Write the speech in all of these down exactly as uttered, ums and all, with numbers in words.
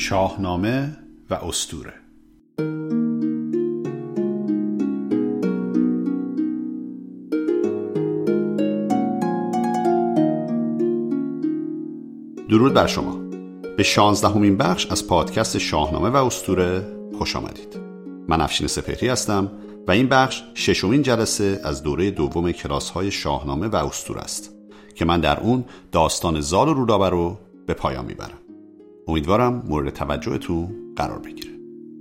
شاهنامه و اسطوره. درود بر شما. به شانزدهمین بخش از پادکست شاهنامه و اسطوره خوش آمدید. من افشین سپهری هستم و این بخش ششمین جلسه از دوره دوم کلاس‌های شاهنامه و اسطوره است که من در اون داستان زال و رودابه رو به پایان میبرم. امیدوارم مورد توجهتون قرار بگیره.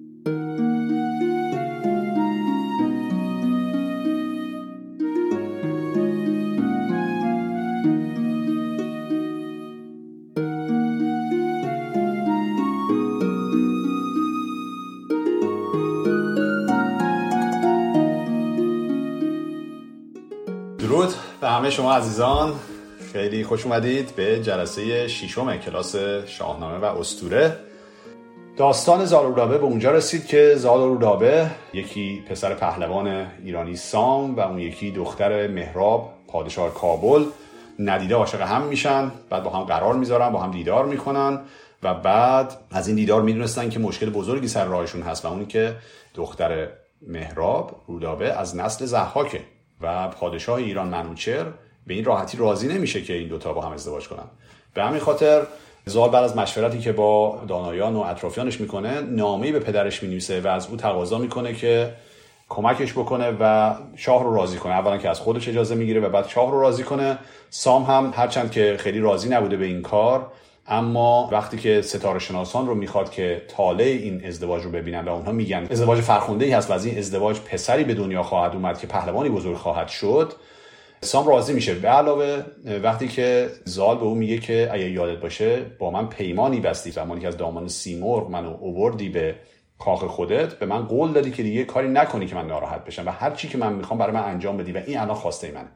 درود به همه شما عزیزان، خیلی خوش اومدید به جلسه ششم کلاس شاهنامه و اسطوره. داستان زال و رودابه به اونجا رسید که زال و رودابه، یکی پسر پهلوان ایرانی سام و اون یکی دختر مهراب پادشاه کابل، ندیده عاشق هم میشن، بعد با هم قرار میذارن، با هم دیدار میکنن و بعد از این دیدار میدونستن که مشکل بزرگی سر راهشون هست و اون که دختر مهراب رودابه از نسل ضحاکه و پادشاه ایران منوچهر به این راحتی راضی نمیشه که این دوتا با هم ازدواج کنن. به همین خاطر زال بعد از مشورتی که با دانایان و اطرافیانش میکنه نامه‌ای به پدرش مینویسه و از او تقاضا میکنه که کمکش بکنه و شاه رو راضی کنه. اولا که از خودش اجازه میگیره و بعد شاه رو راضی کنه. سام هم هرچند که خیلی راضی نبوده به این کار، اما وقتی که ستاره شناسان رو میخواد که طالع این ازدواج رو ببینن و اونها میگن ازدواج فرخنده‌ای هست و از این ازدواج پسری به دنیا خواهد اومد که پهلوانی بزرگ خواهد شد، سام راضی میشه. به علاوه وقتی که زال به اون میگه که اگه یادت باشه با من پیمانی بستی، زمانی که از دامان سیمرغ منو آوردی به کاخ خودت، به من قول دادی که دیگه کاری نکنی که من ناراحت بشم و هر چی که من میخوام برای من انجام بدی و این الان خواسته منه.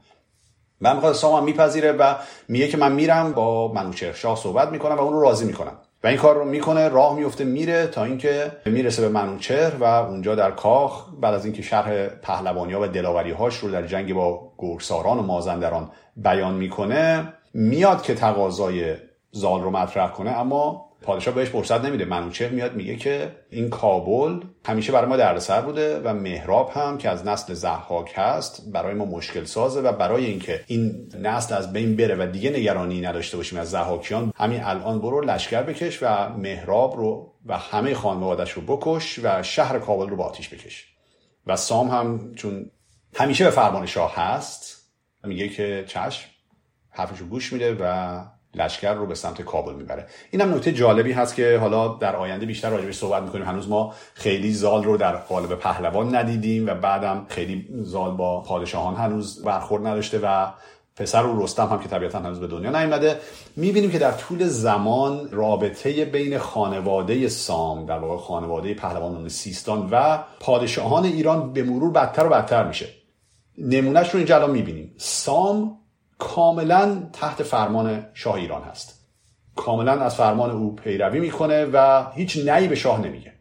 من میخواد سام هم میپذیره و میگه که من میرم با منوچهر شاه صحبت میکنم و اون رو راضی میکنم و این کار رو میکنه. راه میفته میره تا اینکه میرسه به منوچهر و اونجا در کاخ بعد از اینکه شرح پهلوانی‌ها و دلاوری‌هاش رو در جنگ با گرگساران و مازندران بیان میکنه، میاد که تقاضای زال رو مطرح کنه، اما پادشاه بهش فرصت نمیده. منوچهر میاد میگه که این کابل همیشه برای ما دردسر بوده و مهراب هم که از نسل ضحاک هست برای ما مشکل سازه و برای اینکه این نسل از بین بره و دیگه نگرانی نداشته باشیم از ضحاکیان، همین الان برو لشکر بکش و مهراب رو و همه خانواده‌اش رو بکش و شهر کابل رو با آتیش بکش. و سام هم چون همیشه به فرمان شاه هست میگه که چشم، حرفشو گوش میده و لشکر رو به سمت کابل میبره. اینم نکته جالبی هست که حالا در آینده بیشتر راجعش صحبت میکنیم. هنوز ما خیلی زال رو در قالب پهلوان ندیدیم و بعدم خیلی زال با پادشاهان هنوز برخورد نداشته و پسر و رستم هم که طبیعتا هنوز به دنیا نیامده. میبینیم که در طول زمان رابطه بین خانواده سام، در واقع خانواده پهلوانان سیستان و پادشاهان ایران به مرور بدتر و بدتر میشه. نمونهش رو اینجا الان میبینیم. سام کاملا تحت فرمان شاه ایران هست، کاملا از فرمان او پیروی میکنه و هیچ نهی به شاه نمیگه.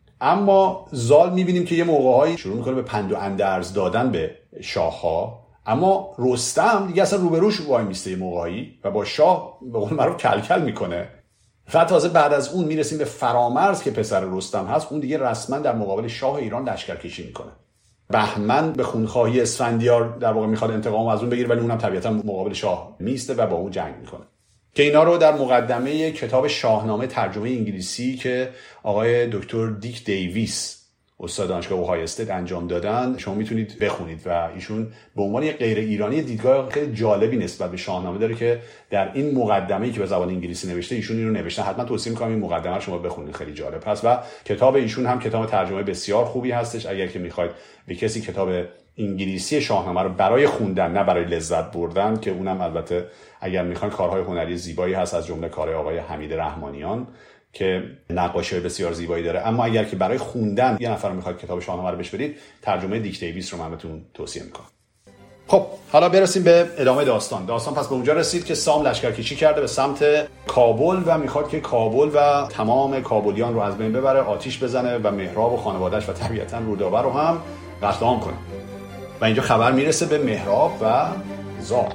اما زال میبینیم که یه موقع‌هایی شروع میکنه به پند و اندرز دادن به شاه‌ها، اما رستم دیگه اصلا روبروش وای میسته یه موقعی و با شاه به قول معروف کلکل میکنه. و تازه بعد از اون میرسیم به فرامرز که پسر رستم هست، اون دیگه رسما در مقابل شاه ایران لشکرکشی میکنه. بهمن به خونخواهی اسفندیار در واقع میخواد انتقام از اون بگیره، ولی اونم طبیعتا مقابل شاه میسته و با اون جنگ میکنه. که اینا رو در مقدمه کتاب شاهنامه ترجمه انگلیسی که آقای دکتر دیک دیویس استاد دانشگاه اوهای استیت انجام دادن شما میتونید بخونید و ایشون به عنوان یک غیر ایرانی دیدگاه خیلی جالبی نسبت به شاهنامه داره که در این مقدمه‌ای که به زبان انگلیسی نوشته ایشون اینو نوشته. حتما توصیه می‌کنم این مقدمه رو شما بخونید، خیلی جالب هست و کتاب ایشون هم کتاب ترجمه بسیار خوبی هستش. اگر که می‌خواید به کسی کتاب انگلیسی شاهنامه رو برای خوندن نه برای لذت بردن، که اونم البته اگر می‌خواید کارهای هنری زیبایی هست از جمله کارهای آقای حمید رحمانیان که نقاشی بسیار زیبایی داره، اما اگر که برای خوندن یه نفر میخواد کتاب شاهنامه رو بهش بدید، ترجمه دیک دیویس رو من بهتون توصیه میکنم. خب حالا برسیم به ادامه داستان. داستان پس به اونجا رسید که سام لشکرکشی کرده به سمت کابل و میخواد که کابل و تمام کابلیان رو از بین ببره، آتیش بزنه و مهراب و خانواده‌اش و طبیعتا رودابه رو هم قتل عام کنه. و اینجا خبر میرسه به مهراب و زال.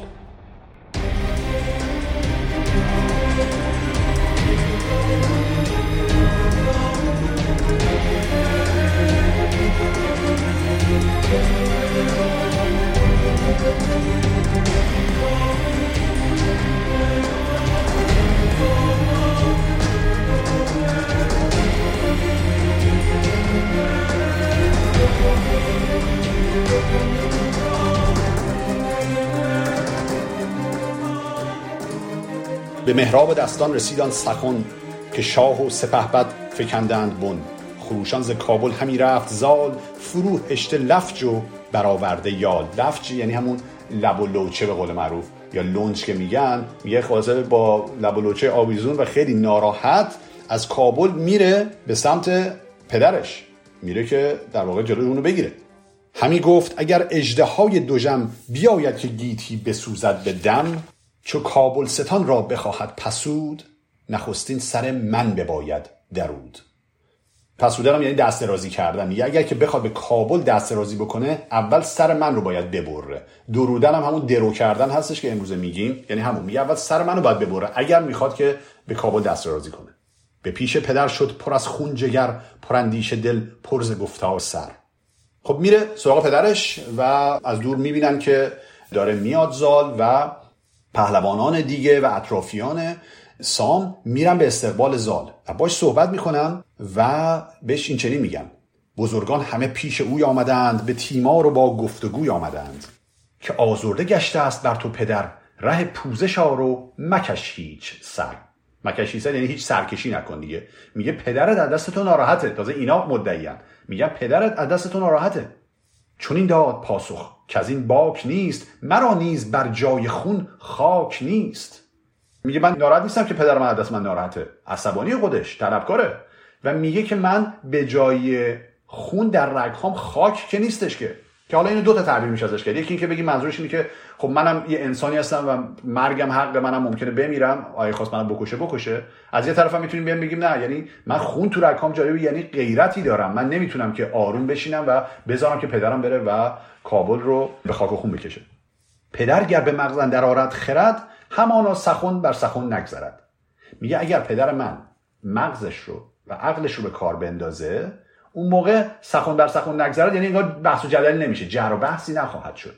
به مهراب دستان رسیدان سخن که شاه و سپهبد فکندند بن. خروشان ز کابل همی رفت زال، فرو هشته لفج و برآورده یال. لفج یعنی همون لب و لوچه به قول معروف، یا لنج که میگن. میگه خلاصه با لب و لوچه آویزون و خیلی ناراحت از کابل میره به سمت پدرش، میره که در واقع جلوی اونو بگیره. همی گفت اگر اژدهای دژم بیاید که گیتی بسوزد به دم. چو کابل ستان را بخواهد پسود، نخستین سر من بباید درود. پسودن هم یعنی دست درازی کردن. میگه اگر که بخواد به کابل دست درازی بکنه، اول سر من رو باید ببره. درودن هم همون درو کردن هستش که امروز میگیم، یعنی همون میگه اول سر من رو باید ببره اگر میخواد که به کابل دست درازی کنه. به پیش پدر شد پر از خون جگر، پر اندیشه دل، پر ز گفتار سر. خب میره سراغ پدرش و از دور میبینن که داره میاد زال و پهلوانان دیگه و اطرافیان سام میرن به استقبال زال و باش صحبت میکنن و بهش این چنین میگن: بزرگان همه پیش اوی آمدند، به تیمار و با گفتگوی آمدند. که آزرده گشته است بر تو پدر، ره پوزش آر و مکش هیچ سر. مکش هیچ سر یعنی هیچ سرکشی نکن دیگه. میگه پدرت از دست تو ناراحته. تازه اینا مدعیان میگن پدرت از دست تو ناراحته. چون این داد پاسخ که از این باک نیست، مرا نیز بر جای خون خاک نیست. میگه من ناراحت نیستم که پدر من از دست من ناراحته، عصبانی خودش، طلبکاره. و میگه که من به جای خون در رگهام خاک که نیستش که که حالا اینو دو تا تعبیر میشه ازش کرد. یکی این که بگی منظورش اینه که خب منم یه انسانی هستم و مرگم حق منم، ممکنه بمیرم، آیه خواست منم بکشه بکشه. از یه طرف هم میتونیم بیام بگیم نه، یعنی من خون تو رگهام جاری، یعنی غیرتی دارم، من نمیتونم که آروم بشینم و بذارم که پدرم بره و کابل رو به خاک و خون بکشه. پدر گر به مغز اندر آرد خرد، همانا سخن بر سخن نگذرد. میگه اگر پدر من مغزش رو و عقلش رو به کار بندازه، اون موقع سخن بر سخن نگذرد، یعنی انگار بحث و جدل نمیشه، جر و بحثی نخواهد شد.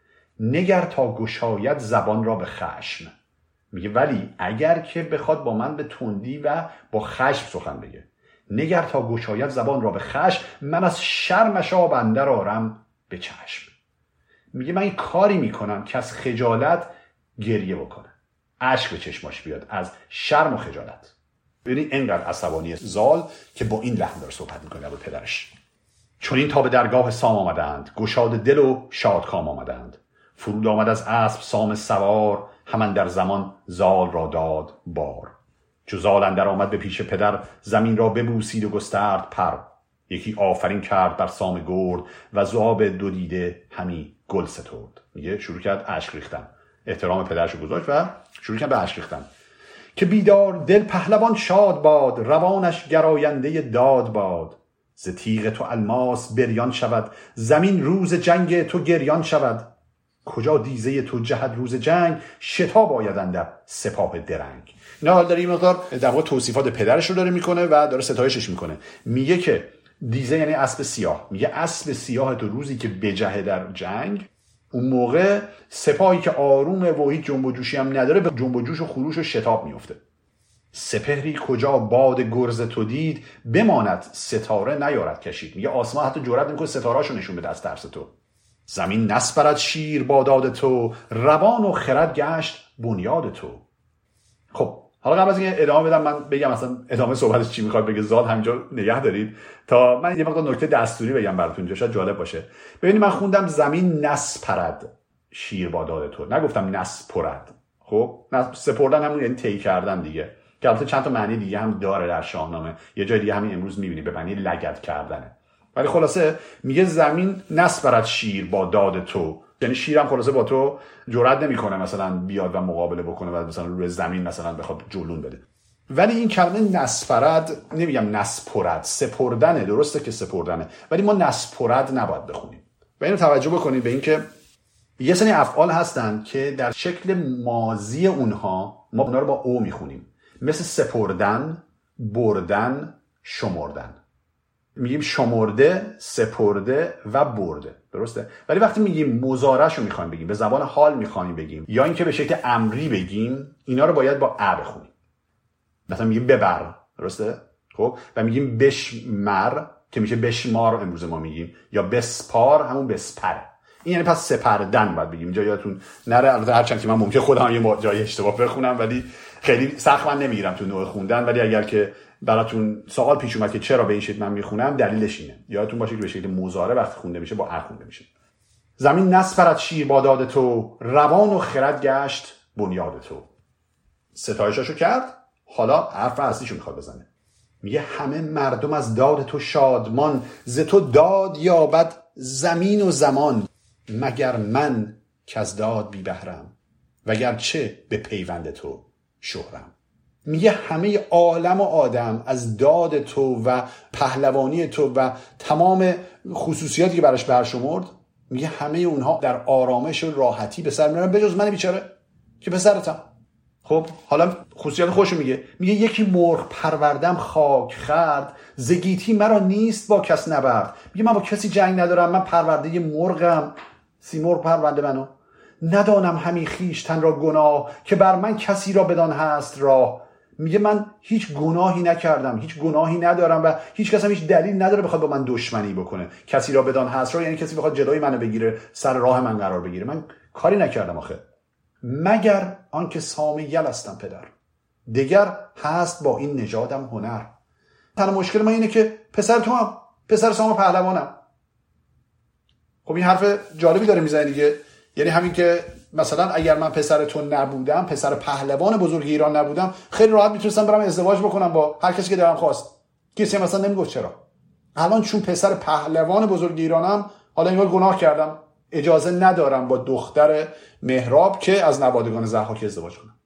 نگر تا گشاید زبان را به خشم. میگه ولی اگر که بخواد با من به تندی و با خشم سخن بگه، نگر تا گشاید زبان را به خشم، من از شرمش آب اندر آرم به چشم. میگه من این کاری میکنم که از خجالت گریه بکنه، اشک به چشماش بیاد از شرم و خجالت. ببینید اینقدر عصبانی زال که با این لحن داره صحبت میکنه با پدرش. چون این تا به درگاه سام آمدند، گشاد دل و شادکام آمدند. فرود آمد از اسب سام سوار، همان در زمان زال را داد بار. چو زال اندر آمد به پیش پدر، زمین را ببوسید و گسترد پر. یکی آفرین کرد بر سام گرد، و زآب دو دیده همی گل سترد. میگه شروع کرد اشک ریختن، احترام پدرشو گذاشت و شروع کرد به اشک ریختن. که بیدار دل پهلوان شاد باد، روانش گراینده داد باد. ز تیغ تو الماس بریان شود، زمین روز جنگ تو گریان شود. کجا دیزه تو جهد روز جنگ، شتاب آید اندر سپاه درنگ. اینا حال داره این مقدار در واقع توصیفات پدرش رو داره میکنه و داره ستایشش میکنه. میگه که دیزه یعنی اسب سیاه، میگه اسب سیاه تو روزی که بجهه در جنگ، اون موقع سپاهی که آرومه و هیچ جنب و جوشی هم نداره به جنب و جوش و خروش و شتاب میفته. سپهری کجا باد گرز تو دید، بماند ستاره نیارد کشید. میگه آسمان حتی جرئت نمیکنه ستارهاشو نشون بده از ترس تو. زمین نسپرد شیر با داد تو، روان و خرد گشت بنیاد تو. خب حالا قبل از اینکه ادامه بدم من بگم اصلا ادامه صحبتش چی میخواد بگه زال، همینجا نگه دارید تا من یه مقدار نکته دستوری بگم براتون، شاید جالب باشه. ببینید من خوندم زمین نسپرد شیر با داد تو، نگفتم نسپرد. خب سپردن همون یعنی طی کردن دیگه، که البته چند تا معنی دیگه هم داره در شاهنامه. یه جای دیگه همین امروز میبینی به معنی لگد کردنه، ولی خلاصه میگه زمین نسپرد شیر با داد تو، یعنی شیرم خلاصه با تو جرئت نمیکنه مثلا بیاد و مقابله بکنه و مثلا روی زمین مثلا بخواد جلون بده. ولی این کلمه نسپرد، نمیگم نسپرد، سپردنه، درسته که سپردنه، ولی ما نسپرد نباید بخونیم. و اینو توجه بکنید به این که یه سری افعال هستن که در شکل ماضی اونها ما اونها رو با او میخونیم، مثل سپردن، بردن، شمردن. میگیم شمرده، سپرده و برده. درسته؟ ولی وقتی میگیم مضارعشو میخوایم بگیم، به زبان حال میخوایم بگیم، یا اینکه به شکل امری بگیم، اینا رو باید با ا بخونیم. مثلا میگیم ببر، درسته؟ خب و میگیم بشمر که میشه بشمار امروز ما میگیم، یا بسپار همون بسپر. این یعنی پس سپردن باید بگیم. اینجا یادتون نره، البته هرچند که من ممکنه خودم یه جای اشتباه بخونم ولی خیلی سخت من نمیگیرم تو نوع خوندن، ولی اگر که براتون سوال پیش اومد که چرا به این شکل من میخونم، دلیلش اینه. یادتون باشه که به شکل مضارع وقتی خونده میشه با ا خونده میشه. زمین نسپرد شیر با داد تو، روان و خرد گشت بنیاد تو. ستایشاشو کرد، حالا حرف اصلیشو میخواد بزنه. میگه همه مردم از داد تو شادمان، ز تو داد یابد زمین و زمان. مگر من که از داد بی بهرم، وگرچه به پیوند تو شهرم. میگه همه عالم و آدم از داد تو و پهلوانی تو و تمام خصوصیاتی که براش برشمرد، میگه همه اونها در آرامش و راحتی به سر میرن بجز من بیچاره که پسرتم. خب حالا خصوصیات خوشو میگه، میگه یکی مرغ پروردم خاک خرد، زگیتی مرا نیست با کس نبرد. میگه من با کسی جنگ ندارم، من پرورده مرغم، سیمرغ پرونده منو. ندانم همی خویشتن را گناه، که بر من کسی را بدان هست راه. میگه من هیچ گناهی نکردم، هیچ گناهی ندارم و هیچ کس هم هیچ دلیل نداره بخواد با من دشمنی بکنه. کسی را بدان هست راه یعنی کسی بخواد جلوی منو بگیره، سر راه من قرار بگیره. من کاری نکردم آخه. مگر آنکه سام یل هستم پدر، دگر هست با این نژادم هنر. تنها مشکل من اینه که پسر تو هم پسر سام پهلوانم. خب این حرف جالبی داره میزنه دیگه. یعنی همین که مثلا اگر من پسر تو نبودم، پسر پهلوان بزرگ ایران نبودم، خیلی راحت میتونستم برم ازدواج بکنم با هر کسی که دلم خواست، کسی مثلا نمیگفت چرا. الان چون پسر پهلوان بزرگ ایرانم، حالا انگار گناه کردم، اجازه ندارم با دختر مهراب که از نوادگان ضحاک ازدواج کنم.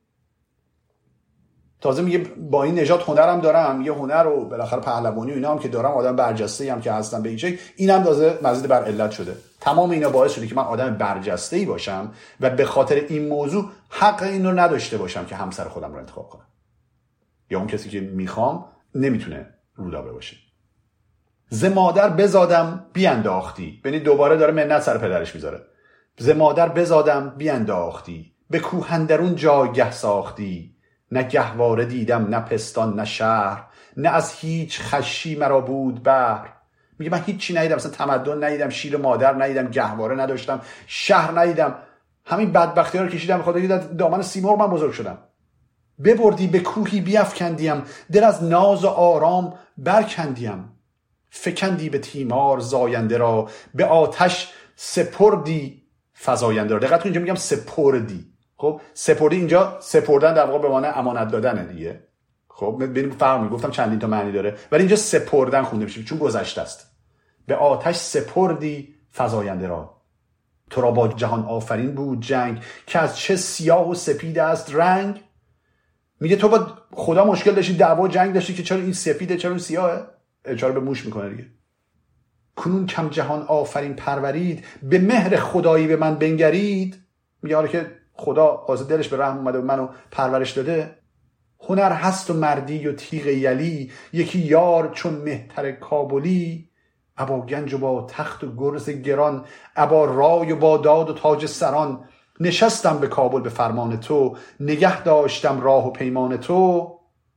تازه میگه با این نژاد هنرم دارم، یه هنر و بالاخره پهلوانی و اینا هم که دارم، آدم برجسته‌ای هم که هستم به این شکل، اینم تازه مزید بر علت شده. تمام اینا باعث شده که من آدم برجسته‌ای باشم و به خاطر این موضوع حق اینو نداشته باشم که همسر خودم رو انتخاب کنم، یا اون کسی که میخوام نمیتونه رودابه باشه. ز مادر بزادم بیانداختی، یعنی دوباره داره منت سر پدرش میذاره. ز مادر بزادم بیانداختی، به کوهندرون جایگه ساختی. نه گهواره دیدم نه پستان نه شهر، نه از هیچ خشی مرا بود بهر. میگه من هیچی ندیدم، مثلا تمدن ندیدم، شیر مادر ندیدم، گهواره نداشتم، شهر ندیدم. همین بدبختی ها رو کشیدم، خدا دیدم دامن سیمرغ من بزرگ شدم. ببردی به کوهی بیفکندیم، دل از ناز و آرام برکندیم. فکندی به تیمار زاینده را، به آتش سپردی فزاینده را. دقیقاً اینجا میگم سپردی. خب سپردی اینجا سپردن در واقع به معنی امانت دادنه دیگه. خب ببینیم فرق می گفتم چندین تا معنی داره، ولی اینجا سپردن خونده میشه چون گذشته است. به آتش سپردی فزاینده را، تو را با جهان آفرین بود جنگ، که از چه سیاه و سپید است رنگ. میگه تو با خدا مشکل داشتی، دعوا جنگ داشتی که چرا این سپیده چرا این سیاهه. اشاره به موش میکنه دیگه. کنون کم جهان آفرین پرورید، به مهر خدایی به من بنگرید. میگه حالا که خدا قاصد دلش به رحم اومده و منو پرورش داده، هنر هست و مردی و تیغ یلی، یکی یار چون مهتر کابلی. ابا گنج و با تخت و گرز گران، ابا رای و با داد و تاج سران. نشستم به کابل به فرمان تو، نگه داشتم راه و پیمان تو.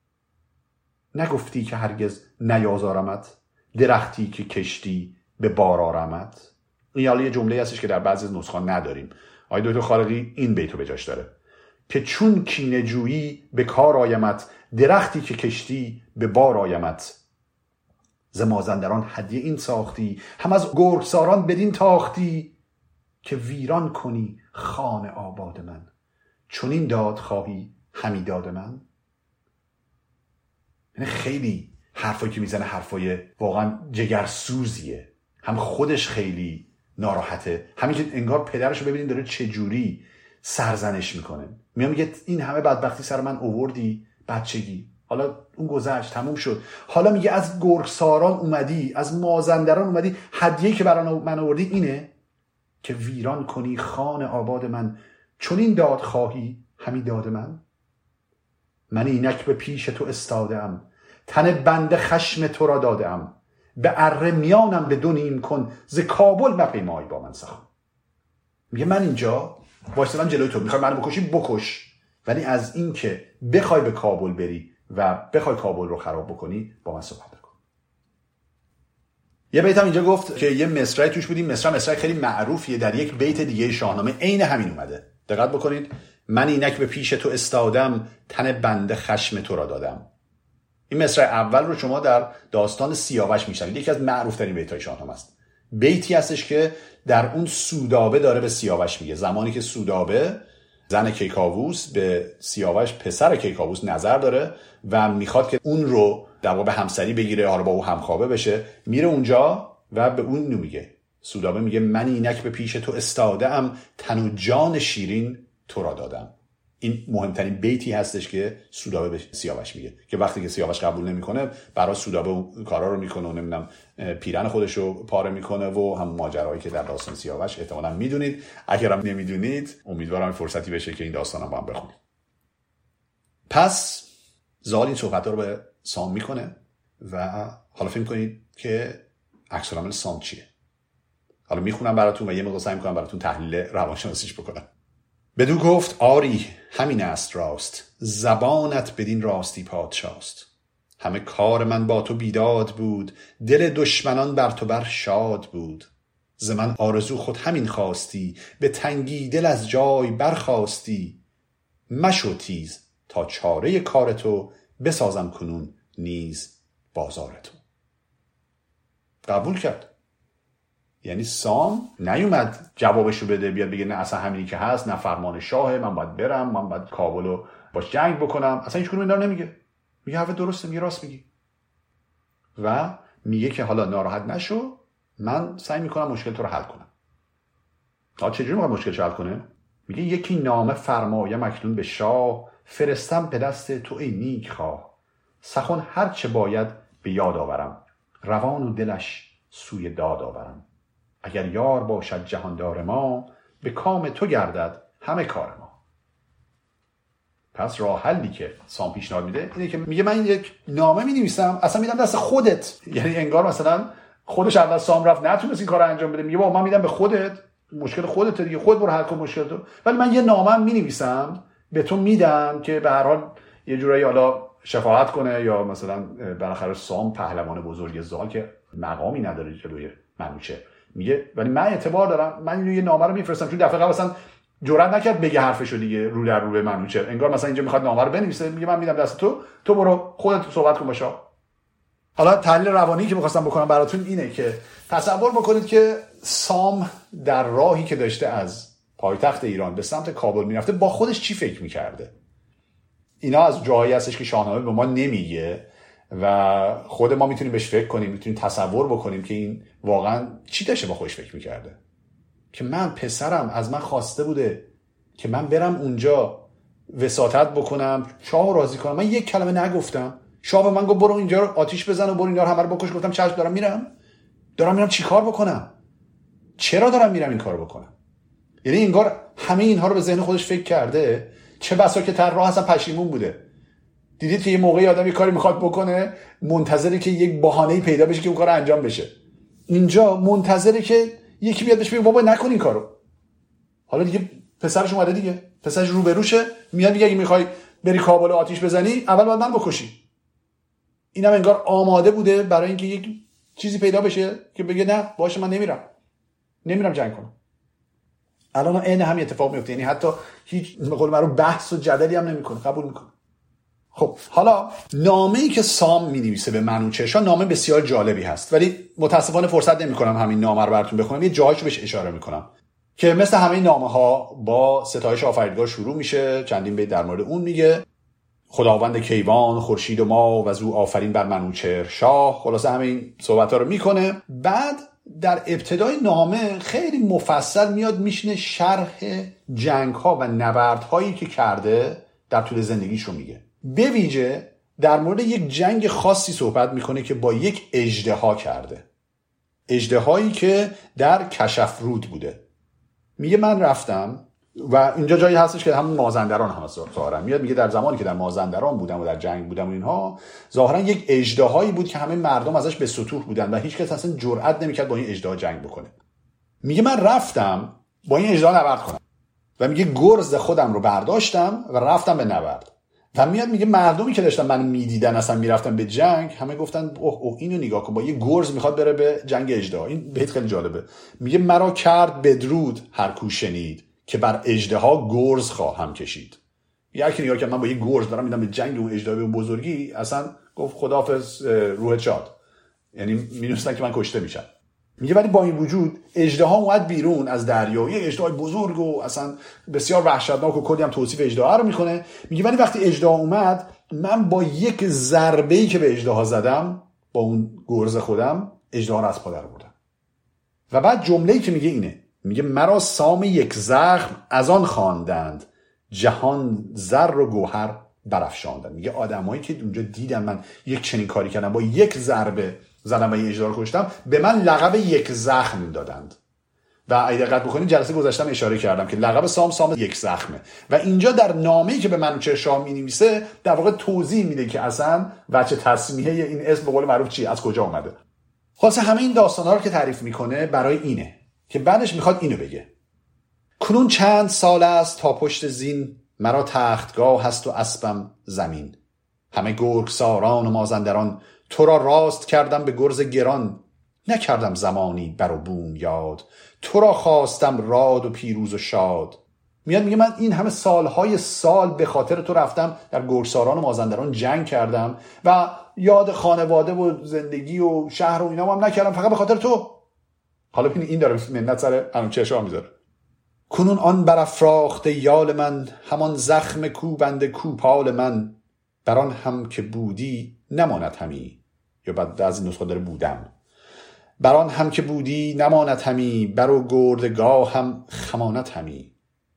نگفتی که هرگز نیازارمت، درختی که کشتی به بار آرمت. این حالا یه جمله هستش که در بعضی از نسخه نداریم. آقای دکتر خالقی این بیتو به جاش داره که چون کینه جویی به کار آیمت، درختی که کشتی به بار آیمت. ز مازندران هدیه این ساختی، هم از گرگساران بدین تاختی. که ویران کنی خانه آباد من، چون این داد خواهی همی داد من. یعنی خیلی حرفایی که میزنه حرفای واقعا جگرسوزیه. هم خودش خیلی ناراحته، همین که انگار پدرشو ببینید داره چجوری سرزنش میکنه. میام میگه این همه بدبختی سر من آوردی بچگی، حالا اون گذشت تموم شد، حالا میگه از گرگساران اومدی، از مازندران اومدی، هدیه‌ای که برای من آوردی اینه که ویران کنی خانه آباد من، چون این داد خواهی همی داد من. من اینک به پیش تو استادم، تن بنده خشم تو را دادم. به اره میانم به دو نیم کن، ز کابل مپیمای با من سخن. میگه من اینجا وایسادم جلوی تو، میخوای منو بکشی بکش، ولی از این که بخوای به کابل بری و بخوای کابل رو خراب بکنی با من صحبت کن. یه بیت هم اینجا گفت که یه مصرعی توش بود. این مصرع مصرع خیلی معروفیه، در یک بیت دیگه شاهنامه عین همین اومده. دقت بکنید. من اینک به پیش تو استادم، تن بنده خشم تو را دادم. این مصرع اول رو شما در داستان سیاوش میشنوید. یکی از معروف ترین بیت‌های شاهنامه است. بیتی هستش که در اون سودابه داره به سیاوش میگه. زمانی که سودابه زن کیکاووس به سیاوش پسر کیکاووس نظر داره و میخواد که اون رو در واقع همسری بگیره، حالا با او همخوابه بشه، میره اونجا و به اون اینو میگه. سودابه میگه من اینک به پیش تو استاده‌ام، تن و جان شیرین تو را دادم. این مهمترین بیتی هستش که سودابه به سیاوش میگه که وقتی که سیاوش قبول نمیکنه، برای سودابه اون کارا رو میکنه و نمیدونم پیرن خودش رو پاره میکنه و هم ماجرایی که در داستان سیاوش احتمالاً میدونید. اگرم نمیدونید امیدوارم فرصتی بشه که این داستانم با هم بخونید. پس زال این صحبت‌ها رو به سام میکنه و حالا فکر کنید که عکس العمل سام چیه. حالا میخونم براتون و یه مقدار سعی میکنم براتون تحلیل روانشناسیش بکنم. بدو گفت آری همین است راست، زبانت بدین راستی پادشاست. همه کار من با تو بیداد بود، دل دشمنان بر تو بر شاد بود. ز من آرزو خود همین خواستی، به تنگی دل از جای برخاستی. مشو تیز تا چاره کار تو، بسازم کنون نیز بازار تو. قبول کرد. یعنی سام نیومد جوابشو بده، بیاد بگه نه اصلا همینی که هست، نه فرمان شاهه، من باید برم، من باید کابلو باش جنگ بکنم. اصلا هیچ کدوم اینا رو نمیگه. میگه حرف درسته، میگه راست میگی. و میگه که حالا ناراحت نشو، من سعی میکنم مشکل تو رو حل کنم. تا چجوری میخواد مشکلش حل کنه؟ میگه یکی نامه فرمایم اکنون به شاه، فرستم به دست تو ای نیک خواه. سخن هر چه باید به یاد آورم، روان و دلش سوی داد آورم. اگر یار باشد جهاندار ما، به کام تو گردد همه کار ما. پس راه حلی که سام پیشنهاد میده اینه که میگه من یک نامه مینویسم، اصلا میدم دست خودت. یعنی انگار مثلا خودش اول سام رفت نتونست این کارو انجام بده، میگه بابا من میدم به خودت، مشکل خودت دیگه، خود برو حل کن مشکل تو، ولی من یه نامه مینویسم به تو میدم که به هر حال یه جورایی حالا شفاعت کنه، یا مثلا بالاخره سام پهلوان بزرگ زال که مقامی نداره جلوی منوچهر، میگه ولی من اعتبار دارم، من اینو یه نامه رو میفرستم. چون دفعه قبل مثلا جرئت نکرد بگه حرفشو دیگه رو در رو به منوچهر، انگار مثلا اینجا میخواد نامه رو بنویسه، میگه من میدم دست تو، تو برو خودت صحبت کن با شاه. حالا تحلیل روانی که می‌خواستم بکنم براتون اینه که تصور بکنید که سام در راهی که داشته از پایتخت ایران به سمت کابل میرفته با خودش چی فکر میکرده. اینا از جایی هستش که شاهنامه به ما نمیگه و خود ما میتونیم بهش فکر کنیم، میتونیم تصور بکنیم که این واقعا چی داشته با خودش فکر میکرده. که من پسرم از من خواسته بوده که من برم اونجا وساطت بکنم، شاه راضی کنم، من یک کلمه نگفتم، شاه به من گفت برو اینجا رو آتیش بزن و برو اینجا رو همه رو بکش. گفتم چشم، دارم میرم دارم میرم چی کار بکنم، چرا دارم میرم این کارو بکنم. یعنی انگار همه اینها رو به ذهن خودش فکر کرده. چه بسا که تر راه اصلا پشیمون بوده. دیدید که یه موقعی آدم یه کاری میخواد بکنه، منتظره که یک بهانه‌ای پیدا بشه که اون کار انجام بشه. اینجا منتظره که یکی بیاد بهش بگه بابا نکن این کارو. حالا دیگه پسرش اومده دیگه، پسرش روبروشه، میاد میگه اگه میخوای بری کابل و آتیش بزنی اول باید من بکشی. اینم انگار آماده بوده برای اینکه یک چیزی پیدا بشه که بگه نه باشه من نمیرم نمیرم جنگ کنم. الان عین همین اتفاق میفته، یعنی حتی هیچ به قول معروف بحث و جدلی هم نمیکنه، قبول میکنه. خب حالا نامه‌ای که سام می‌نویسه به منوچهر نامه بسیار جالبی هست، ولی متاسفانه فرصت نمی‌کنم همین نامه رو براتون بخونم. یه جاهاشو بهش اشاره می‌کنم که مثل همه نامه‌ها با ستایش آفریدگار شروع میشه. چندین بیت در مورد اون میگه: خداوند کیوان خورشید و ما و زو آفرین بر منوچهر شاه. خلاصه همه این صحبت‌ها رو میکنه. بعد در ابتدای نامه خیلی مفصل میاد میشینه شرح جنگ‌ها و نبردهایی که کرده در طول زندگیش رو میگه. به ویژه در مورد یک جنگ خاصی صحبت میکنه که با یک اژدها کرده، اژدهایی که در کشفرود بوده. میگه من رفتم و اینجا جایی هستش که همون مازندران هم ظاهرا میاد میگه در زمانی که در مازندران بودم و در جنگ بودم و اینها، ظاهرا یک اژدهایی بود که همه مردم ازش به سطوح بودن و هیچ کس اصلا جرئت نمیکرد با این اژدها جنگ بکنه. میگه من رفتم با این اژدها نبرد کنم و میگه گرز خودم رو برداشتم و رفتم به نبرد. و میاد میگه مردمی که داشتن منو میدیدن اصلا میرفتن به جنگ، همه گفتن اوه اوه اینو نگاه کن، با یه گرز میخواد بره به جنگ اژدها. این بیت خیلی جالبه. میگه مرا کرد بدرود هر کو شنید، که بر اژدها گرز خواهم کشید. یکی که نگاه کرد من با یه گرز دارم میدم به جنگ اون اژدها به اون بزرگی، اصلا گفت خداحافظ روحت شاد، یعنی میدونستن که من کشته میشم. میگه ولی با این وجود اژدها اومد بیرون از دریا، یه اژدهای بزرگ و اصلا بسیار وحشتناک و کلی هم توصیف اژدها رو میکنه. میگه ولی وقتی اژدها اومد من با یک ضربه‌ای که به اژدها زدم با اون گرز خودم اژدها رو از پا درآوردم. و بعد جمله‌ای که میگه اینه، میگه مرا سام یک زخم از آن خواندند، جهان زر و گوهر برافشاندند. میگه آدمایی که اونجا دیدن من یک چنین کاری کردم، با یک ضربه زدم و این اژدها رو کشتم، به من لقب یک زخم دادند. و اگه دقت بکنید جلسه گذاشتم اشاره کردم که لقب سام سام یک زخمه و اینجا در نامه‌ای که به منوچهر شاه می‌نویسه در واقع توضیح میده که اصلا وجه تسمیه این اسم به قول معروف چی، از کجا اومده. خلاص همه این داستانا رو که تعریف میکنه برای اینه که بعدش میخواد اینو بگه: کنون چند سال است تا پشت زین، مرا تختگاه هست و اسبم زمین. همه گرگساران و مازندران، تو را راست کردم به گرز گران. نکردم زمانی بر و بوم یاد، تو را خواستم راد و پیروز و شاد. میاد میگه من این همه سالهای سال به خاطر تو رفتم در گرگساران و مازندران جنگ کردم و یاد خانواده و زندگی و شهر و اینا هم نکردم، فقط به خاطر تو. حالا ببین این داره منت سر منوچهر شاه میذاره. کنون آن برافراخته یال من، همان زخم کوبنده کوپال من. بران هم که بودی نماند همی، یا بعد از این نسخه داره بودم. بران هم که بودی نماند همی، برو گردگاه هم خمانت همی.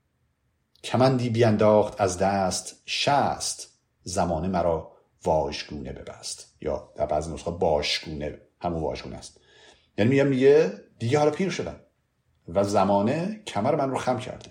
کمندی بینداخت از دست شست، زمانه مرا واژگونه ببست. یا در بعضی نسخه باشگونه، همون واژگونه است. یعنی میگه میگه دیگه حالا پیر شدم و زمانه کمر من رو خم کرده.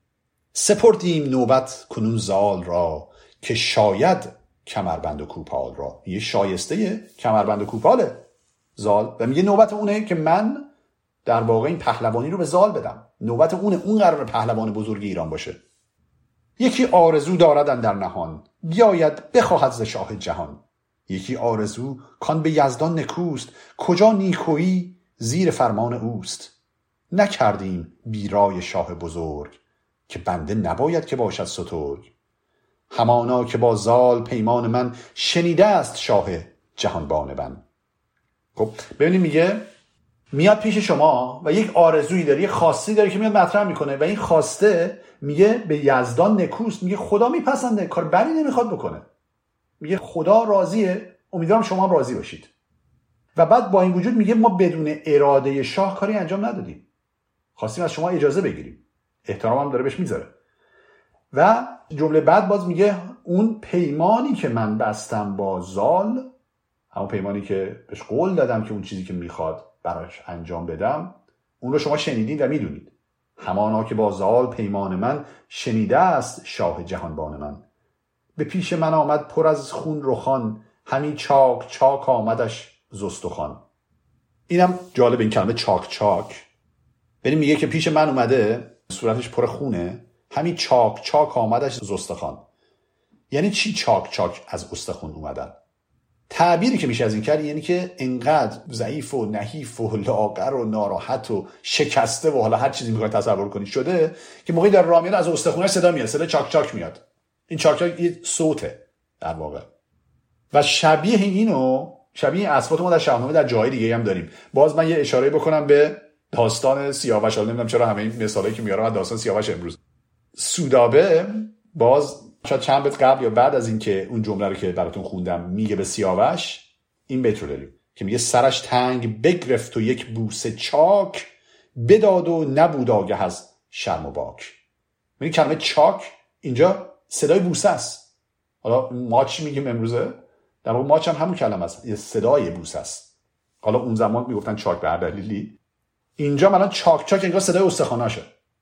سپردیم نوبت کنون زال را، که شاید کمربند و کوپال را. یه شایسته کمربند و کوپاله زال و میگه نوبت اونه که من در واقع این پهلوانی رو به زال بدم. نوبت اونه، اون قرار پهلوان بزرگ ایران باشه. یکی آرزو دارد در نهان، بیاید بخواهد ز شاه جهان. یکی آرزو کان به یزدان نکوست، کجا نیکویی زیر فرمان اوست. نکردیم بیرای شاه بزرگ، که بنده نباید که باشد سترگ. همانا که با زال پیمان من، شنیده است شاه جهانبان من. خب ببینید میگه میاد پیش شما و یک آرزویی داره، یک خواستی داره که میاد مطرح میکنه و این خواسته میگه به یزدان نکوست. میگه خدا میپسنده، کار بدی نمیخواد بکنه. میگه خدا راضیه، امیدوارم شما هم راضی باشید. و بعد با این وجود میگه ما بدون اراده شاه کاری انجام ندادیم، خواستیم از شما اجازه بگیریم. احترام هم داره بهش میذاره. و جمله بعد باز میگه اون پیمانی که من بستم با زال، همون پیمانی که بهش قول دادم که اون چیزی که میخواد براش انجام بدم، اون رو شما شنیدید و میدونید. همانا که با زال پیمان من، شنیده است شاه جهانبان من. به پیش من آمد پر از خون رخان، همین چاک چاک آمدش زستخوان. اینم جالب این کلمه چاک چاک. یعنی میگه که پیش من اومده صورتش پر خونه، همین چاک چاک آمدش زستخوان. یعنی چی چاک چاک از استخوان اومدن؟ تعبیری که میشه از این کرد یعنی که انقدر ضعیف و نحیف و لاغر و ناراحت و شکسته و حالا هر چیزی میخواید تصور کنید شده که موقعی در راه میاد از استخونش صدا میاد، صدا چاک چاک میاد. این چاک چاک یه صوته در واقع. و شبیه اینو، شبیه اصوات ما در شاهنامه در جای دیگه هم داریم. باز من یه اشاره بکنم به داستان سیاوش. حالا نمیدونم چرا همه این مثالایی که میارم از داستان سیاوش امروز. سودابه باز شاید چند بیت قبل یا بعد از این که اون جمله رو که براتون خوندم میگه به سیاوش این بیت رو داریم که میگه سرش تنگ بگرفت و یک بوسه چاک، بداد و نبود آگه از شرم و باک. میگه کلمه چاک اینجا صدای بوسه است. حالا ماچ میگیم امروزه، در واقع ماچ هم همون کلمه است، یه صدای بوسه است. حالا اون زمان میگفتن چاک به هر دلیلی. اینجا مثلا چاک چاک انگار صدای استخواناشه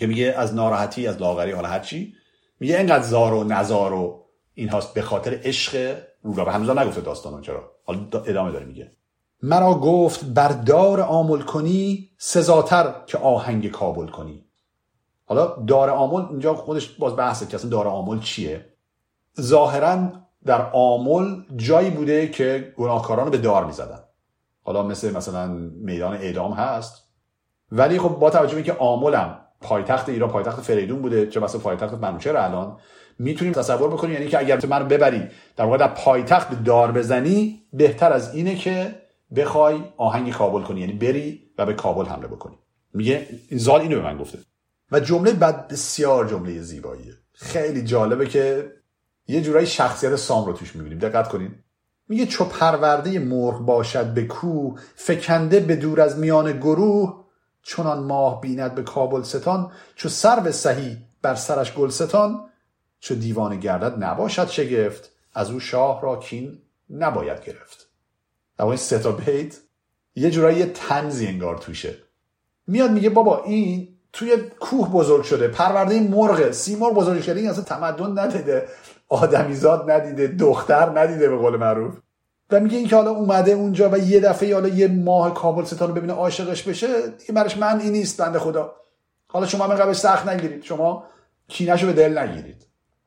که میگه از ناراحتی، از لاغری، حالا هر چی، میگه اینقدر زار و نزار و این هاست به خاطر عشق رودابه. هنوز نگفته داستانو چرا، حالا ادامه داره میگه مرا گفت بردار آمل کنی سزاتر که آهنگ کابل کنی. حالا دار آمل اینجا خودش باز بحثه که اصلا دار آمل چیه. ظاهراً در آمل جایی بوده که گناهکاران رو به دار میزدن، حالا مثل مثلا میدان اعدام هست، ولی خب با توجه به اینکه آمل هم پایتخت ایران، پایتخت فریدون بوده، چه بسا پایتخت منوچهر الان، میتونیم تصور بکنیم یعنی که اگر منو ببری در واقع در پایتخت به دار بزنی، بهتر از اینه که بخوای آهنگ کابل کنی، یعنی بری و به کابل حمله بکنی. میگه این زال اینو به من گفته و جمله بعد بسیار جمله زیباییه، خیلی جالبه که یه جورایی شخصیت سام رو توش میبینیم. دقت کنین. میگه چو پرورده مرغ باشد به کوه، فکنده به دور از میان گروه، چونان ماه بیند به کابل ستان، چو سرو سهی بر سرش گلستان، چو دیوانه گردد نباشد شگفت، از او شاه را کین نباید گرفت. اما این سه تا بیت یه جورایی یه طنزی انگار توشه. میاد میگه بابا این توی کوه بزرگ شده، پرورده مرغ، سیمرغ بزرگ شده، این اصلا تمدن ندیده، آدمیزاد ندیده، دختر ندیده به قول معروف، و میگه این که حالا اومده اونجا و یه دفعه حالا یه ماه کابل ستان رو ببینه عاشقش بشه، دیگه برش معنی نیست بنده خدا. حالا شما هم اینقدر سخت نگیرید، شما کینه‌شو به دل نگیرید.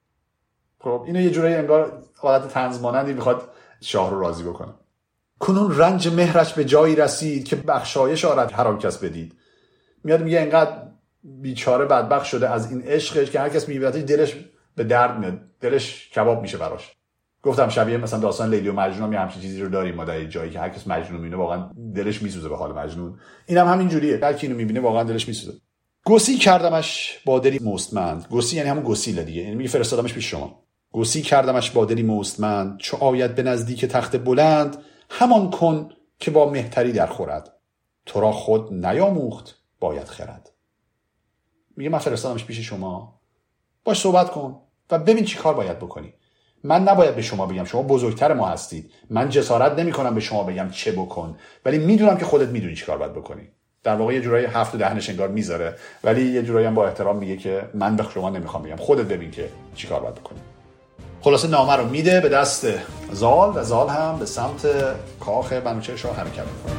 خب اینو یه جورایی انگار حالت طنز مانندی میخواد شاه رو راضی بکنه. کنون رنج مهرش به جایی رسید که بخشایش آرد هر آن کس بدید. میاد میگه اینقدر بیچاره بدبخت شده از این عشقش که هر کس میبینه دلش به درد میاد، دلش کباب میشه براش. گفتم شبیه مثلا داستان لیلی و مجنون هم همچین چیزی رو داریم ما، در جایی که هر کس مجنون میبینه واقعا دلش میسوزه به حال مجنون. اینم هم همین جوریه، هر کی اینو میبینه واقعا دلش میسوزه. گسی کردمش با دلی مستمند. گسی یعنی همون گسیل دیگه، یعنی میگه فرستادمش پیش شما. گسی کردمش با دلی مستمند، چو آید به نزدیک تخت بلند، همان کن که با مهتری در خورد، تو را خود نیاموخت باید خرد. میگه من فرستادمش پیش شما، باش صحبت کن و ببین چی کار باید بکنی. من نباید به شما بگم، شما بزرگتر ما هستید، من جسارت نمی کنم به شما بگم چه بکن، ولی میدونم که خودت میدونی چی کار باید بکنی. در واقع یه جورایی هفت و دهنش انگار میذاره، ولی یه جورایی هم با احترام میگه که من به شما نمیخوام بگم، خودت ببین که چی کار باید بکنی. خلاصه نامه رو میده به دست زال و زال هم به سمت کاخ منوچهر شاه حرکت میکنه.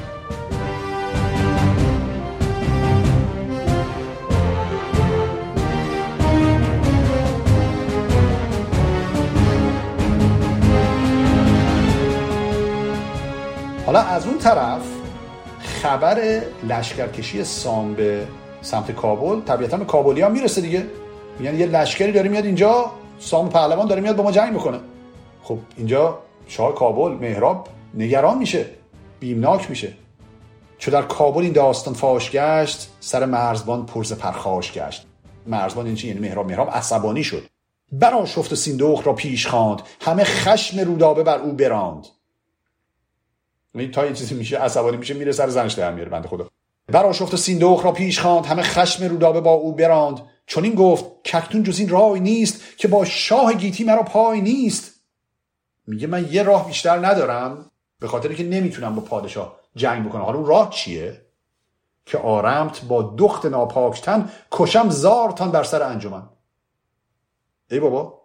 حالا از اون طرف خبر لشکرکشی سام به سمت کابل طبیعتا به کابلی ها میرسه دیگه. میگن یه لشکری داره میاد اینجا، سام پهلوان داره میاد با ما جنگ میکنه. خب اینجا شاه کابل مهراب نگران میشه، بیمناک میشه. چو در کابل این داستان فاش گشت، سر مرزبان پرز پرخاش گشت. مرزبان این چی؟ یعنی مهراب. مهراب عصبانی شد، برآشفت و سیندخت را پیش خواند، همه خشم رودابه بر او براند. یعنی تا یه چیزی میشه عصبانی میشه، میره سر زنش در میاره بنده خدا. برآشفت و سیندخت را پیش خواند، همه خشم رودابه با او براند. چون این گفت کاکنون جز این رای نیست، که با شاه گیتی مرا پای نیست. میگه من یه راه بیشتر ندارم، به خاطر که نمیتونم با پادشاه جنگ بکنم. حالا اون راه چیه؟ که آرمت با دخت ناپاکتن، کشم زارتان بر سر انجمن. ای بابا،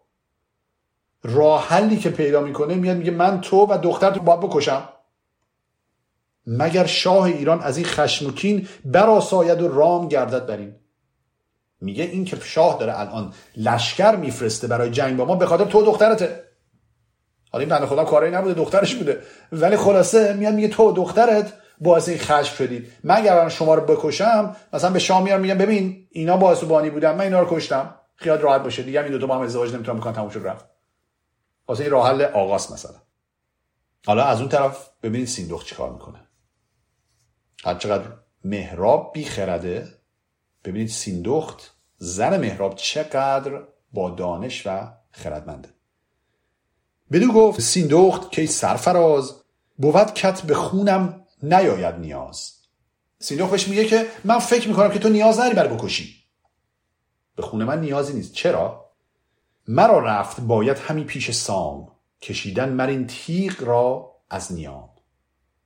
راه حلی که پیدا میکنه میاد میگه من تو و دخترت رو باید بکشم، مگر شاه ایران از این خشم و کین برآساید و رام گردد بر این. میگه این که شاه داره الان لشکر میفرسته برای جنگ با ما به خاطر تو دخترته. حالا این بنده خدا کاری نبوده، دخترش بوده، ولی خلاصه میاد میگه تو دخترت باعث این خشم شدید، مگر الان شما رو بکشم. مثلا به شاه میارم میگم ببین اینا باعث و بانی بودن، من اینا رو کشتم، خیال راحت باشه دیگه، این دو تا با هم ازدواج نمیتونن بکنن، تموم شد رفت. واسه این راه حل آغاز مثلا. حالا از اون طرف ببینید سیندخت چیکار میکنه. هر چقدر مهراب بی خرده، ببینید سیندخت زن مهراب چقدر با دانش و خردمنده. بدو گفت سیندخت که سرفراز، بود کت به خونم نیاید نیاز. سیندخت بهش میگه که من فکر میکنم که تو نیاز نداری برای بکشی، به خون من نیازی نیست. چرا؟ مرا رفت باید همی پیش سام، کشیدن مر این تیغ را از نیام.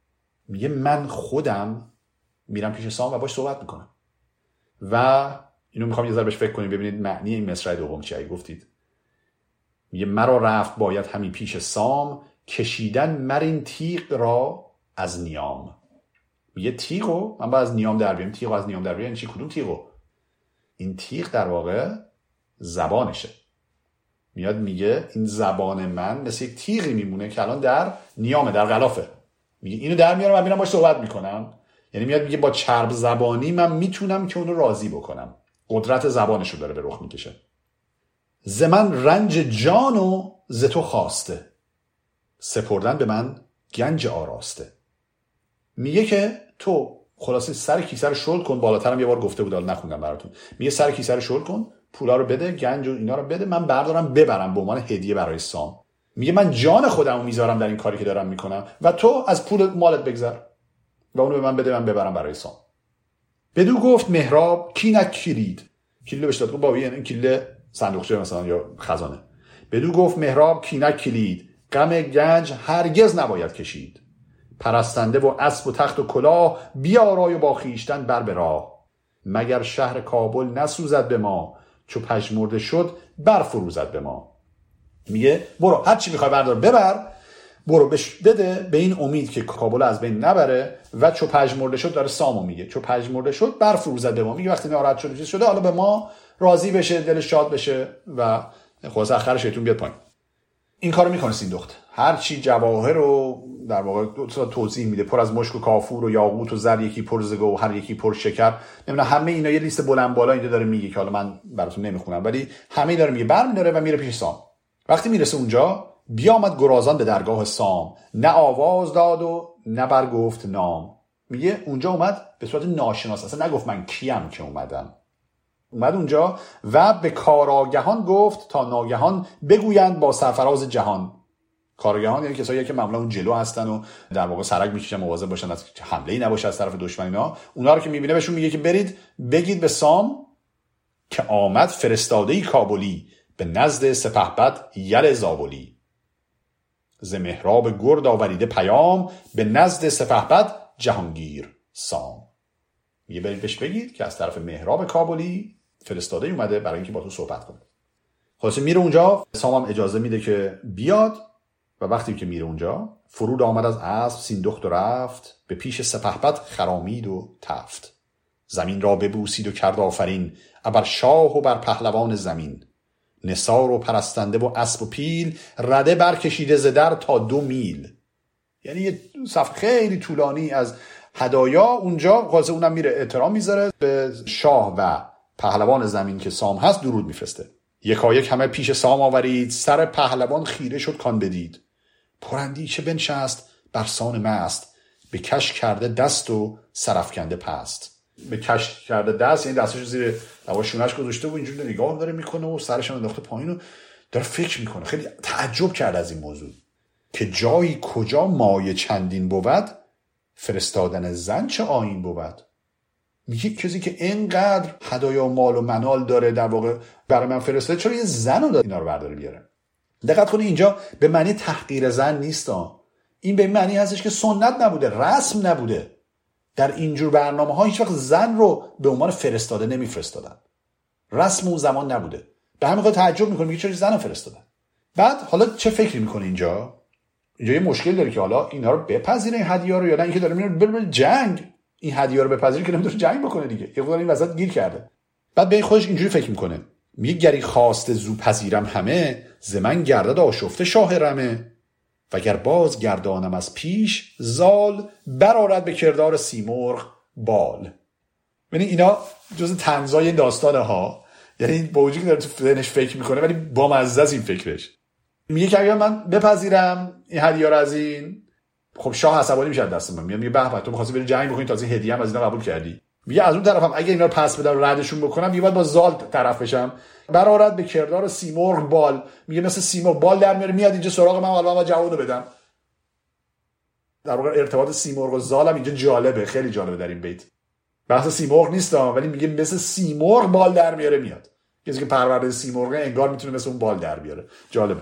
میگه من خودم میرم پیش سام و باش صحبت میکنم و اینو میخوام یه ذره بهش فکر کنیم ببینید معنی این مصرع دوم چیه. گفتید میگه مرا رفت باید همی پیش سام، کشیدن مرین تیغ را از نیام. میگه تیغو من باید از نیام در بیارم. تیغو از نیام در بیارم یعنی چی؟ کدوم تیغو؟ این تیغ در واقع زبانشه. میاد میگه این زبان من مثل یک تیغی میمونه که الان در نیامه، در غلافه. میگه اینو در میارم و میرم باش صحبت میکنم. یعنی میاد میگه با چرب زبانی من میتونم که اونو راضی بکنم. قدرت زبانشو داره به رخ میکشه. ز من رنج جان و ز تو خواسته، سپردن به من گنج آراسته. میگه که تو خلاصه سر کیسه رو شل کن. بالاترم یه بار گفته بود حالا نخوندم براتون. میگه سر کیسه رو شل کن، پولا رو بده، گنج و اینا رو بده، من بردارم ببرم به عنوان هدیه برای سام. میگه من جان خودمو میذارم در این کاری که دارم میکنم و تو از پول مالت بگذر و اونو به من بده، من ببرم برای سام. بدو گفت مهراب کینک کلید. کلیله بهش داد. گفت بابا این کلیله صندوقچه مثلا یا خزانه. بدو گفت مهراب کینک کلید، غم گنج هرگز نباید کشید. پرستنده و اسب و تخت و کلاه، بیارای و با خویشتن بر به راه. مگر شهر کابل نسوزد به ما، چو پژمرده شد برفروزد به ما. میگه برو هر چی میخوای بردار ببر، برو بش بده به این امید که کابل از بین نبره و چو پژمرده شد، داره سامو میگه، چو پژمرده شد برفروزد به ما. میگه وقتی ناراحت شده چیز شده حالا به ما راضی بشه، دلش شاد بشه و خلاص آخر شیطون بیاد پایین. این کارو میکنه سیندخت. هر چی جواهر رو در واقع توضیح میده، پر از مشک و کافور و یاقوت و زر، یکی پر ز گوهر یکی پر شکر، نمیدونم همه اینا یه لیست بلند بالا اینجا داره میگه که حالا من براتون نمیخونم، ولی همه داره میگه. برمی‌داره و میره پیش سام. وقتی میرسه اونجا، بیامد گرازان به درگاه سام، نه آواز داد و نه برگفت نام. میگه اونجا اومد به صورت ناشناس، اصلا نگفت من کیم که اومدم. اومد اونجا و به کاراگهان گفت تا ناگهان بگویند با سرفراز جهان. کارگهان یعنی کسایی که معمولا اون جلو هستن و در واقع سرک میکشن، مواظب باشن از حمله‌ای نباشه از طرف دشمن. اینا اونا رو که میبینه بهشون میگه که برید بگید به سام که آمد فرستاده‌ای کابلی، به نزد سپهبد یل زابلی. ز مهراب گرد آوریده پیام، به نزد سپهبد جهانگیر سام. میگه برید بهش بگید که از طرف مهراب کابلی فرستاده اومده برای اینکه با تو صحبت کنه. خلاصه میره اونجا، سام هم اجازه میده که بیاد و وقتی که میره اونجا، فرود آمد از اسب سیندخت و رفت، به پیش سپهبد خرامید و تفت. زمین را ببوسید و کرد آفرین، ابر شاه و بر پهلوان زمین. نثار و پرستنده و اسب و پیل، رده برکشیده ز در تا دو میل. یعنی یه صف خیلی طولانی از هدایا اونجا. خلاصه اونم میره احترام میذاره به شاه و پهلوان زمین که سام هست، درود میفرسته. یکایک همه پیش سام آورید، سر پهلوان خیره شد کان بدید. پراندیشه بنشست برسان مست، به کش کرده دست و سرافکنده پست. به کش کرده دست یعنی دستش زیر شونش گذاشته و اینجوری نگاه داره میکنه و سرش هم انداخته پایین و داره فکر میکنه. خیلی تعجب کرد از این موضوع که جایی کجا مایه چندین بود، فرستادن زن چه آیین بود. میگه کسی که اینقدر هدایا و مال و منال داره در واقع برای من فرستاده، چرا یه زن رو داد اینا رو برداره بیاره؟ دقت کنید اینجا به معنی تحقیر زن نیست. این به معنی هستش که سنت نبوده، رسم نبوده. در اینجور برنامه ها هیچ وقت زن رو به عنوان فرستاده نمیفرستادن. رسم اون زمان نبوده. به همین خاطر تعجب میکنه میگه چرا زن رو فرستادن. بعد حالا چه فکری میکنه اینجا؟ اینجا یه مشکل داره که حالا اینا رو بپذیره این هدیه رو یا نه اینکه داره میره بره جنگ. این هدیه رو بپذیره که نمیتونه جنگ بکنه دیگه. یه خورده این وسط گیر کرده. بعد به خودش اینجوری فکر میکنه، میگه گری خواست زو پذیرم همه، ز من گردد آشفته شاه رمه. وگر باز گردانم از پیش زال، برآرد به کردار سیمرغ بال. یعنی اینا جز طنزای داستانه ها، یعنی با وجودی که داره تو ذهنش فکر میکنه ولی با مزه از این فکرش. میگه که اگر من بپذیرم این هدیه رو از این، خب شاه عصبانی میشه دست من. میگه به به تو می‌خواستی بری جنگ بکنی، تازه هدیه هم از اینا قبول کردی. میگه از اون طرفم اگه اینا رو پس بدم و ردشون بکنم، میگه باید با زال طرف بشم. برآرد به کردار سیمرغ بال. میگه مثل سیمرغ بال در میاره میاد اینجا سراغ من، الان من جوابو بدم. در واقع ارتباط سیمرغ و زال هم اینجا جالبه، خیلی جالبه در این بیت. بحث سیمرغ نیست ولی میگه مثل سیمرغ بال در میاره میاد. کسی که پرورده سیمرغ انگار میتونه مثل اون بال در بیاره. جالبه.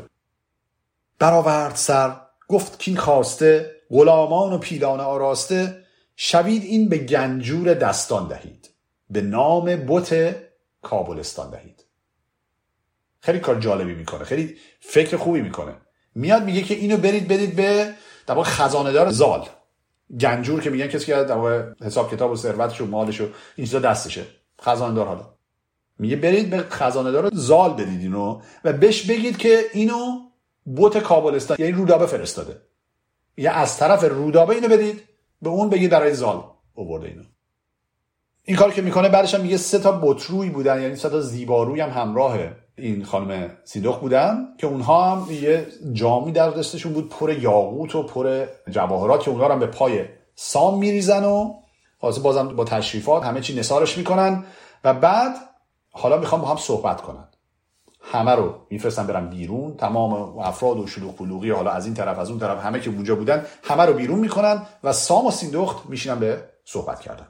برآورد سر گفت کین خواسته، غلامان و پیلان آراسته. شوید این به گنجور دستان دهید، به نام بت کابلستان دهید. خیلی کار جالبی میکنه، خیلی فکر خوبی میکنه. میاد میگه که اینو برید بدید به در واقع خزانه‌دار زال، گنجور که میگن کسی که در واقع حساب کتاب و ثروتش و مالش و این چیزا دستشه، خزانه‌دار. حالا میگه برید به خزانه‌دار زال بدید اینو و بهش بگید که اینو بت کابلستان یعنی رودابه فرستاده. یا از طرف رودابه اینو بدید به اون بگید برای زال آورده اینو. این کار که میکنه بعدش هم میگه سه تا بتروی بودن، یعنی سه تا زیباروی هم همراه این خانم سیندخت بودن که اونها هم یه جامی در دستشون بود پر یاقوت و پر جواهرات که اونها رو هم به پای سام میریزن و خلاص بازم با تشریفات همه چی نثارش میکنن و بعد حالا میخوام با هم صحبت کنن. همه رو میفرستن برن بیرون، تمام افراد و شلوغ پلوغی حالا از این طرف از اون طرف همه که اونجا بودن همه رو بیرون میکنن و سام و سیندخت میشینن به صحبت کردن.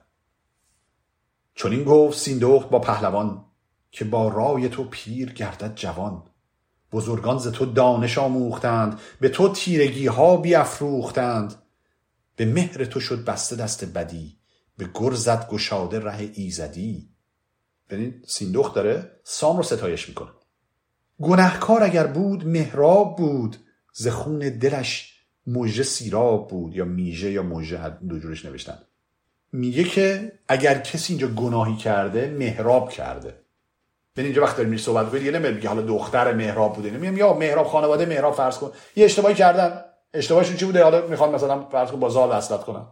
چون این گفت سیندخت با پهلوان که با رای تو پیر گردد جوان. بزرگان ز تو دانش آموختند، به تو تیرگی ها بیافروختند. به مهر تو شد بسته دست بدی، به گرزت گشاده ره ایزدی. ببین سیندخت داره سام رو ستایش میکنه. گنهکار اگر بود مهراب بود، ز خون دلش مژه سیراب بود. یا میژه یا مژه، دو جورش نوشتن. میگه که اگر کسی اینجا گناهی کرده مهراب کرده. ببین اینجا وقت داریم صحبت کنیم دیگه نمیگه حالا دختر مهراب بوده، نمیگم یا مهراب خانواده مهراب فرض کن یه اشتباهی کردن، اشتباهشون چی بوده، حالا میخوان مثلا فرض کن با زال وصلت کنن.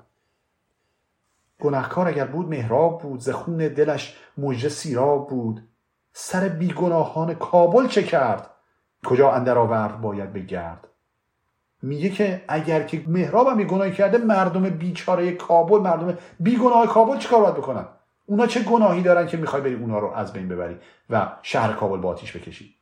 گناهکار اگر بود مهراب بود، ز خون دلش مژه سیراب بود. سر بیگناهان کابل چه کرد، کجا اندر آورد باید بگرد. میگه که اگر که مهراب هم گناهی کرده، مردم بیچاره کابل، مردم بیگناه کابل چیکار باید بکنن؟ اونا چه گناهی دارن که میخوای بری اونا رو از بین ببری و شهر کابل با آتیش بکشی؟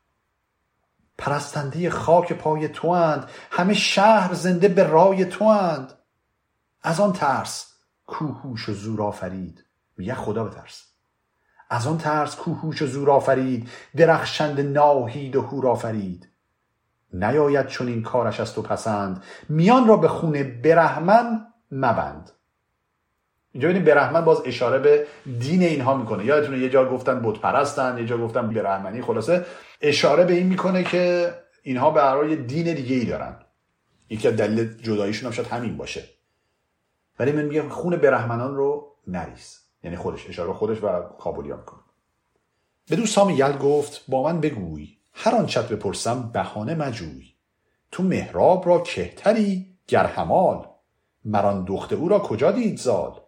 پرستنده خاک پای تو اند، همه شهر زنده به رای تو اند. از آن ترس کوهوش و زور آفرید. میگه خدا بترس. از آن ترس کوهوش و زور آفرید، درخشند ناهید و هور آفرید. نیاید چون این کارش از تو پسند، میان را به خون برهمن مبند. اینجا ببینید برهمن باز اشاره به دین اینها میکنه. یادتونه یه جا گفتن بت پرستن، یه جا گفتن برهمنی، خلاصه اشاره به این میکنه که اینها برای دین دیگه ای دارن. یکی از دلیل جداییشون هم شاید همین باشه. ولی من میگم خون برهمنان رو نریز، یعنی خودش اشاره خودش و کابلیا میکنه. بدو سام یل گفت با من بگوی، هر آنچت بپرسم بهانه مجوی. تو مهراب را کهتری گر همال، مران دخت او را کجا دید زال.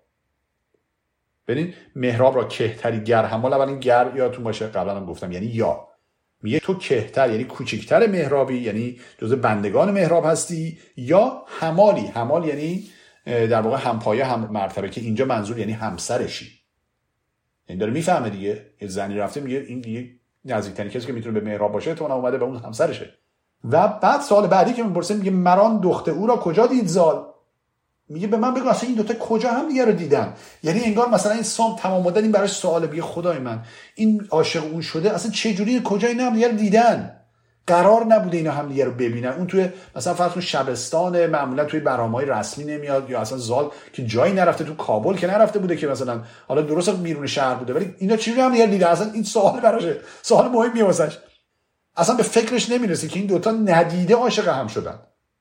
ببین مهراب را کهتری گر همال، اول این گر یادتون باشه قبلا هم گفتم یعنی یا. میگه تو کهتر یعنی کوچکتر مهرابی، یعنی جزء بندگان مهراب هستی، یا همالی. همال یعنی در واقع همپایه هم مرتبه، که اینجا منظور یعنی همسرشی. این داره میفهمه دیگه، یه زنی رفته میگه این دیگه نزدیکترین کسی که میتونه به مهراب باشه تو اومده به اون همسرشه. و بعد سوال بعدی که میپرسه میگه مران دخت او را کجا دید زال. میگه به من بگو اصلا این دوتا کجا هم دیگه رو دیدن. یعنی انگار مثلا این سام تمام مدت این براش سوال، بیه خدای من این عاشق اون شده، اصلا چه جوری کجا اینا هم دیگه رو دیدن؟ قرار نبوده اینا هم دیگه رو ببینن. اون توی مثلا فرض کن شبستان، معمولا توی برنامه‌های رسمی نمیاد، یا اصلا زال که جایی نرفته، تو کابل که نرفته بوده که مثلا حالا درست بیرون شهر بوده، ولی اینا چجوری هم دیگه دیدن؟ اصلا این سوال براشه سوال مهمیه واسش. اصلا به فکرش نمیرسه که این دوتا ندیده عاشق هم شدن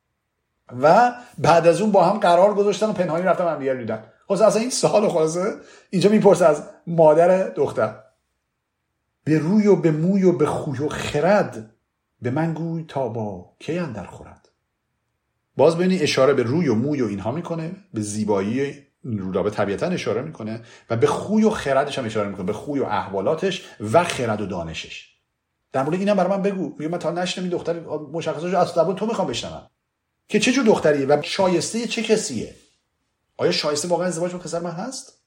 و بعد از اون با هم قرار گذاشتن و پنهانی رفتن هم دیگه دیدن. خلاص اصلا این سوال خلاصه اینجا میپرسه از مادر دختر. به روی و به موی و به خوی و خرد، به من گوی تا با کی اندر خورد. باز ببینی اشاره به روی و موی و اینها میکنه، به زیبایی رودابه طبیعتا اشاره میکنه و به خوی و خردش هم اشاره میکنه، به خوی و احوالاتش و خرد و دانشش. در مورد اینم برای من بگو. میگه من تا نشنم این دختر مشخصاش از زبان تو میخوام بشنوم که چه جور دختریه و شایسته چه کسیه. آیا شایسته واقعا ازدواج با پسر من هست؟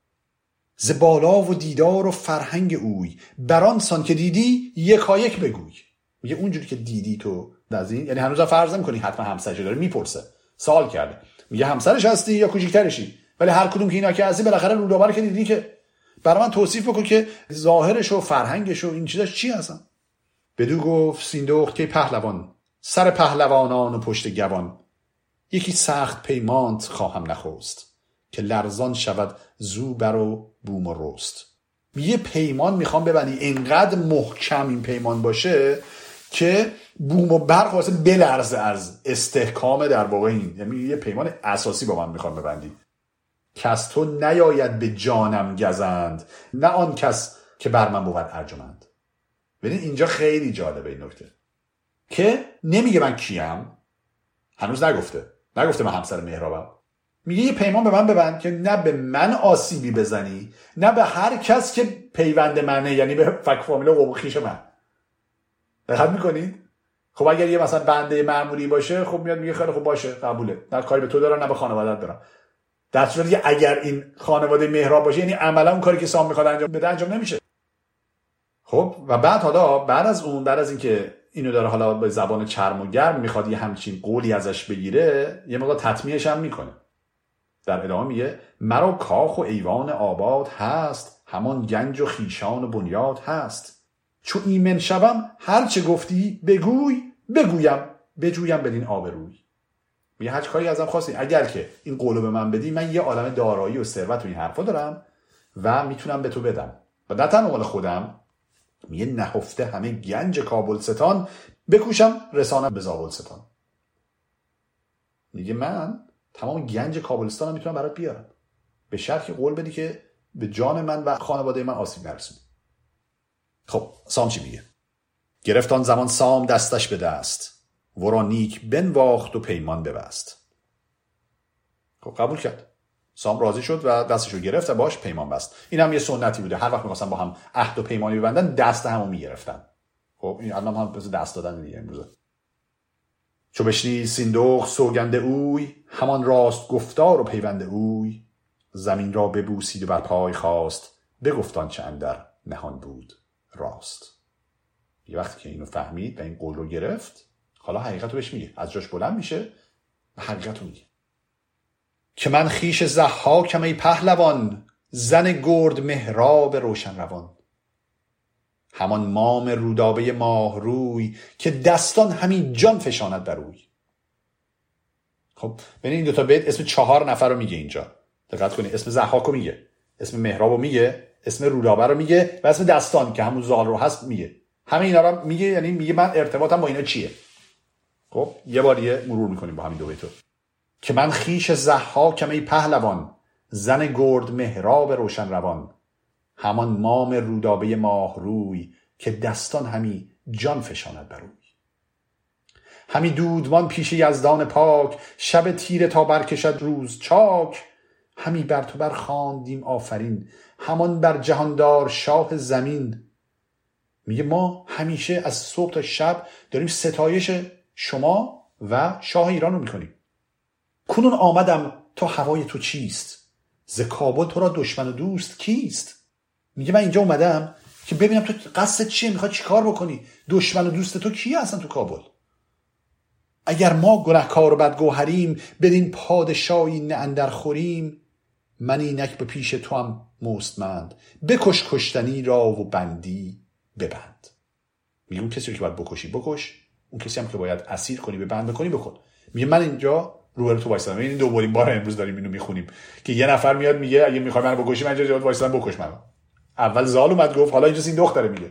ز بالا و دیدار و فرهنگ اوی، بران سان که دیدی یکایک بگوی. میگه اونجوری که دیدی تو از این، یعنی هنوز فرض نمی‌کنی حتما همسرش داره، میپرسه، سوال کرده. میگه همسرش هستی یا کوچیک‌ترشی؟ ولی هر کدوم که اینا که هستی بالاخره رودابه رو که دیدی، که برای من توصیف بکن که ظاهرش و فرهنگش و این چیزاش چی هستن. بدو گفت سیندخت که پهلوان، سر پهلوانان و پشت گوان. یکی سخت پیمانت خواهم نخوست، که لرزان شود زو بر و بوم و رست. یه پیمان میخوام ببندی اینقدر محکم این پیمان باشه که بوم و برق واسه بلرزه از استحکام در واقع این، یعنی یه پیمان اساسی با من میخوام ببندی. کس تو نیاید به جانم گزند، نه آن کس که بر من بود ارجمند. ببین اینجا خیلی جالبه این نکته که نمیگه من کیم، هنوز نگفته نگفته من همسر مهرابم، میگه یه پیمان به من ببند که نه به من آسیبی بزنی نه به هر کس که پیوند منه، یعنی به فک فامیل و قوم خویش من. دقت میکنید؟ خب اگر یه مثلا بنده معمولی باشه خب میاد میگه خیلی خوب باشه قبوله، نه کاری به تو دارم نه به خانواده‌ات دارم. در صورتی که اگر این خانواده مهراب باشه یعنی عملا اون کاری که سام میخواد انجام بده انجام نمیشه. خب و بعد حالا بعد از اون بعد از اینکه اینو داره حالا به زبان چرم و گرم میخواد یه همچین قولی ازش بگیره، یه موقع تطمیعش هم میکنه. در ادامه میگه مرا کاخ و ایوان آباد هست، همان گنج و خیشان و بنیاد هست. چو ایمن شوم هر چه گفتی بگوی، بگویم بجویم بدین آبروی. میگه هر کاری ازم خواستی اگر که این قولو به من بدی، من یه عالم دارایی و ثروت و این حرفا دارم و میتونم به تو بدم و نه تنها مال خودم، میگه نهفته همه گنج کابلستان، بکوشم رسانم به زابلستان. میگه من تمام گنج کابلستان رو میتونم برات بیارم به شرطی قول بدی که به جان من و خانواده من آسیب نرسونی. خب سام چی میگه؟ گرفت آن زمان سام دستش به دست، ورا نیک بنواخت و پیمان ببست. خب قبول کرد، سام راضی شد و دستشو گرفت و باش پیمان بست. این هم یه سنتی بوده، هر وقت می‌خواستن با هم عهد و پیمانی ببندن دست همو میگرفتن. خب این الان هم مثل دست دادن دیگه امروزه. چو بشنید سیندوخ سوگند اوی، همان راست گفتار و پیوند اوی. زمین را ببوسید و بر پای خواست، بگفتان چه اندر نهان بود راست. یه وقتی که اینو فهمید و این قول رو گرفت، حالا حقیقت رو بهش میگه، از جاش بلند میشه و حقیقت رو میگه که من خیش ضحاکم ای پهلوان، زن گرد مهراب روشن روان. همان مام رودابه ماه روی، که دستان همین جان فشاند بر اوی. خب ببین این دوتا بیت اسم چهار نفر رو میگه اینجا، دقت کنید. اسم ضحاک رو میگه، اسم مهراب رو میگه، اسم رودابه رو میگه و اسم دستان که همون زال رو هست میگه. همه اینا رو میگه، یعنی میگه من ارتباطم با اینا چیه. خب یه بار یه مرور میکنیم با همین دو بیتو که من خیش ضحاکم ای پهلوان، زن گرد مهراب روشن روان. همان مام رودابه ماه روی، که دستان همی جان فشاند بر اوی. همی دودمان پیش یزدان پاک، شب تیره تا برکشد روز چاک. همی بر تو بر خواندیم آفرین، همان بر جهاندار شاه زمین. میگه ما همیشه از صبح تا شب داریم ستایش شما و شاه ایران رو میکنیم. کنون آمدم تا هوای تو چیست، ز کابل تو را دشمن و دوست کیست. میگه من اینجا اومدم که ببینم تو قصد چیه، میخواد چیکار بکنی، دشمن و دوست تو کیه اصلا تو کابل. اگر ما گنهکار و بدگوهریم، بدین پادشاهی نه اندر خوریم. من اینک به پیش تو هم مستمند، بکش کشتنی را و بندی ببند. میگه اون کسی رو که باید بکشی بکش، اون کسی هم که باید اسیر کنی به بند بکنی بکن. میگه من اینجا روبرو تو وایسادم. این دومین بار امروز داریم اینو میخونیم که یه نفر میاد میگه اگه میخوای منو بکشی من اینجا جواد وایسادم بکش منو. اول زال اومد گفت، حالا اینجا این دختره میگه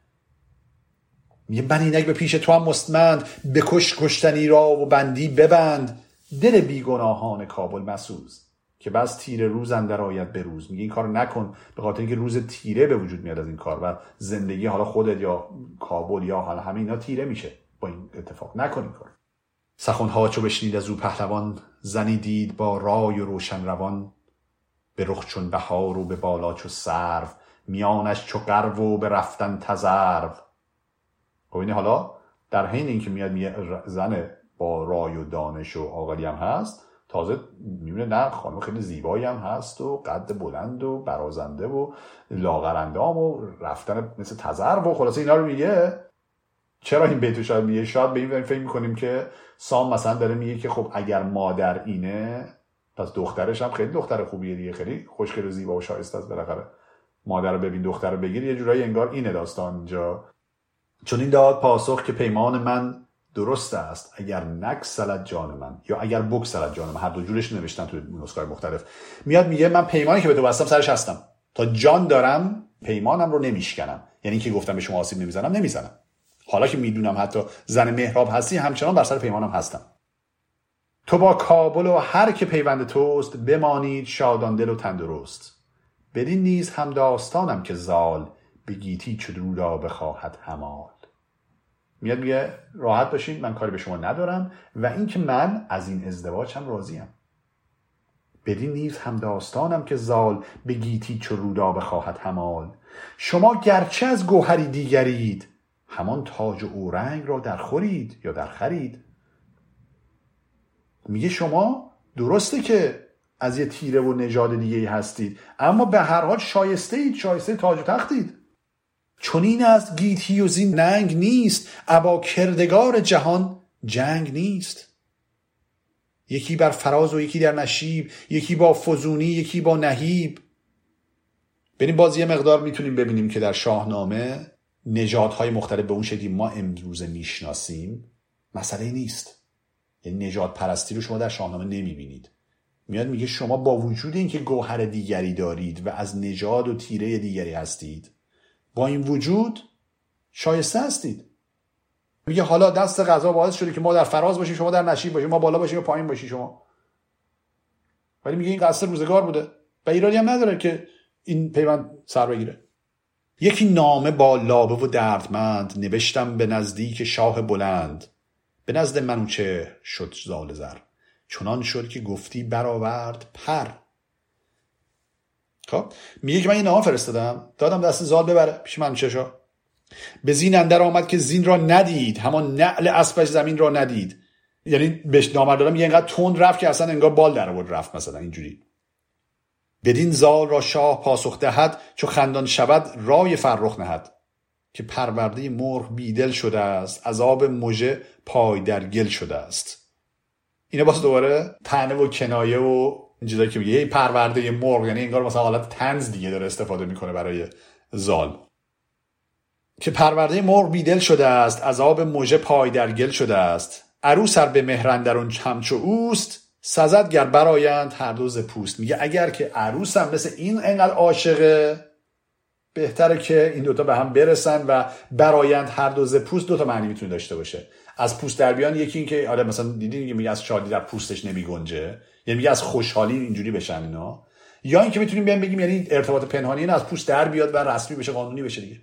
میگه من اینک به پیش تو هم مستمند، بکش کشتنی را و بندی ببند. دل بیگناهان کابل مسوز، که بس تیره روز اندر آید به روز. میگه این کارو نکن به خاطر اینکه روز تیره به وجود میاد از این کار و زندگی حالا خودت یا کابل یا حالا همه اینا تیره میشه با این اتفاق. نکن این کار. سخنها چو بشنید از او پهلوان، زنی دید با رای و روشن روان. به رخ چون بهار و به بالا چو سرو، میانش چو غرو و به رفتن تذرو. خب این حالا در حین اینکه میاد میگه زن با رای و دانش و عاقلی هم هست، تازه میبینه نه خانم خیلی زیبایی هم هست و قد بلند و برازنده و لاغرندام و رفتن مثل تذرو و خلاصه اینا رو میگه. چرا این بیتو شاید میگه؟ شاید به این فکر میکنیم که سام مثلا داره میگه که خب اگر مادر اینه پس دخترش هم خیلی دختر خوبیه دیگه، خیلی خوشگل و زیبا و شایسته است. بالاخره مادر رو ببین دختر رو بگیر، یه جورایی انگار اینه داستان اینجا. چون این داد پاسخ که پیمان من درست است، اگر نگسلد جان من یا اگر بگسلد جان من. هر دو جورش نوشتن تو نسخه‌های مختلف. میاد میگه من پیمانی که به تو بستم سرش هستم، تا جان دارم پیمانم رو نمیشکنم. یعنی اینکه گفتم به شما آسیب نمیزنم، نمیزنم. حالا که میدونم حتی زن محراب هستی، همچنان بر سر پیمانم هستم. تو با کابل و هر که پیوند توست، بمانید شادان دل و تندرست. بدین نیز هم داستانم که زال، به گیتی چو رو را بخواهد همال. میاد میگه راحت باشید، من کاری به شما ندارم و اینکه من از این ازدواج هم راضیم. بدین نیز هم داستانم که زال، به گیتی چو رو را بخواهد همال. شما گرچه از گوهری دیگرید، همان تاج و اورنگ را در خورید یا در خرید. میگه شما درسته که از یه تیره و نژاد دیگه‌ای هستید، اما به هر حال شایسته اید، شایسته تاج و تختید. چون این از گیتی و زین ننگ نیست، ابا کردگار جهان جنگ نیست. یکی بر فراز و یکی در نشیب، یکی با فزونی یکی با نهیب. ببینیم باز یه مقدار میتونیم ببینیم که در شاهنامه نژادهای مختلف به اون شکلی ما امروزه میشناسیم مسئله نیست. یعنی نژاد پرستی رو شما در شاهنامه نمیبینید. میاد میگه شما با وجود اینکه گوهر دیگری دارید و از نژاد و تیره دیگری هستید، با این وجود شایسته هستید. میگه حالا دست قضا باعث شده که ما در فراز باشیم، شما در نشیب باشیم، ما بالا باشیم و پایین باشیم شما. ولی میگه این قصد روزگار بوده و ایرادی هم نداره که این پیوند سر بگیره. یکی نامه با لابه و دردمند، نوشتم به نزدیک شاه بلند. به نزد منوچهر شد زال زر، چنان شد که گفتی برآورد پر. خب میگه که من این نامه فرستادم، دادم دست زال ببره پیش منوچهر. به زین اندر آمد که زین را ندید، همان نعل اسبش زمین را ندید. یعنی بهش نامه دادم یه اینقدر تند رفت که اصلا انگار بال در آورد رفت، مثلا اینجوری. بدین زال را شاه پاسخ دهد، چو خندان شود رای فرخ نهد. که پرورده مرغ بیدل شده است، عذاب مژه پای در گل شده است. اینا باز دوباره طعنه و کنایه و اینجوری که میگه پرورده مرغ، یعنی انگار مثلا حالت طنز دیگه داره استفاده میکنه برای زال. که پرورده مرغ بیدل شده است، عذاب مژه پای در گل شده است. عروس سر به مهرندرون همچو اوست، سزد گر برآیند هر دو ز پوست. میگه اگر که عروس هم مثل این انقدر عاشقه، بهتره که این دوتا به هم برسن و برآیند هر دو ز پوست. دوتا معنی میتونه داشته باشه. از پوست در بیان، یکی این که آره مثلا دیدین میگه از شادی در پوستش نمیگنجه، یعنی میگه از خوشحالی اینجوری بشن اینا. یا این که میتونیم بیان بگیم یعنی ارتباط پنهانی این از پوست در بیاد و رسمی بشه، قانونی بشه دیگه.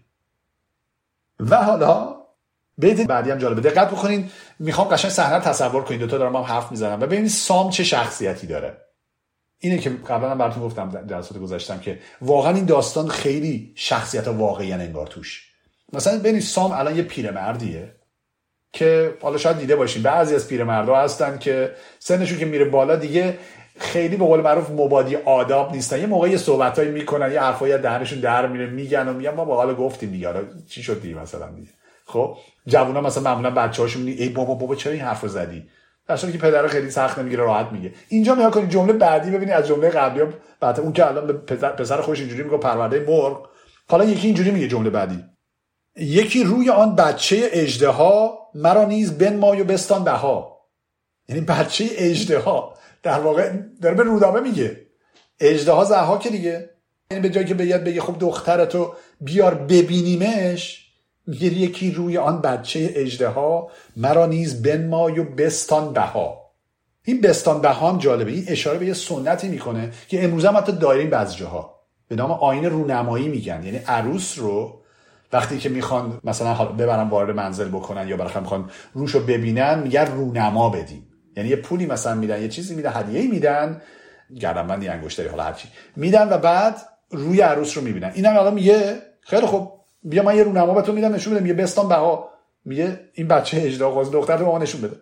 و حالا بیت بعدی هم جالبه، دقت بکنین. میخوام قشنگ صحنه رو تصور کنین، دوتا دارم هم حرف میزنم و ببینید سام چه شخصیتی داره. اینه که قبلا هم براتون گفتم در جلسات گذاشتم که واقعا این داستان خیلی شخصیت واقعی انگار توش. مثلا ببینید سام الان یه پیرمردیه که حالا شاید دیده باشین بعضی از پیرمردا هستن که سنشون که میره بالا دیگه خیلی به قول معروف مبادی آداب نیستن. یه موقعی صحبتایی میکنن، یه حرفایی دهنشون در میره میگن و میگن ما با حال گفتیم دیگه، حالا چی شد دیگه مثلا دیگه. خب جوونا مثلا معمولا بچه‌هاشون میگن ای بابا بابا چرا این حرفو زدی، در حالی که پدر خیلی سخت نمیگیره، راحت میگه. اینجا نگاه کنید جمله بعدی ببینید از جمله قبلی بعد اون که الان به پسر, پسر خودش اینجوری میگه پرورده مرغ، حالا یکی اینجوری میگه جمله بعدی، یکی روی آن بچه اژدها، مرا نیز بنمای و بستان بها. یعنی بچه اژدها در واقع داره به رودابه میگه. اژدها ضحاک دیگه، یعنی به جایی که بیاد بگه خب دخترتو بیار ببینیمش، میگه یکی روی آن بچه اژدها، مرا نیز بنمای و بستان بها. این بستان بها هم جالبه، این اشاره به یه سنتی میکنه که امروز هم حتی دایرین بعضی جاها به نام آیین رونمایی میگن. یعنی عروس رو وقتی که میخوان مثلا ببرن وارد منزل بکنن یا بالاخره میخوان روشو ببینن، میگن رونما بدیم. یعنی یه پولی مثلا میدن، یه چیزی میدن، هدیه‌ای میدن، گردنبندی، انگشتری، حالا هر چی میدن و بعد روی عروس رو میبینن. اینا حالا میگه خیلی خوب بیا من یه رونما به تو میدم نشون بده، میگه بستان بها، میگه این بچه اژدها قاضی دختر رو ما نشون بده.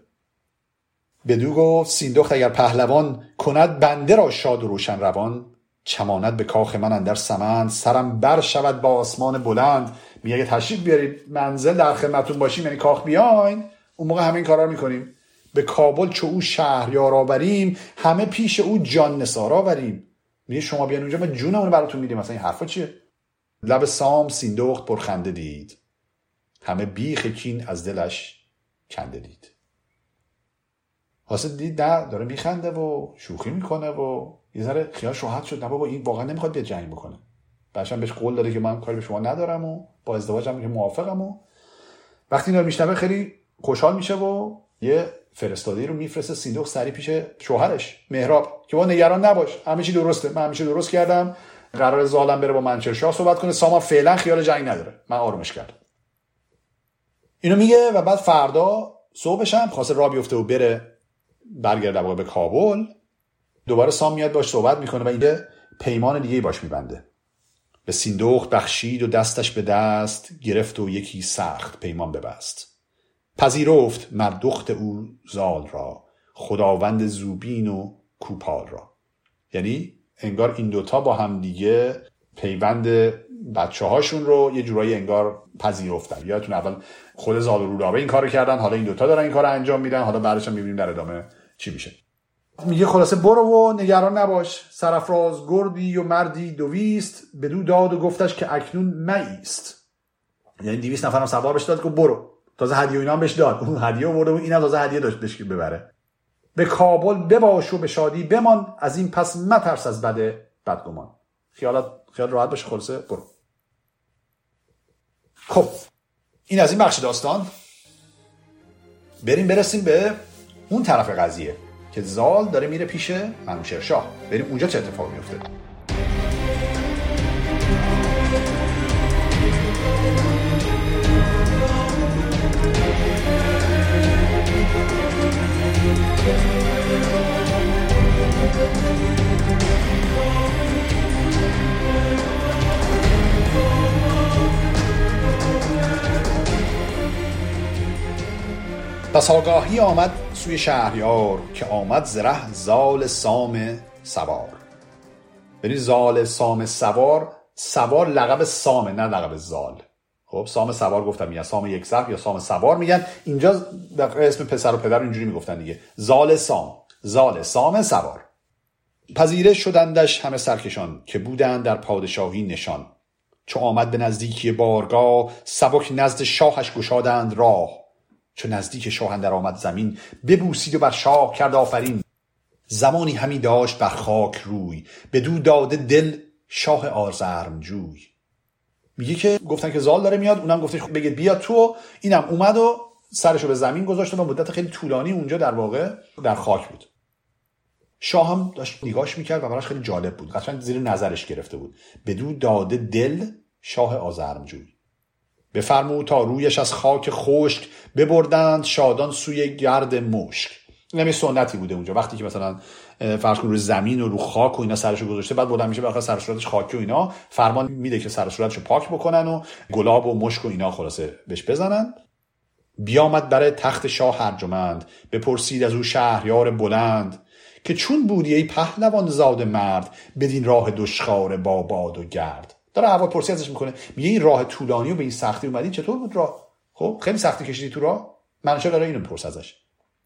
بدو گفت سیندخت اگر پهلوان، کند بنده را شاد و روشن روان. چماند به کاخ من اندر سمند، سرم بر شود با آسمان بلند. میگه اگه تشریف بیارید منزل در خدمتتون باشیم، یعنی کاخ بیاین، اون موقع همین کارا رو میکنیم. به کابل چو او شهریار آوریم، همه پیش او جان نثار آوریم. میگه شما بیان اونجا ما جونمون براتون میدیم. مثلا این حرفا چیه؟ لب سام سیندخت پرخنده دید، همه بیخ کین از دلش کنده دید. حاصل دید نه داره میخنده و شوخی میکنه و یه ذره خیالش راحت شد، نه بابا این واقعا نمیخواد بیاد جنگ بکنه. بچه‌م بهش قول داده که من کاری به شما ندارم و با ازدواجم که موافقم. و وقتی اینا رو میشنوه خیلی خوشحال میشه و یه فرستاده‌ای رو میفرسته سیندوخ سری پیش شوهرش مهراب که با نگران نباش، همه چی درسته، من همیشه درست کردم، قرار زالم بره با منچرشاه صحبت کنه، سامان فعلا خیال جنگ نداره، من آرومش کردم. اینو میگه و بعد فردا صبحش هم خواسته راه بیفته و بره برگرده واقعا به کابل. دوباره سام میاد باش صحبت میکنه و اینجا پیمان دیگه باش میبنده. به سیندوخت بخشید و دستش به دست گرفت و یکی سخت پیمان ببست. پذیرفت مردخت او زال را، خداوند زوبین و کوپال را. یعنی انگار این دوتا با هم دیگه پیوند بچه هاشون رو یه جورایی انگار پذیرفتن. یادتون اول خود زال و رودابه این کارو کردن، حالا این دوتا دارن این کارو انجام میدن، حالا بعدش هم میبینیم در ادامه چی میشه. میگه خلاصه برو و نگران نباش، سرافراز گردی و مردی دویست، بدو داد و گفتش که اکنون مایست. یعنی دویست نفرم سوار بشه داد که برو. تازه هدیه اینا هم بهش داد، اون هدیه آورده و اینم تازه هدیه داشت بهش ببره. به کابل بباش و به شادی بمان، از این پس مترس از بد بدگمان. خیالت خیال راحت باشه، خلاصه برو. خب این از این بخش داستان. بریم برسیم به اون طرف قضیه که زال داره میره پیش منوچهرشاه. بریم اونجا چه اتفاقی میفته. پس آگاهی آمد سوی شهریار، که آمد زره زال سام سوار. ببین زال سام سوار، سوار لقب سامه نه لقب زال. خب سام سوار گفتم یا سام یک زخم یا سام سوار میگن، اینجا در اسم پسر و پدر اینجوری میگفتن دیگه. زال سام، زال سام سوار. پذیره شدندش همه سرکشان، که بودند در پادشاهی نشان. چو آمد به نزدیکی بارگاه، سبک نزد شاهش گشادند راه. چو نزدیک شاه اندر آمد زمین، ببوسید و بر شاه کرد آفرین. زمانی همی داشت بر خاک روی، بدو داده دل شاه آزرم جوی. میگه که گفتن که زال داره میاد، اونم گفتش بگید بیا تو. اینم اومد و سرشو به زمین گذاشت و مدت خیلی طولانی اونجا در واقع در خاک بود. شاه هم داشت نگاهش میکرد و براش خیلی جالب بود، قشنگ زیر نظرش گرفته بود. بدو داده دل شاه آزرم جوی. بفرمود تا رویش از خاک خشک، ببردند شادان سوی گرد مشک. این هم سنتی بوده اونجا، وقتی که مثلا فرض کن روی زمین و رو خاک و اینا سرشو گذاشته، بعد بردن میشه بالاخره سر صورتش خاکی و اینا، فرمان میده که سر صورتشو پاک بکنن و گلاب و مشک و اینا خلاصه بهش بزنن. بیامد برای تخت شاه ارجمند، بپرسید از او شهریار بلند، که چون بودی ای پهلوان زاد مرد، بدین راه دشخوار با باد و گرد. داره اول پرسی ازش میکنه، میگه این راه طولانی و به این سختی اومدی، چطور بود راه؟ خب خیلی سختی کشیدی تو راه؟ منوچهر داره اینو میپرسه ازش.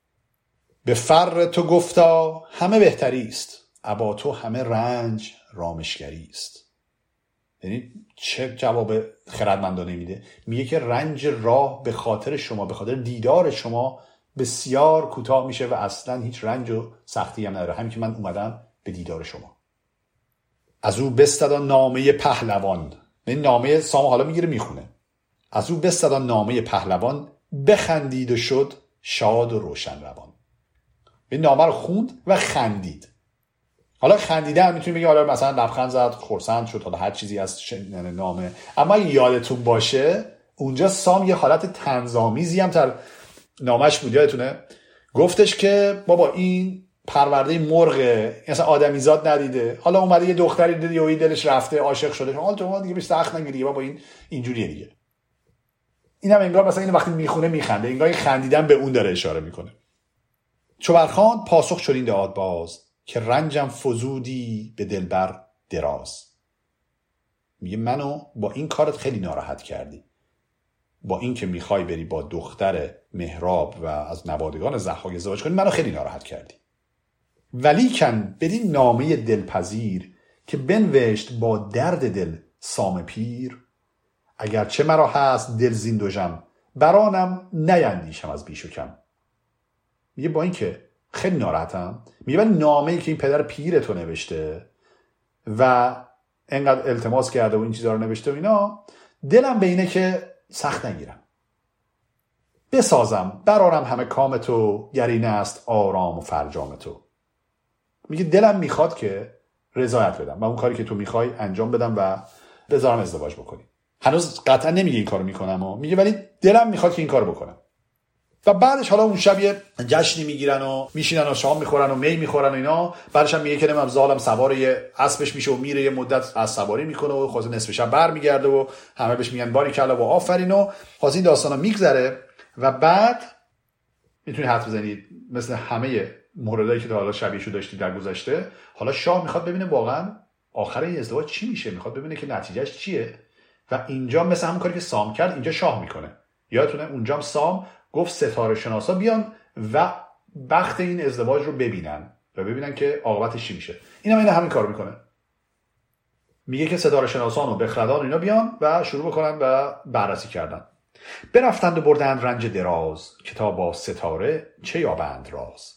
به فر تو گفتا همه بهتری است، ابا تو همه رنج رامشگری است. یعنی چه جواب خردمندانه میده؟ میگه که رنج راه به خاطر شما، به خاطر دیدار شما بسیار کوتاه میشه و اصلا هیچ رنج و سختی هم نداره، همین که من اومدم به دیدار شما. از او بستدان نامه پهلوان. این نامه سام حالا میگیره میخونه. از او بستدان نامه پهلوان، بخندید و شد شاد و روشن روان. این نامه رو خوند و خندید. حالا خندیده هم میتونی بگی حالا مثلا لبخند زد، خرسند شد، حالا هر چیزی از نامه. اما یادتون باشه اونجا سام یه حالت طنزآمیزی هم در نامش بود. یادتونه گفتش که بابا این پرورده مرغه، مثلا آدمیزاد ندیده، حالا اومده یه دختری دیده و دلش رفته عاشق شده، حالا تو دیگه بهش سخت نگیری بابا، این اینجوریه دیگه. اینم انگار مثلا این وقتی میخونه میخنده، انگار این خندیدن به اون داره اشاره میکنه. چو برخواند پاسخ چنین داد باز، که رنجم فزودی به دلبر دراز. میگه منو با این کارت خیلی ناراحت کردی، با این که میخوای بری با دختر مهراب و از نوادگان ضحاک ازدواج کنی، منو خیلی ناراحت کردی. ولیکن بدین نامه دلپذیر، که بنوشت با درد دل سام پیر. اگرچه مرا هست دل زین دوژم، برانم نیندیشم از بیش و کم. میگه با این که خیلی ناراحتم، میگه من نامه‌ای که این پدر پیر تو نوشته و اینقدر التماس کرده و این چیزا رو نوشته و اینا، دلم به اینه که سخت نگیرم، بسازم برارم همه کام تو، گرینه است آرام و فرجام تو. میگه دلم میخواد که رضایت بدم و اون کاری که تو میخوای انجام بدم و بذارم ازدواج بکنی. هنوز قطعا نمیگه این کارو میکنم و میگه ولی دلم میخواد که این کارو بکنم. و بعدش حالا اون شب یه جشنی میگیرن و میشینن و شام میخورن و می میخورن و اینا. بعدش هم میگه که نمیدونم زالم سوار یه اسبش میشه و میره یه مدت از سواری میکنه و خلاص نصف شب برمیگرده و همه بهش میگن باریکلا و آفرین و خلاص این داستانا میگذره. و بعد میتونید حدس بزنید مثل همه موردایی که تا حالا شبیهشو داشتید در گذشته، حالا شاه میخواد ببینه واقعا آخر این ازدواج چی میشه، میخواد ببینه که نتیجهش چیه. و اینجا مثل همون کاری که سام کرد اینجا شاه میکنه. یادتونه اونجا هم سام گفت ستاره شناسا بیان و بخت این ازدواج رو ببینن و ببینن که عاقبتش چی میشه. اینم این همین کارو میکنه. میگه که ستاره شناسان و بخردان اینا بیان و شروع بکنن و بررسی کردن. برفتند و بردند رنج دراز، کتاب با ستاره چه یابند راز.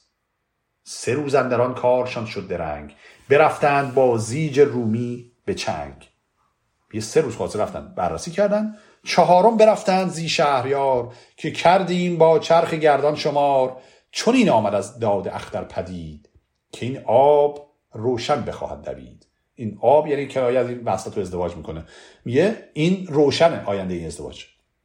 سه روز اندر آن کارشان شد درنگ، برفتند با زیج رومی به چنگ. یه سه روز خلاصه رفتن بررسی کردن. چهارم برفتند زی شهریار، که کردیم با چرخ گردان شمار. چون این آمد از داد اختر پدید، که این آب روشن بخواهد دوید. این آب یعنی کنایه از این وصلت و ازدواج میکنه. میگه این روشن آینده این ازدواج.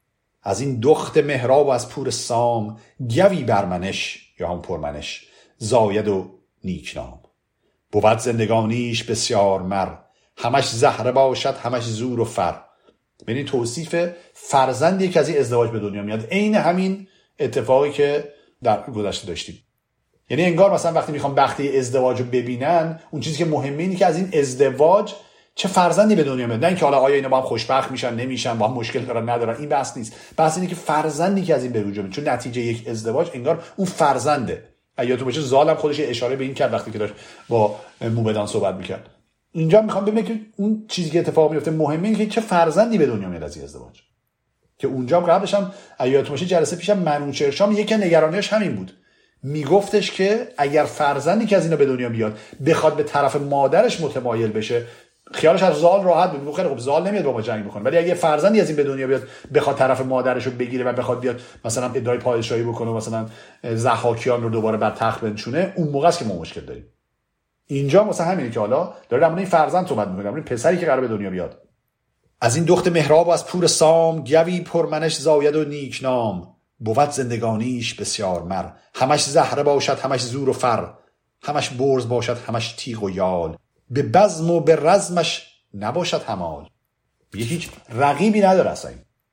از این دخت مهراب و از پور سام، گوی برمنش یا هم پرمنش زاید و نیکنام. بود زندگانیش بسیار مر، همش زهره باشد همش زور و فر. یعنی توصیف فرزندی که از این ازدواج به دنیا میاد، عین همین اتفاقی که در گذشته داشتیم. یعنی انگار مثلا وقتی میخوام بختی ازدواج رو ببینن، اون چیزی که مهمه اینه که از این ازدواج چه فرزندی به دنیا میاد، نه اینکه حالا آیا اینا با هم خوشبخت میشن نمیشن، با هم مشکل دارن ندارن، این بحث نیست. بحث اینه که فرزندی که از این به وجود میاد، چون نتیجه یک ازدواج انگار اون فرزنده. یادتون باشه زالم خودش اشاره به این کرد وقتی که داشت با موبدان صحبت میکرد. اینجا میخوام ببینم که اون چیزی که اتفاق میفته مهمه اینه که چه فرزندی به دنیا میاد از این ازدواج. که اونجا قبلش هم یادتون باشه جلسه پیشم منوچهرشاه یکی نگرانیش همین بود. میگفتش که اگر فرزندی که از اینا به دنیا بیاد بخواد به طرف مادرش متمایل بشه، خیالش از زال راحت بود. خیلی خب زال نمیاد با ما جنگ بکنه، ولی اگه فرزندی از این به دنیا بیاد بخواد طرف مادرش رو بگیره و بخواد بیاد مثلا ادعای پادشاهی بکنه و مثلا ضحاکیان رو دوباره بر تخت بنشونه، اون موقع است که ما مشکل داریم. اینجا مثلا همینه که حالا داره در مورد این فرزند صحبت می‌کنه، این پسری که قراره به دنیا بیاد. از این دخت مهراب و از پور سام، گوی پرمنش زاید و نیکنام. بود زندگانیش بسیار مر، همش زهره باشد همش زور و فر. همش برز باشد همش تیغ و یال، به بزم و به رزمش نباشد همال. یه هیچ رقیبی نداره اصلا.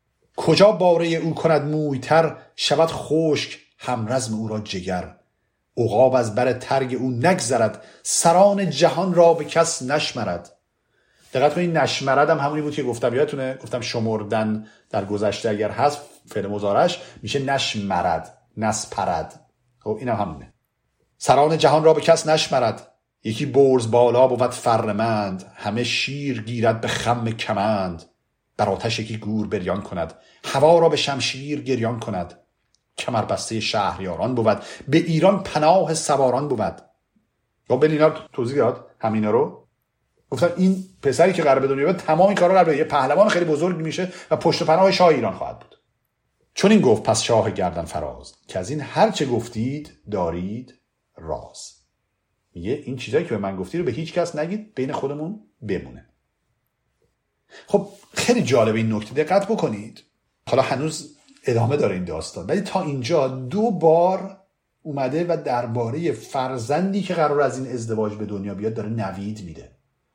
کجا باره او کند مویتر، شود خشک هم رزم او را جگر. عقاب از بر ترگ او نگذرد، سران جهان را به کس نشمرد. دقت کنید نشمرد هم همونی بود که گفتم، یادتونه گفتم شمردن در گذشته اگر هست فعل مضارعش میشه نشمرد، نسپرد. خب اینم هم همونه. سران جهان را به کس نشمرد، یکی برز بالا بود فرمند. همه شیر گیرد به خم کمند. بر آتش یکی گور بریان کند، هوا را به شمشیر گریان کند. کمر بسته شهریاران بود، به ایران پناه سواران بود. یا به اینا توضیح داد همینا رو. گفتم این پسری که قراره به دنیا بیاد تمام این کارا رو به یه پهلوان خیلی بزرگ میشه و پشت و پناه شاه ایران خواهد بود. چون این گفت پس شاه گردن فراز، که از این هر چه گفتید دارید راز. میگه این چیزایی که به من گفتی رو به هیچ کس نگید، بین خودمون بمونه. خب خیلی جالب این نکته، دقت بکنید. حالا هنوز ادامه داره این داستان، ولی تا اینجا دو بار اومده و درباره فرزندی که قرار از این ازدواج به دنیا بیاد داره نوید میده.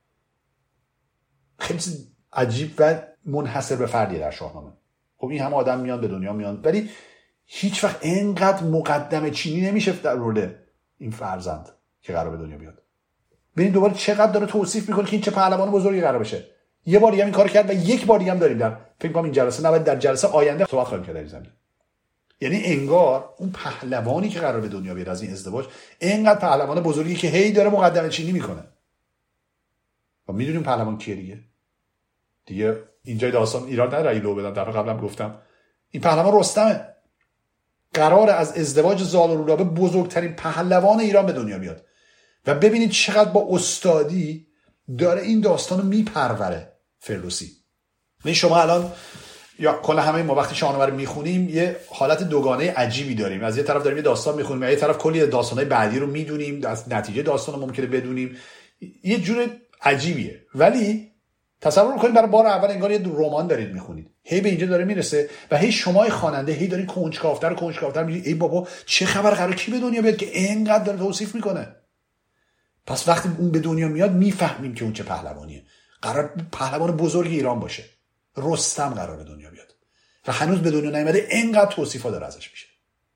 خیلی عجیب و منحصر به فردیه در شاهنامه. خب این همه آدم میان به دنیا میان، ولی هیچ وقت اینقدر مقدمه چینی نمیشه در رول این فرزند که قرار به دنیا بیاد. ببین دوباره چقدر داره توصیف میکنه که این چه پهلوان بزرگی قرار بشه. یه بار دیگه این کارو کرد و یک بار دیگه هم داریم در فکر کنم این جلسه نباید در جلسه آینده صحبت خواهیم کرد در این زمینه. یعنی انگار اون پهلوانی که قرار به دنیا بیاد از این ازدواج اینقدر پهلوان بزرگی که هی داره مقدمه چینی میکنه. و میدونیم پهلوان کیه دیگه. دیگه اینجای داستان ایران نداره ایلو بدن. در قبلم گفتم این پهلوان رستمه. قرار از ازدواج زال و رودابه بزرگترین پهلوان ایران به دنیا بیاد و ببینید چقدر با استادی داره این داستانو میپروره فردوسی. این شما الان یا کلا همه ما وقتی شاهنامه رو میخونیم یه حالت دوگانه عجیبی داریم. از یه طرف داریم یه داستان میخونیم، از یه طرف کلی داستانای بعدی رو میدونیم، از نتیجه داستان رو ممکنه بدونیم. یه جور عجیبیه. ولی تصور میکنید برای بار اول انگار یه رمان دارید میخونید، هی به اینجا داره میرسه و هی شمای خواننده هی دارید کنجکاوتر و کنجکاوتر میگید ای بابا چه خبر، قراره کی به دنیا بیاد که اینقدر داره توصیف میکنه. پس وقتی اون به دنیا میاد میفهمیم که اون چه پهلوانیه. قرار پهلوان بزرگ ایران باشه. رستم قراره دنیا بیاد و هنوز به دنیا نیومده، اینقدر توصیفا داره ازش میشه.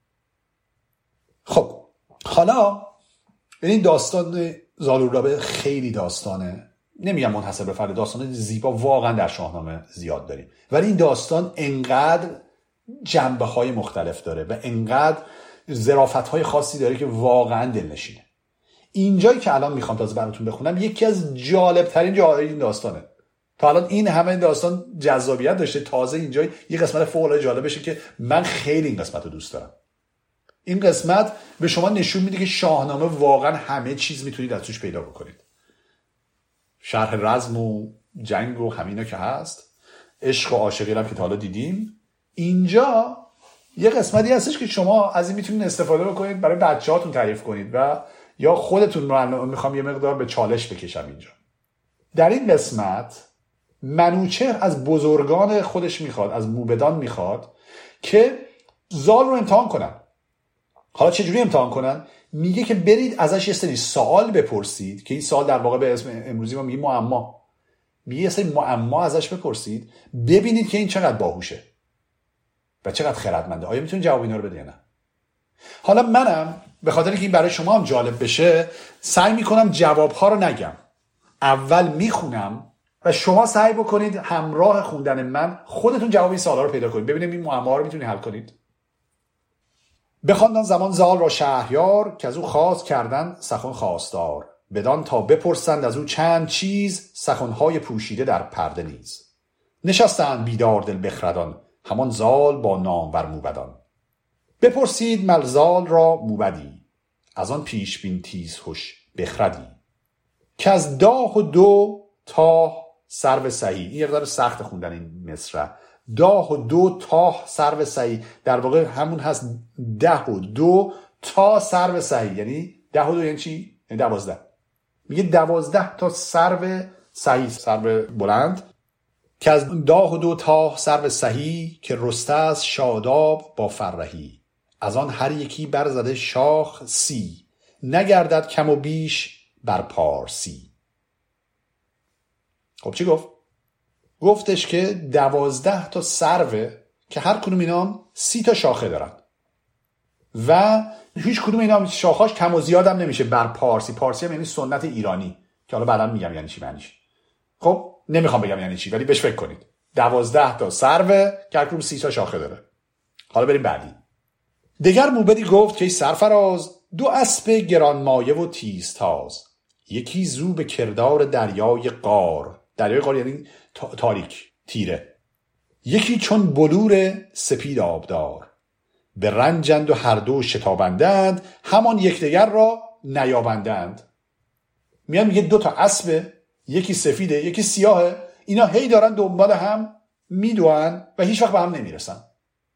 خب حالا این داستان زالورابه خیلی داستانه، نمیگم منحصر به فرد، داستان زیبا واقعا در شاهنامه زیاد داریم، ولی این داستان انقدر جنبه‌های مختلف داره و انقدر ظرافت‌های خاصی داره که واقعا دلنشینه. اینجایی که الان میخوام تازه براتون بخونم یکی از جالب‌ترین جاهای این داستانه. تا الان این همه این داستان جذابیت داشته، تازه اینجا یه قسمت فوق‌العاده جالبشه که من خیلی این قسمت رو دوست دارم. این قسمت به شما نشون میده که شاهنامه واقعا همه چیز میتونید از توش پیدا بکنید. شرح رزم و جنگ و همینا که هست، عشق و عاشقی هم که تا حالا دیدیم، اینجا یه قسمتی هستش که شما از این میتونید استفاده بکنید برای بچه‌هاتون تعریف کنید و یا خودتون رو میخوام یه مقدار به چالش بکشم اینجا. در این قسمت منوچهر از بزرگان خودش میخواد، از موبدان میخواد که زال رو امتحان کنن. حالا چجوری امتحان کنن؟ میگه که برید ازش یه سری سوال بپرسید که این سوال در واقع به اسم امروزی ما میگه معما. میگه یه سری معما ازش بپرسید، ببینید که این چقدر باهوشه و چقدر خردمنده، آیا میتونه جواب اینا رو بده یا نه. حالا منم به خاطر که این برای شما هم جالب بشه سعی میکنم جوابها رو نگم، اول میخونم و شما سعی بکنید همراه خوندن من خودتون جواب این سوالا رو پیدا کنید، ببینید این معما رو میتونید حل کنید. بخواندن زمان زال را شهریار، که از او خواست کردن سخن خواستار. بدان تا بپرسند از او چند چیز، سخنهای پوشیده در پرده نیز. نشستند بیدار دل بخردان، همان زال با نامور موبدان. بپرسید ملزال را موبدی، از آن پیش بین تیز هوش بخردی. که از داه و دو تا سرو سهی، این یقدار سخت خوندن این مصرع، داه و دو تا سرو سهی در واقع همون هست ده و دو تا سرو سهی، یعنی ده و دو یعنی چی؟ یعنی دوازده. میگه دوازده تا سرو سهی، سرو بلند. که از داه و دو تا سرو سهی، که رسته از شاداب با فرهی. از آن هر یکی برزده شاخ سی، نگردد کم و بیش بر پارسی. خب چی گفت؟ گفتش که دوازده تا سروه که هر کدوم اینا سی تا شاخه دارن و هیچ کدوم اینا شاخاش کم و زیاد هم نمیشه بر پارسی. پارسی هم یعنی سنت ایرانی که حالا بعدا میگم یعنی چی معنیش. خب نمیخوام بگم یعنی چی ولی بهش فکر کنید. دوازده تا سروه که هر کدوم سی تا شاخه داره. حالا بریم بعدی. دگر موبدی گفت که ای سرفراز، دو اسب گرانمایه و تیزتاز. یکی زو به کردار دریای قار، دریای قار یعنی تاریک تیره. یکی چون بلور سپید آبدار، به رنجند و هر دو شتابندند، همان یکدیگر را نیابندند. میان میگه دو تا اسب، یکی سفیده یکی سیاهه، اینا هی دارن دنبال هم میدوئن و هیچ وقت به هم نمیرسن.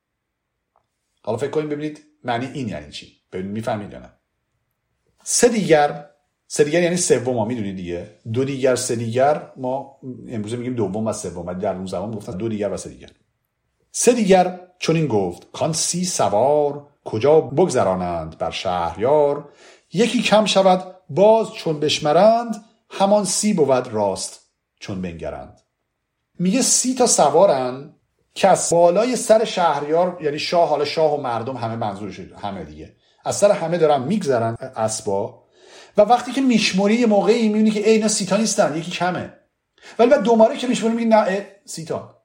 حالا فکر کنیم ببینید معنی این یعنی چی، ببینید میفهمید یا نه. سه دیگر، سه دیگر یعنی سوم، ما میدونید دیگه، دو دیگر سه دیگر ما امروز میگیم دوم و سوم، در اون زمان گفتن دو دیگر و سه دیگر. سه دیگر چون این گفت کان سی سوار، کجا بگذرانند بر شهریار. یکی کم شود باز چون بشمرند، همان سی بود راست چون بنگرند. میگه سی تا سوارن که از بالای سر شهریار، یعنی شاه، حالا شاه و مردم همه منظورش همه دیگه، از سر همه دارن میگذرن اسبا و وقتی که میشموری یه موقعی میبینی که اینا سی تا نیستن، یکی کمه، ولی بعد دوباره که میشموری میگی نه سی تا.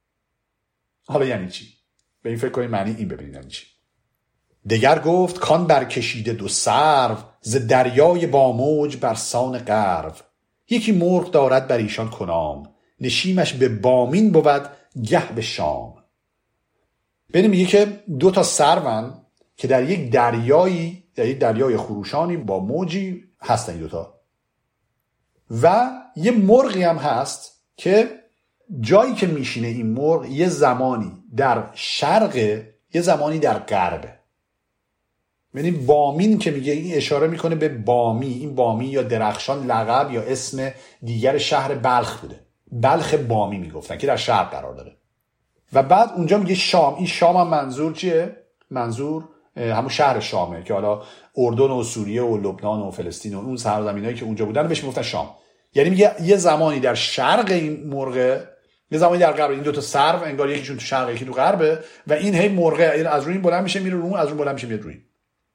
حالا یعنی چی؟ به این فکر کنید معنی این ببینید یعنی چی. دگر گفت کان برکشیده دو سرو، ز دریای با موج بر سان غرو. یکی مرغ دارد بر ایشان کنام، نشیمش به بامین بود گه به شام. ببین میگه که دو تا سرون که در یک دریایی، در یک دریای خروشانی با موجی هستن دو تا، و یه مرغی هم هست که جایی که میشینه این مرغ یه زمانی در شرق، یه زمانی در غربه. یعنی بامین که میگه، این اشاره میکنه به بامی. این بامی یا درخشان لقب یا اسم دیگر شهر بلخ بوده. بلخ بامی میگفتن که در شرق قرار داره. و بعد اونجا میگه شام. این شام هم منظور چیه؟ منظور همون شهر شامه که حالا اردن و سوریه و لبنان و فلسطین و اون سرزمینایی که اونجا بودن بهش میگفتن شام. یعنی میگه یه زمانی در شرق این مرغ، یه زمانی در غرب. این دو تا سرو انگار یکیشون تو شرق یکی تو غربه و این هی مرغ از روی این بلند میشه میره رو اون، از اون بلند میشه میاد روی.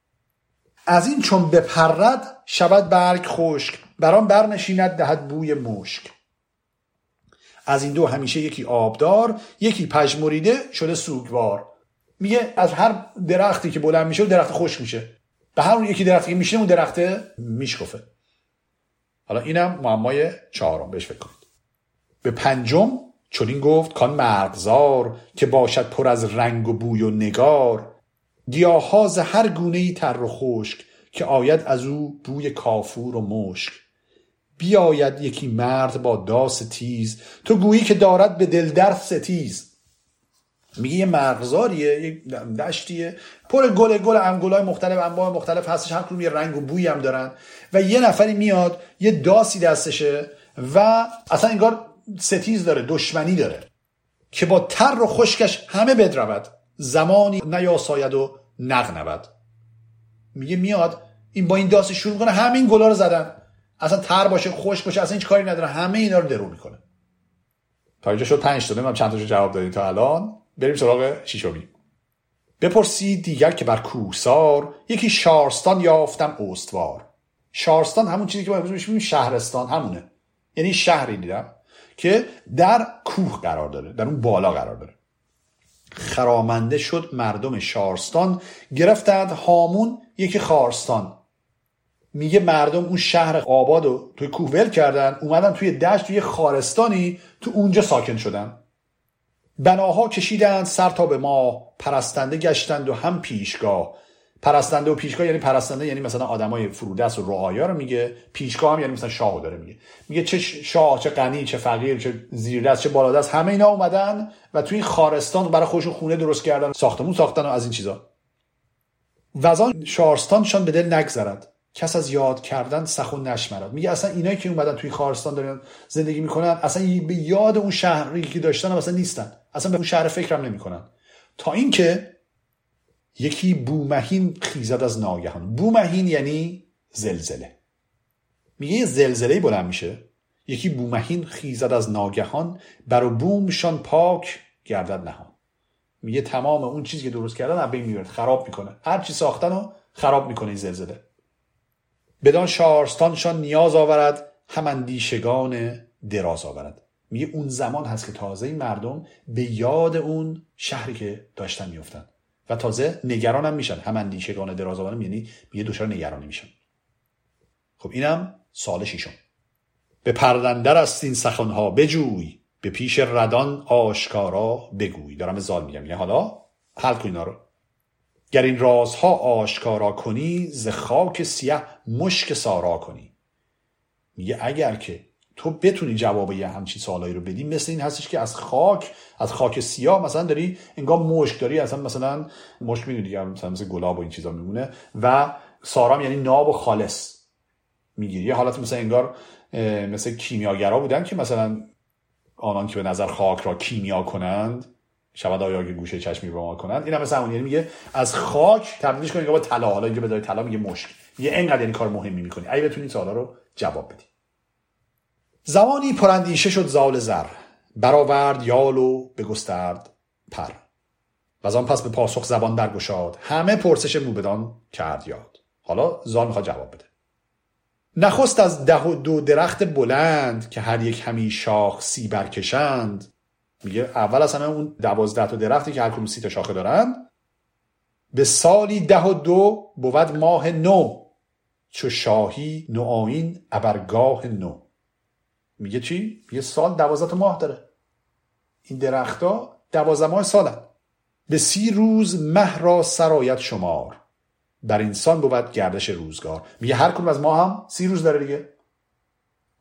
از این چون بپرد شود برگ خشک، برام برنشیند دهد بوی مشک. از این دو همیشه یکی آبدار، یکی پژمریده شده سوگوار. میگه از هر درختی که بلند میشه درخت خشک میشه، به هر اون یکی درختی که میشه اون درخت میشکفه. حالا اینم معمای چهارم، بهش فکر کنید. به پنجم چون این گفت کان مرغزار، که باشد پر از رنگ و بوی و نگار. گیاها ز هر گونه‌ای تر و خشک، که آید از او بوی کافور و مشک. بیاید یکی مرد با داس تیز، تو گویی که دارد به دل در ستیز. میگه یه مرغزاریه، یه دشتیه پر گل، گل انگلای مختلف، انواع مختلف هستش، هر کدوم یه رنگ و بویی هم دارن. و یه نفری میاد یه داسی دستشه و اصلا انگار ستیز داره، دشمنی داره، که با تر و خشکش همه بدرود، زمانی نیاساید و نغنود. میگه میاد این با این داست شروع میکنه، همه این گلا رو زدن، اصلا تر باشه خشک باشه اصلا هیچ کاری نداره، همه اینا رو درو میکنه. تا اینجا شد پنج تا، نمیدونم چند تاشو جواب دادین تا الان. بریم سراغ ششمی. بپرسی دیگر که بر کوهسار، یکی شارستان یافتم استوار. شارستان همون چیزی که ما امروز میگیم شهرستان همونه، یعنی شهری دیدم که در کوه قرار داره، در اون بالا قرار داره. خرامنده شد مردم شارستان، گرفتند هامون یکی خارستان. میگه مردم اون شهر آباد رو توی کوه ول کردن، اومدن توی دشت، توی خارستانی، تو اونجا ساکن شدن. بناها کشیدند سر تا به ما، پرستنده گشتند و هم پیشگاه. پرستنده و پیشگاه یعنی پرستنده یعنی مثلا آدمای فرودست و رعایا رو میگه، پیشگاه هم یعنی مثلا شاهو داره میگه. میگه چه شاه، چه غنی، چه فقیر، چه زیردست، چه بالادست، همه اینا اومدن و توی این خارستان برای خودشون خونه درست کردن، ساختمون ساختن و از این چیزا. وزان شارستانشان به دل نگذرد، کس از یاد کردن سخن نشمرد. میگه اصلا اینایی که اومدن توی خارستان دارن زندگی میکنن، اصلا به یاد اون شهری که داشتن اصلا نیستن، اصلا به اون شهر فکرم نمیکنن. تا اینکه یکی بومهین خیزد از ناگهان. بومهین یعنی زلزله. میگه یه زلزله‌ای بلند میشه، یکی بومهین خیزد از ناگهان، بر و بومشان پاک گردد نهان. میگه تمام اون چیزی که درست کردن از بین میبره، خراب میکنه، هر چی ساختن رو خراب میکنه این زلزله. بدان شارستانشان نیاز آورد، هم اندیشگان دراز آورد. میگه اون زمان هست که تازه این مردم به یاد اون شهری که داشتن میفتن و تازه نگران هم میشن. هم اندیشگان دراز آورد یعنی میگه دچار نگرانی میشن. خب اینم سوال ششم. به پرندر است این سخنها بجوی، به پیش ردان آشکارا بگوی. دارم زال میگم، یعنی حالا حل کن اینا رو. گر این رازها آشکارا کنی، ز خاک سیاه مشک سارا کنی. میگه اگر که تو بتونی جواب یه همچین سوالایی رو بدی، مثل این هستش که از خاک، از خاک سیاه مثلا داری انگار مشک داری، اصلا مثلا مشک میدونی دیگه، مثلا مثل گلاب و این چیزا میمونه، و سارام یعنی ناب و خالص میگیری. یه حالت مثلا انگار مثل کیمیاگرا بودن که مثلا آنان که به نظر خاک را کیمیا کنند، شود آیا که گوشه چشمی رو ما کنند. اینم مثلا اون، یعنی میگه از خاک تبدیلش کنی با طلا. حالا اینجا به جای طلا میگه مشک. یه اینقدر این کار مهمی میکنی اگه بتونی این سوالا رو جواب بدی. زمانی پراندیشه شد زال زر، برآورد یال و بگسترد پر. و از آن پس به پاسخ زبان برگشاد، همه پرسش موبدان کرد یاد. حالا زال میخواد جواب بده. نخست از ده و دو درخت بلند، که هر یک همی شاخ سی برکشند. میگه اول از همه اون دوازده تا درختی که هر کدوم سی تا شاخه دارن. به سالی ده و دو بود ماه نو، چو شاهی نوآیین ابرگاه نو. میگه چی؟ میگه سال دوازده تا ماه داره، این درختا دوازده ماه سالن. به سی روز مه را سرایت شمار، بر انسان بود گردش روزگار. میگه هر کدوم از ماه هم سی روز داره دیگه.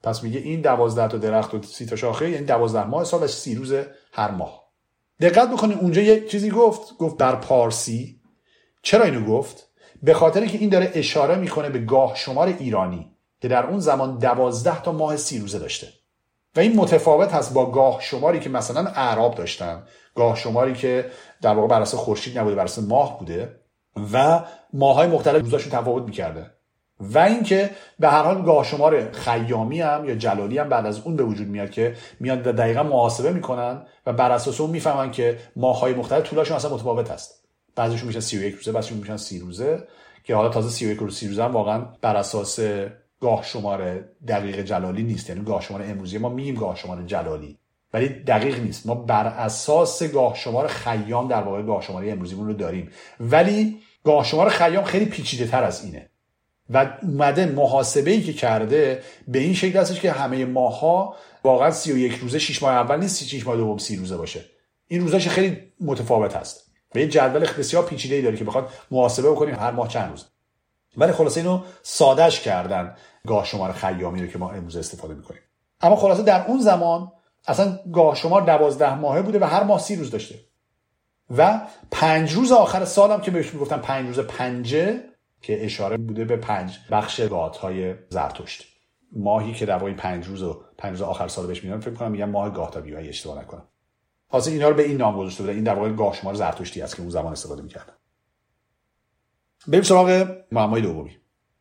پس میگه این دوازده تا درخت و سی تا شاخه یعنی دوازده ماه سال و سی روز هر ماه. دقت بکنید اونجا یه چیزی گفت، گفت بر پارسی. چرا اینو گفت؟ به خاطر که این داره اشاره میکنه به گاه شمار ایرانی که در اون زمان دوازده تا ماه سی روزه داشته و این متفاوت هست با گاه شماری که مثلا اعراب داشتن، گاه شماری که در واقع بر اساس خورشید نبوده، بر اساس ماه بوده و ماهای مختلف روزاشون تفاوت میکرده. و اینکه به هر حال گاه شمار خیامی هم یا جلالی هم بعد از اون به وجود میاد که میاد دقیقاً محاسبه میکنن و بر اساس اون میفهمن که ماهای مختلف طولاشون اصلا متفاوت هست. بعضیشون میشن سی و یک روزه، بعضیشون میشن سی روزه که حالا تازه سی و یک روز سی روزه هم واقعا بر اساس گاه شمار دقیق جلالی نیست. یعنی گاه شمار امروزی ما میگیم گاه شمار جلالی ولی دقیق نیست. ما بر اساس گاه شمار خیام در واقع گاه شماری امروزیمون رو داریم ولی گاه شمار خیام خیلی پیچیده تر از اینه و اومده محاسبه‌ای که کرده به این شکل هستش که همه ماها واقعا سی و یک روزه شش ماه اول نیست، شش ماه دوم سی روزه باشه. این روزاش خیلی متفاوت هست و یه جدول بسیار پیچیده‌ای داره که بخواد محاسبه بکنیم هر ماه چند روز. ولی خلاصه اینو سادهش کردن گاه شمار خیامی رو که ما امروز استفاده می‌کنیم. اما خلاصه در اون زمان اصلا گاه شمار دوازده ماهه بوده و هر ماه سی روز داشته و پنج روز آخر سال هم که بهش میگفتن پنج روز پنجه که اشاره بوده به پنج بخش گاه‌های زرتشت. ماهی که در واقع پنج روز و پنج روز آخر سال بهش میگن، فکر کنم میگن ماه گاه تا بیوهی اشتباه نکنم. واسه اینا رو به این نام گذاشته بوده. این در واقع گاه شمار زرتشتی است که اون زمان استفاده می‌کردن. بریم سراغ معمای دومی.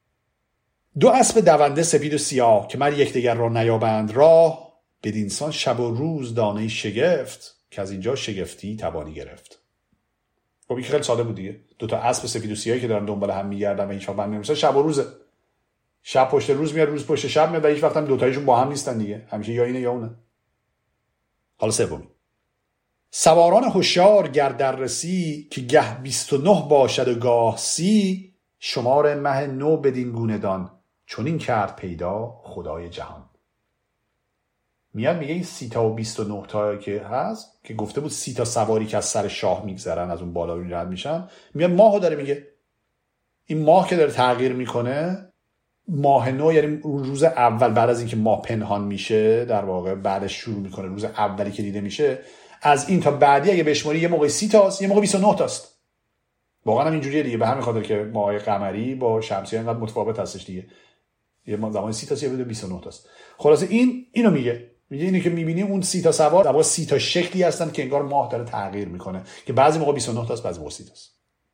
دو اسب دونده سپید و سیاه که مر یکدیگر را نیابند راه، بدینسان شب و روز دانه شگفت که از اینجا شگفتی توانی گرفت. خب این خیلی ساده بود دیگه. دو تا اسب سفید و سیاهی که دارن دنبال هم میگردن و هیچ وقت نمیرسن. شب و روزه. شب پشت روز میاد، روز پشت شب میاد و هیچ وقت هم دو تایشون با هم نیستن دیگه. همیشه یا اینه یا اونه. حالا سومی. سواران هوشیار گر در رسی که گه بیست و نه باشد و گاه سی، شمار مه نو بدین گونه دان چون این کرد پیدا خدای جهان. میاد میگه این سی تا و بیست و نه تا که هست که گفته بود سی تا سواری که از سر شاه میگذرن از اون بالا روی رد میشن، میاد ماهو داره میگه. این ماه که داره تغییر میکنه، ماه نو یعنی روز اول بعد از اینکه ماه پنهان میشه، در واقع بعدش شروع میکنه روز اولی که دیده میشه، از این تا بعدی اگه بشماری یه موقع سی تاست، یه موقع بیست و نه تاست. واقعا هم اینجوریه دیگه. به همین خاطر که ماه قمری با شمسی انقدر متفاوت هستش دیگه. یه زمان سی تاست، یه بده بیست و نه تاست. خلاصه این اینو میگه. میگه اینی که میبینیم اون سی تا سوار در واقع سی تا شکلی هستن که انگار ماه داره تغییر میکنه که بعضی موقع بیست و نه تاست، بعضی موقع سی تاست.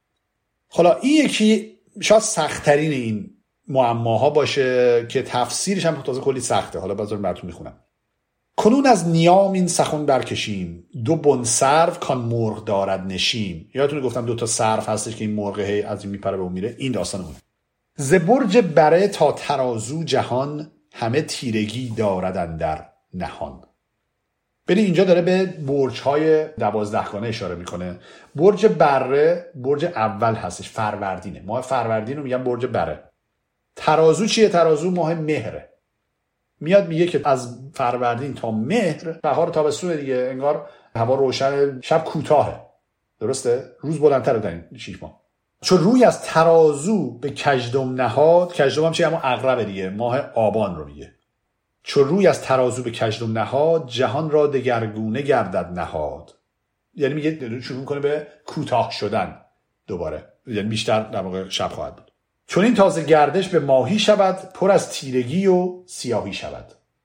حالا این یکی شاید سخت ترین این معماها باشه که تفسیرش هم تازه کلی سخته. حالا بذارم براتون میخونم. کنون از نیام این سخن برکشیم، دو بن سرو کان مرغ دارد نشیم. یادتونه گفتم دو تا سرو هستش که این مرغ هی از این میپره به اون میره. این داستان اونه. ز برج بره تا ترازو جهان، همه تیرگی دارد اندر نهان. ببین اینجا داره به برج‌های دوازدهگانه اشاره میکنه. برج بره برج اول هستش، فروردینه. ماه فروردین رو میگن برج بره. ترازو چیه؟ ترازو ماه مهره. میاد میگه که از فروردین تا مهر بهار تابستون دیگه، انگار هوا روشن، شب کوتاهه. درسته؟ روز بلندتره در این شش ماه. چون روی از ترازو به کژدم نهاد، کژدم هم چیه؟ همون عقرب دیگه، ماه آبان رو میگه. چون روی از ترازو به کژدم نهاد، جهان را دگرگونه گردد نهاد. یعنی میگه شروع کنه به کوتاه شدن دوباره، یعنی بیشتر در واقع شب خواهد بود. چون این تازه گردش به ماهی شود، پر از تیرگی و سیاهی شود.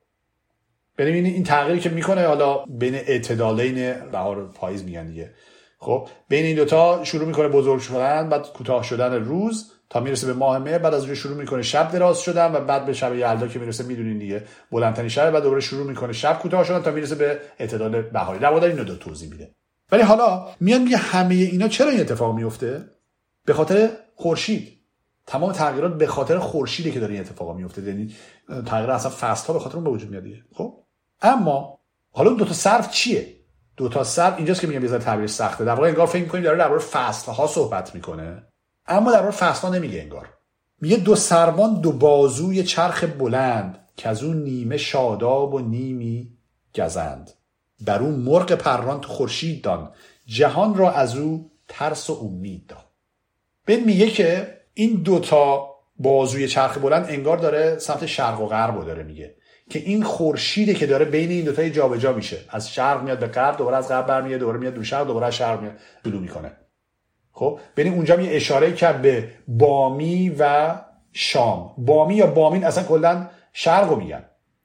ببینید این تغییری که میکنه حالا بین اعتدالین بهار و پاییز میگن دیگه. خب بین این دوتا شروع میکنه بزرگ شدن، بعد کوتاه شدن روز تا میرسه به ماه مه، بعد از اونجا شروع میکنه شب دراز شدن و بعد به شب یلدا که میرسه میدونین دیگه بلندترین شب، بعد دوباره شروع میکنه شب کوتاه شدن تا میرسه به اعتدال بهاری. در واقع اینو دو توضیح میده. ولی حالا میان میگه همه اینا چرا این اتفاق میفته؟ به خاطر خورشید. تمام تغییرات به خاطر خورشیده که داره این اتفاقا میفته. یعنی تغییر اصلا فصل‌ها به خاطر اون به وجود میاد دیگه. خب اما حالا دو تا سرو چیه؟ دو تا سرو اینجاست که میگم یه ذره تعبیر سخته. در واقع انگار فکر می‌کنیم داره درباره فصل‌ها صحبت میکنه، اما درباره فصل‌ها نمیگه. انگار میگه دو سروان دو بازوی چرخ بلند، که از اون نیمه شاداب و نیمی گزند. بر اون مرغ پران تو خورشید دان، جهان را از او ترس و امید دان. ببین میگه که این دوتا بازوی چرخ بلند انگار داره سمت شرق و غرب رو داره میگه. که این خورشیده که داره بین این دو تا جابجا میشه، از شرق میاد به غرب، دوباره از غرب برمیاد، دوباره میاد به شرق، دوباره از شرق میاد طلوع میکنه. خب ببین اونجا یه اشاره کرد به بامی و شام. بامی یا بامین اصلا کلا شرقو میگن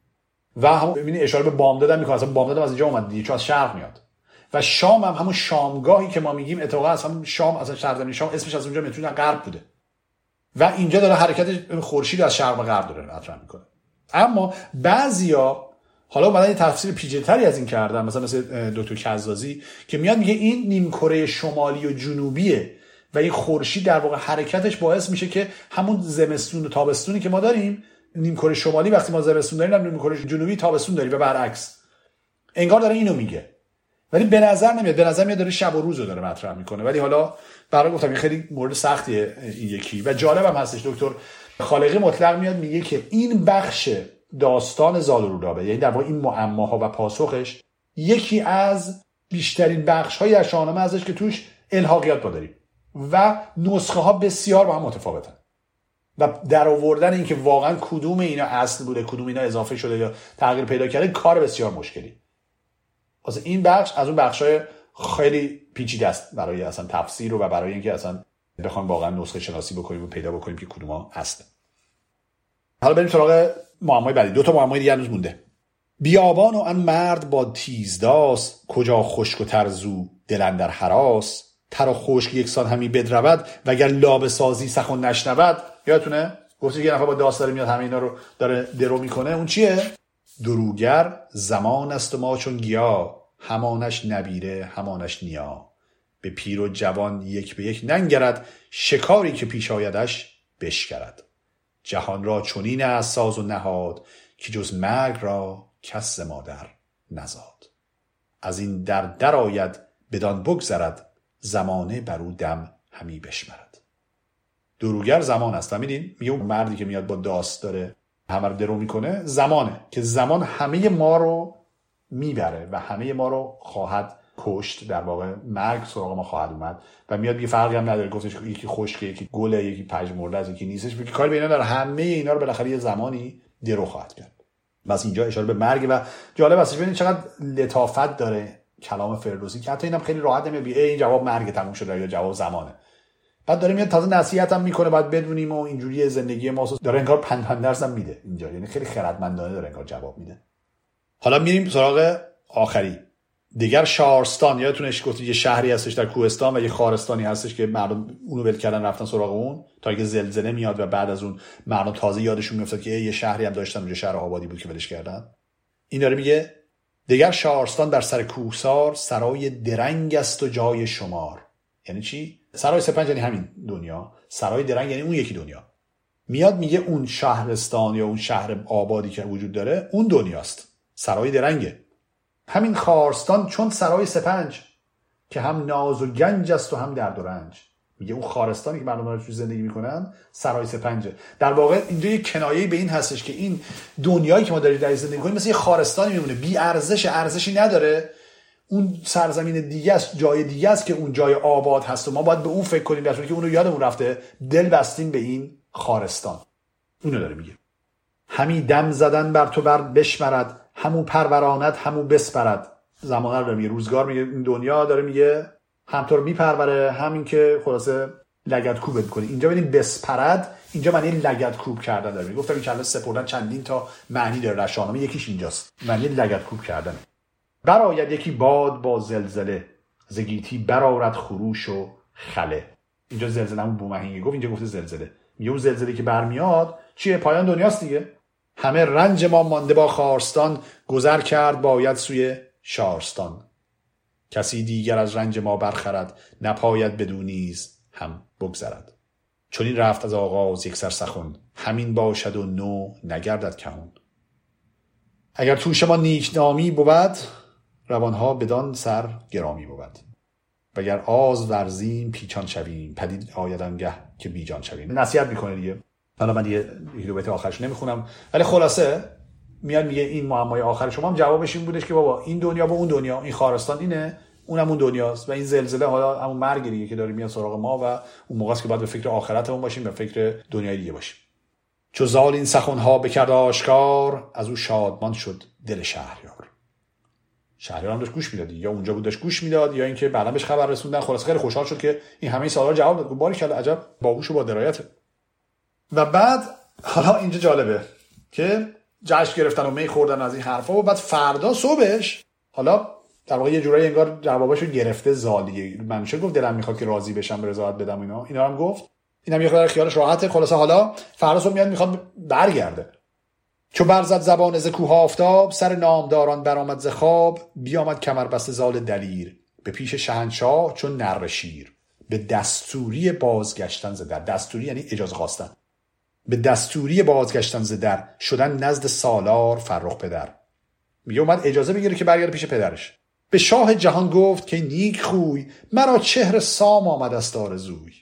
و همون ببین اشاره به بامداد هم میکنه، اصلا بامداد هم از اینجا اومد دیگه چون از شرق میاد. و شام هم همون شامگاهی که ما میگیم اتفاقا اصلا شام اصلا سرزمین شام اسمش از اونجا میتونه غرب بوده و اینجا داره حرکت خورشید از شرق و غرب داره مطرح میکنه. اما بعضیا حالا اومدن یه تفسیر پیچیده‌تری از این کردن، مثلا مثل دکتر کزازی که میاد میگه این نیمکره شمالی و جنوبیه و این خورشید در واقع حرکتش باعث میشه که همون زمستون و تابستونی که ما داریم، نیمکره شمالی وقتی ما زمستون داریم، نیمکره جنوبی تابستون داریم و برعکس. انگار داره اینو میگه ولی به نظر نمیاد، به نظر میاد داره شب و روز رو داره مطرح میکنه. ولی حالا برای گفتم این خیلی مورد سختیه این یکی و جالبم هستش. دکتر خالقی مطلق میاد میگه که این بخش داستان زالورودابه، یعنی در واقع این معماها و پاسخش، یکی از بیشترین بخش‌های از شاهنامه ازش که توش الحاقیات با داریم و نسخه ها بسیار با هم متفاوتن و در آوردن اینکه واقعا کدوم اینا اصل بوده کدوم اینا اضافه شده یا تغییر پیدا کرده کار بسیار مشکلی. واسه این بخش از اون بخش‌های خیلی پیچیده است برای اصلا تفسیر و برای اینکه اصلا بخوام واقعا نسخه شناسی بکنیم و پیدا بکنیم که کدوما اصله. حالا بریم سراغ معمای بعدی. دو تا معمای دیگه هنوز مونده. بیابان و آن مرد با تیزداس، کجا خشک و ترزو دل اندر هراس، تر و خشک یکسان همی بدرود، وگر لابه سازی سخن نشنود. یادتونه گفتی یه نفر با داس داره میاد همه اینا رو داره درو میکنه. اون چیه؟ دروگر زمان است و ما چون گیا، همانش نبیره همانش نیا، به پیر و جوان یک به یک ننگرد، شکاری که پیش آیدش بشکرد. جهان را چنین از ساز و نهاد، که جز مرگ را کس مادر نزاد. از این در در آید بدان بگذرد، زمانه برو دم همی بشمرد. دروگر زمان است. میدین میگه اون مردی که میاد با داست داره همه رو درو میکنه، زمانه که زمان همه ما رو میبره و همه ما رو خواهد کشت. در واقع مرگ سراغ ما خواهد اومد و میاد بی فرقی هم نداره، گفتش یکی خشکه یکی گله یکی پژمرده است یکی نیستش، بگی کاری به اینا داره، همه اینا رو بالاخره یه زمانی درو خواهد کرد. بس اینجا اشاره به مرگ و جالب است ببینید چقدر لطافت داره کلام فردوسی که حتی اینم خیلی راحت نمیاد بگه این جواب مرگ تموم شده یا جواب زمانه. بعد داره میاد تازه نصیحت هم میکنه باید بدونیم و اینجوری زندگی ما داره انگار پنهان درس هم میده اینجا، یعنی خیلی خردمندانه داره انگار جواب میده. حالا میریم سراغ آخری. دیگر شارستان، یادتونش گفتید یه شهری هستش در کوهستان و یه خارستانی هستش که مردم اونو ول کردن رفتن سراغ اون تا اینکه زلزله میاد و بعد از اون مردم تازه یادشون میافتاد که یه شهری هم داشتن اونجا شهر آبادی بود که ولش کردن. این داره میگه دیگر شارستان در سر کوهسار، سرای درنگ است و جای شمار. یعنی چی؟ سرای سپنج یعنی همین دنیا، سرای درنگ یعنی اون یکی دنیا. میاد میگه اون شهرستان یا اون شهر آبادی که وجود داره اون دنیاست، سرای درنگه. همین خارستان چون سرای سپنج که هم ناز و گنج است و هم درد و رنج. میگه اون خارستانی که مردم توش زندگی میکنن سرای سپنجه. در واقع اینجا یه کنایه‌ای به این هستش که این دنیایی که ما داریم در زندگی میکنیم مثل یه خارستانی میمونه، بی ارزش، ارزشی نداره. اون سرزمین دیگه است، جای دیگه است که اون جای آباد هست و ما باید به اون فکر کنیم، در صورتی که اون رو یادمون رفته دل بستیم به این خارستان. اونو داره میگه. همی دم زدن بر تو بر بشمرد، همون پرورانت همون بسپرد. زمانه رو داره میگه، روزگار میگه، این دنیا داره میگه هم تو رو میپروره همین که خلاصه لگد کوبت کنی. اینجا ببینیم بسپرد، اینجا معنی لگد کوب کردن داره. گفتم این کلمه سپردن چندین تا معنی داره در شاهنامه، یکیش اینجاست، معنی لگد کوب کردن. برآید یکی باد با زلزله، ز گیتی برآرد خروش و خله. اینجا زلزله همون بومهینگی گفت، اینجا گفته زلزله. میگه اون زلزله که برمیاد چیه؟ پایان دنیاست دیگه. همه رنج ما مانده با خارستان، گذر کرد باید سوی شارستان. کسی دیگر از رنج ما برخرد، نپاید بدو نیز هم بگذرد. چون این رفت از آغاز یک سر سخن، همین باشد و نو نگردد کهون. اگر توش ما نیک نامی بود، روانها بدان سر گرامی بود. وگر آز ورزیم پیچان شویم، پدید آید آنگه که بیجان شویم. نصیحت میکنه دیگه. حالا من یه دو بیت آخرش نمیخونم ولی خلاصه میاد میگه این معمای آخر شما هم جوابش این بودش که بابا این دنیا با اون دنیا، این خارستان اینه اونم اون دنیاست و این زلزله حالا همون مرگ دیگه که داره میاد سراغ ما و اون موقعی که باید به فکر آخرتمون باشیم، به فکر دنیای دیگه باشیم. چو زال این سخنها بکرد آشکار، از او شادمان شد دل شهریار. شهریار هم داشت گوش میداد، یا اونجا بود داشت گوش میداد یا اینکه بعداً بهش خبر رسوندن. خلاص خیلی خوشحال شد که این همه سوالا جواب داد. باریکلا، عجب باهوش و با درایته. و بعد حالا اینجا جالبه که جشن گرفتن و می خوردن از این حرفا و بعد فردا صبحش حالا در واقع یه جورایی انگار جواباشو گرفته زالیه. منوچهر گفت دلم میخواد که راضی بشم، به رضایت بدم اینا. اینا هم گفت. اینم یه خورده خیالش راحته. خلاص حالا فردا صبح میاد میخواد برگرده. چو برزد زبان ز کوه آفتاب، سر نامداران برآمد ز خواب. بیامد کمربسته زال دلیر، به پیش شاهنشاه چون نره شیر. به دستوری بازگشتن ز در، دستوری یعنی اجازه خواستن، به دستوری بازگشتن ز در شدن نزد سالار فرخ پدر. میگه اومد اجازه بگیره که برگرده پیش پدرش. به شاه جهان گفت که نیک خوی، مرا چهر سام آمد است آرزوی.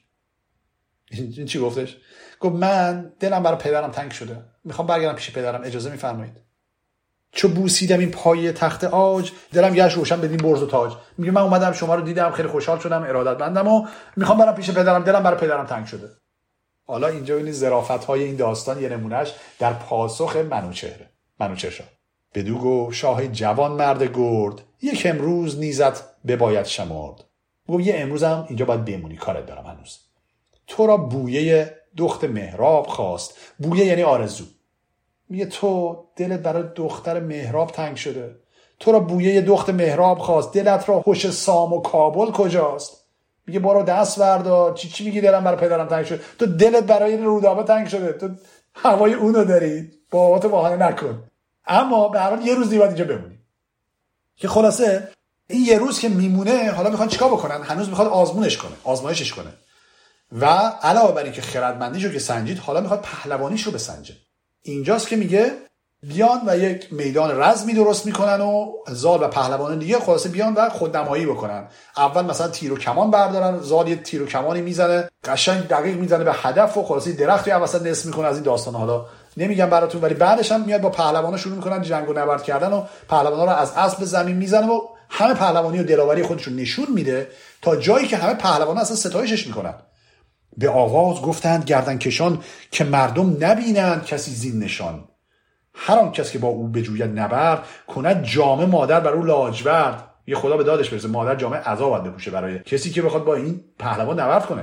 این چی گفتش؟ گفت من دلم برای پدرم تنگ شده، میخوام برگردم پیش پدرم، اجازه میفرمایید. چو بوسیدم این پای تخت عاج، دلم گشت روشن بدین برز و تاج. میگه من اومدم شما رو دیدم، خیلی خوشحال شدم، ارادتمندم و میخوام برم پیش پدرم، دلم برای پدرم تنگ شده. حالا اینجا ببینید ظرافت‌های این داستان یه نمونهش در پاسخ منوچهر. منوچهر شاه بدو گفت شاه جوان مرد گرد، یک امروز نیزت بباید شمرد. گفت یه امروز هم اینجا باید بمونی، کارت دارم هنوز. تو را بویه دخت مهراب خواست. بویه یعنی آرزو. میگه تو دلت برای دختر مهراب تنگ شده، تو را بویه دخت مهراب خواست. دلت را هوش سام و کابل کجاست؟ میگه برو دست بردار. چی چی میگی دلم برای پدرم تنگ شده؟ تو دلت برای رودابه تنگ شده، تو هوای اونو داری، بابات بهانه نکن. اما به هر حال یه روز دیگه اینجا بمونی. که خلاصه این یه روز که میمونه حالا میخوان چیکار بکنن؟ هنوز میخواد آزمونش کنه، آزمایشش کنه. و علاوه بر اینکه خردمندیشو که سنجید، حالا میخواد پهلوانیش رو بسنجه. اینجاست که میگه بیان و یک میدان رزمی درست میکنن و زال و پهلوانان دیگه خلاصه بیان و خودنمایی بکنن. اول مثلا تیر و کمان بردارن، زال یه تیر و کمانی میزنه، قشنگ دقیق میزنه به هدف و خلاصه درختی وسط نصب میکنه. از این داستان حالا نمیگم براتون، ولی بعدش هم میاد با پهلوانا شروع میکنن جنگ و نبرد کردن و پهلوانا رو از اسب زمین میزنه و همه پهلوانی و دلاوری خودشون نشون میده تا جایی که همه پهلوانا اصلا ستایشش میکنن. به آواز گفتند گردن کشان، که مردم نبینند کسی زین نشان. هر آن کس که با او بجوید نبرد، کند جامه مادر بر او لاجورد. یه خدا به دادش برسه، مادر جامه عزا باید بپوشه برای کسی که بخواد با این پهلوان نبرد کنه.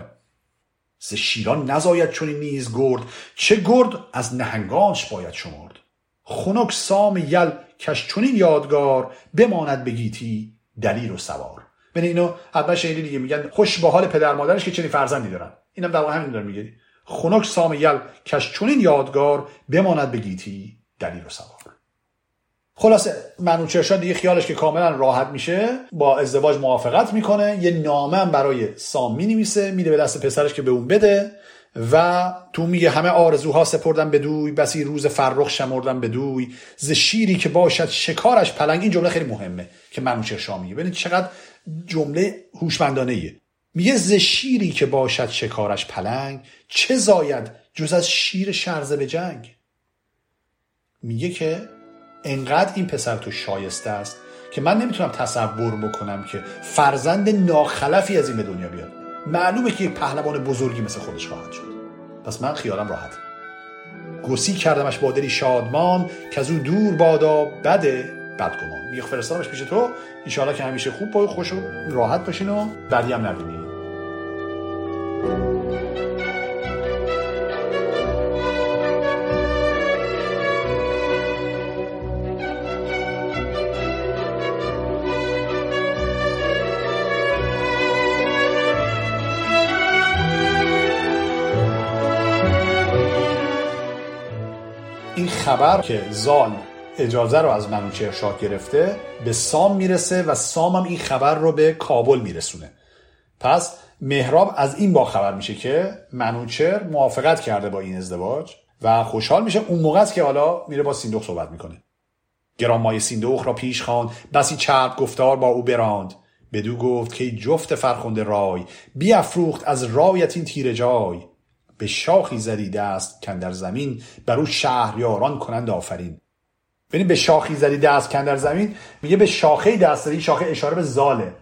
ز شیران نزاید چنین نیز گرد، چه گرد از نهنگانش باید شمرد. خنک سام یل کش چنین یادگار، بماند به گیتی دلیر و سوار. ببین اینو حتما شنیدی دیگه، میگن خوش با حال پدر مادرش که چنین فرزندی دارن. اینم در واقع همین داره میگه. خنک سام یل کش چنین یادگار، بماند به گیتی دلیر و سوار. خلاصه منوچهر شاه دیگه خیالش که کاملا راحت میشه، با ازدواج موافقت میکنه، یه نامه هم برای سام مینویسه، میده به دست پسرش که به اون بده و تو میگه همه آرزوها سپردم بدوی، بسی روز فرخ شمردم بدوی. ز شیری که باشد شکارش پلنگ. این جمله خیلی مهمه که منوچهر شاه میگه، ببینید چقدر جمله هوشمندانه ایه. میگه ز شیری که باشد شکارش پلنگ، چه زاید جز از شیر شرزه به جنگ. میگه که انقدر این پسر تو شایسته است که من نمیتونم تصور بکنم که فرزند ناخلفی از این به دنیا بیاد. معلومه که یک پهلوان بزرگی مثل خودش خواهد شد. پس من خیالم راحت. گسی کردمش با دلی شادمان، که از او دور بادا بده بدگمان. میگه فرستادمش پیش تو، انشاءالله که همیشه خوب با خوش و راحت باشین و بدی هم نبینی. این خبر که زال اجازه رو از منوچهر شاه گرفته به سام میرسه و سام هم این خبر رو به کابل میرسونه. پس مهراب از این با خبر میشه که منوچهر موافقت کرده با این ازدواج و خوشحال میشه. اون موقع است که حالا میره با سیندخت صحبت میکنه. گرانمایه سیندخت را پیش خواند، بسی چرب گفتار با او براند. بدو گفت که جفت فرخنده رای، بیافروخت از رایت این تیره جای. به شاخی زدی دست کاندر زمین، بر او شهریاران کنند آفرین. ببین به شاخی زدی دست کاندر زمین، میگه به شاخه دست زدی. شاخه اشاره به زاله.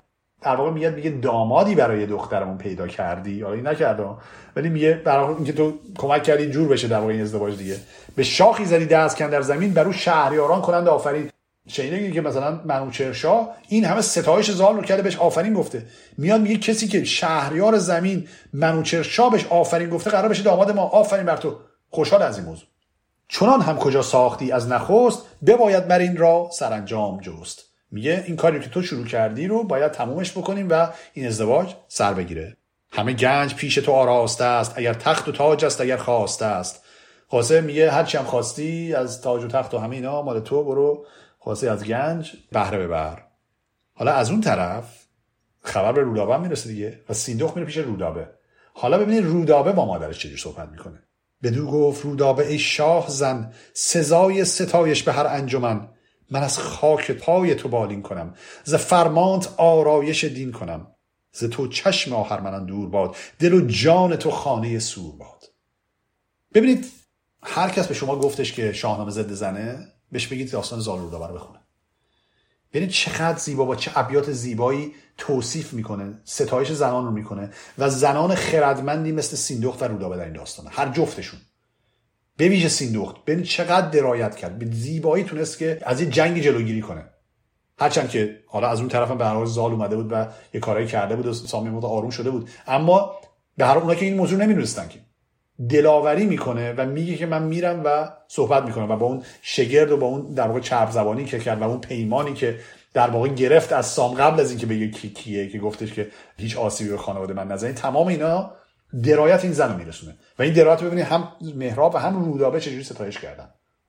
در واقع میگه میگه دامادی برای دخترمون پیدا کردی، حالا این نکرده ولی میگه برای اینکه تو کمک کردی جور بشه در واقع این ازدواج دیگه، به شاخی زدی دست کن در زمین برو شهریاران کنند آفرین. شنیدی که مثلا منوچهرشاه این همه ستایش زال رو کرده بهش آفرین گفته، میاد میگه کسی که شهریار زمین منوچهرشاه بهش آفرین گفته قرار بشه داماد ما، آفرین بر تو، خوشحال از این موضوع. چنان هم کجا ساختی از نخست، بباید بر این را سرانجام جست. میگه این کاری که تو شروع کردی رو باید تمومش بکنیم و این ازدواج سر بگیره. همه گنج پیش تو آراسته است، اگر تخت و تاج است اگر خواسته است. خاصه میگه هرچی هم خواستی از تاج و تخت و همه اینا مال تو، برو خاصه از گنج بهره ببر. حالا از اون طرف خبر به رودابه میرسه دیگه و سیندخت میره پیش رودابه. حالا ببینید رودابه با مادرش چجوری صحبت میکنه. بدو گفت رودابه ای شاه زن، سزای ستایش به هر انجمن. من از خاک پای تو بالین کنم، ز فرمانت آرایش دین کنم. ز تو چشم آهرمنان دور باد، دل و جان تو خانه سور باد. ببینید هر کس به شما گفتش که شاهنامه ضد زنه، بهش بگید داستان زال و رودابه رو بخونه. ببینید چقدر زیبا، با چه ابیات زیبایی توصیف میکنه، ستایش زنان رو میکنه و زنان خردمندی مثل سیندخت و رودابه در این داستانه، هر جفتشون. به ویژه سیندخت ببینید چقدر درایت کرد، به زیبایی تونست که از این جنگ جلوگیری کنه. هرچند که حالا از اون طرف هم به هر حال زال اومده بود و یه کارایی کرده بود و سامی مقدار آروم شده بود، اما به هر حال اونها که این موضوع نمیدونستن که دلاوری میکنه و میگه که من میرم و صحبت میکنم و با اون شگرد و با اون در واقع چرب زبانی که کرد و اون پیمانی که در واقع گرفت از سام قبل از اینکه بگه کی کیه، که گفتش که هیچ آسیبی به خانواده من نزنید، تمام اینا درایت این زن رو میرسونه و این درایت رو ببینید هم مهراب و هم رودابه چجوری ستایش کردن.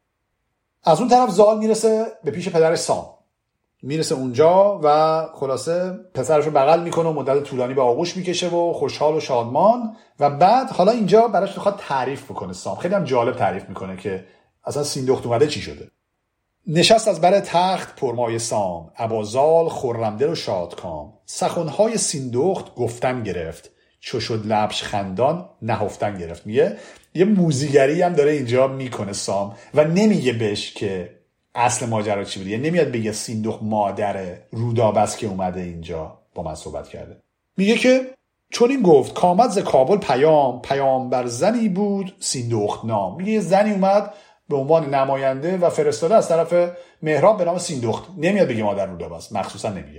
از اون طرف زال میرسه به پیش پدرش سام، میرسه اونجا و خلاصه پسرش رو بغل میکنه و مدت طولانی به آغوش میکشه و خوشحال و شادمان. و بعد حالا اینجا براش میخواد تعریف بکنه سام، خیلی هم جالب تعریف میکنه که اصلا سیندخت اومده چی شده. نشست از بر تخت پرمای سام، ابا زال خرمدل و شادکام. سخنهای سیندخت گفتن گرفت، چو شد لبش خندان نهفتن گرفت. میگه یه موزیگری هم داره اینجا میکنه سام و نمیگه بهش که اصل ماجرا چی بوده، یعنی نمیاد بگه سیندخت مادر رودابه است که اومده اینجا با من صحبت کرده. میگه که چون این گفت کامد ز کابل پیام، پیام بر زنی بود سیندخت نام. میگه یه زنی اومد به عنوان نماینده و فرستاده از طرف مهراب به نام سیندخت، نمیاد بگه مادر رودابه است، مخصوصا نمیگه.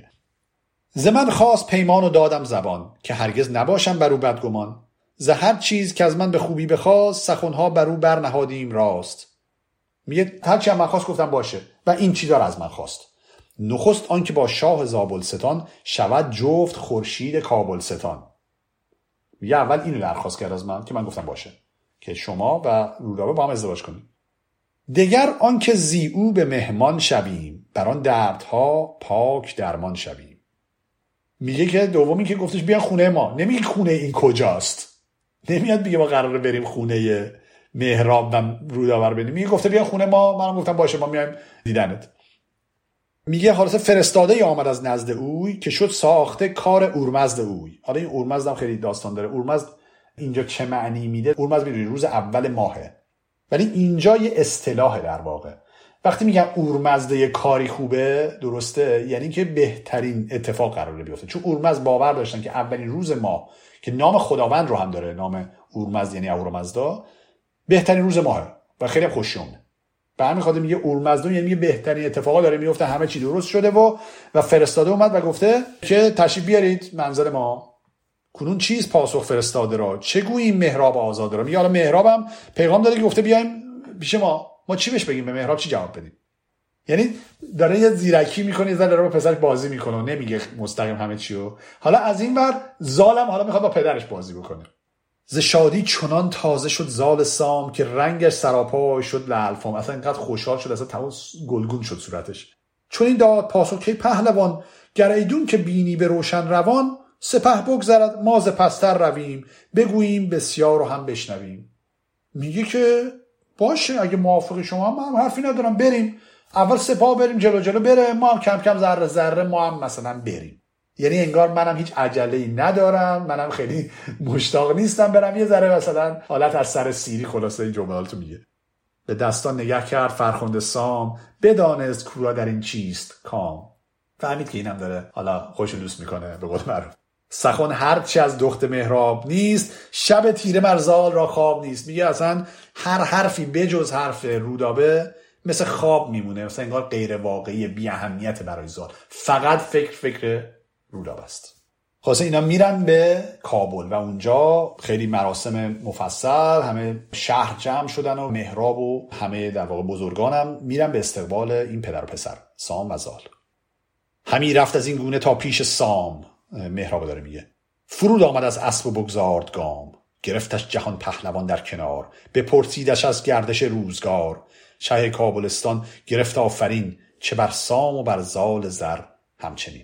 ز من خواست پیمان و دادم زبان، که هرگز نباشم بر او بدگمان. ز هر چیز که از من به خوبی بخواست، سخنها بر او برنهادیم راست. میگه هر چی من خواست گفتم باشه و این چیزا رو از من خواست. نخست آن که با شاه زابلستان، شود جفت خورشید کابلستان. میگه اول اینو درخواست کرد از من که من گفتم باشه که شما و رودابه با هم ازدواج کنیم. دگر آن که زی او به مهمان شویم، بر آن دردها پاک درمان شویم. میگه که دومی که گفتش بیان خونه ما، نمیگه خونه این کجاست، نمیاد بگه ما قراره بریم خونه مهراب و رودابه بریم، میگه گفته بیان خونه ما، منم گفتم باشه ما میایم دیدنت. میگه خلاصه فرستاده ی آمد از نزد اوی، که شد ساخته کار اورمزد اوی. حالا این اورمزد هم خیلی داستان داره. اورمزد اینجا چه معنی میده؟ اورمزد میدونی روز اول ماهه، ولی اینجا یه اصطلاح در واقع. وقتی میگم اورمزد یه کاری خوبه، درسته، یعنی که بهترین اتفاق قراره بیفته. چون اورمزد باور داشتن که اولین روز ماه که نام خداوند رو هم داره، نام اورمزد یعنی اورمزدا، بهترین روز ماهه و خیلی خوشیومه. به همین خاطر میگه اورمزدون یعنی بهترین اتفاقا داره میفته، همه چی درست شده و و فرستاده اومد و گفته که تشریف بیارید منزل ما. کنون چیز پاسخ فرستاده را، چه گوییم مهراب آزاده را. میگه حالا مهرابم پیغام داده که گفته بیایم پیش ما، ما چی بهش بگیم؟ به مهراب چی جواب بدیم؟ یعنی داره یه زیرکی میکنه، یه ذره داره با پسرش بازی میکنه و نمیگه مستقیم همه چیو. حالا از این ور زالم حالا میخواد با پدرش بازی بکنه. ز شادی چنان تازه شد زال سام، که رنگش سراپای شد لعلفام. اصلا اینقدر خوشحال شد، اصلا تمام گلگون شد صورتش. چون این داد پاسخ که پهلوان، گر ایدون که بینی به روشن روان. سپه بگذرد ما ز پستر رویم، بگوییم بسیار و هم بشنویم. میگه که باشه اگه موافقی شما، من حرفی ندارم، بریم اول سپاه بریم جلو جلو بره، ما هم کم کم ذره ذره ما هم مثلا بریم. یعنی انگار منم هیچ عجله‌ای ندارم، منم خیلی مشتاق نیستم برم، یه ذره مثلا حالت از سر سیری. خلاصه این جملاتو میگه. به دستان نگه کرد فرخنده سام، بدانست کورا در این چیست کام. فهمید که اینم داره حالا خوش دوست میکنه به قول معروف. سخن هرچی از دخت مهراب نیست، شب تیره مرزال را خواب نیست. میگه اصلا هر حرفی بجز حرف رودابه مثل خواب میمونه، مثلا انگار غیر واقعی، بی اهمیت برای زال، فقط فکر فکر رودابه است. خلاصه اینا میرن به کابل و اونجا خیلی مراسم مفصل، همه شهر جمع شدن و مهراب و همه در واقع بزرگانم میرن به استقبال این پدر و پسر سام و زال. همی رفت از این گونه تا پیش سام، مهراب داره میگه، فرود آمد از اسب و بگذارد گام، گرفتش جهان پهلوان در کنار، بپرسیدش از گردش روزگار، شه کابلستان گرفت آفرین، چه بر سام و بر زال زر همچنین.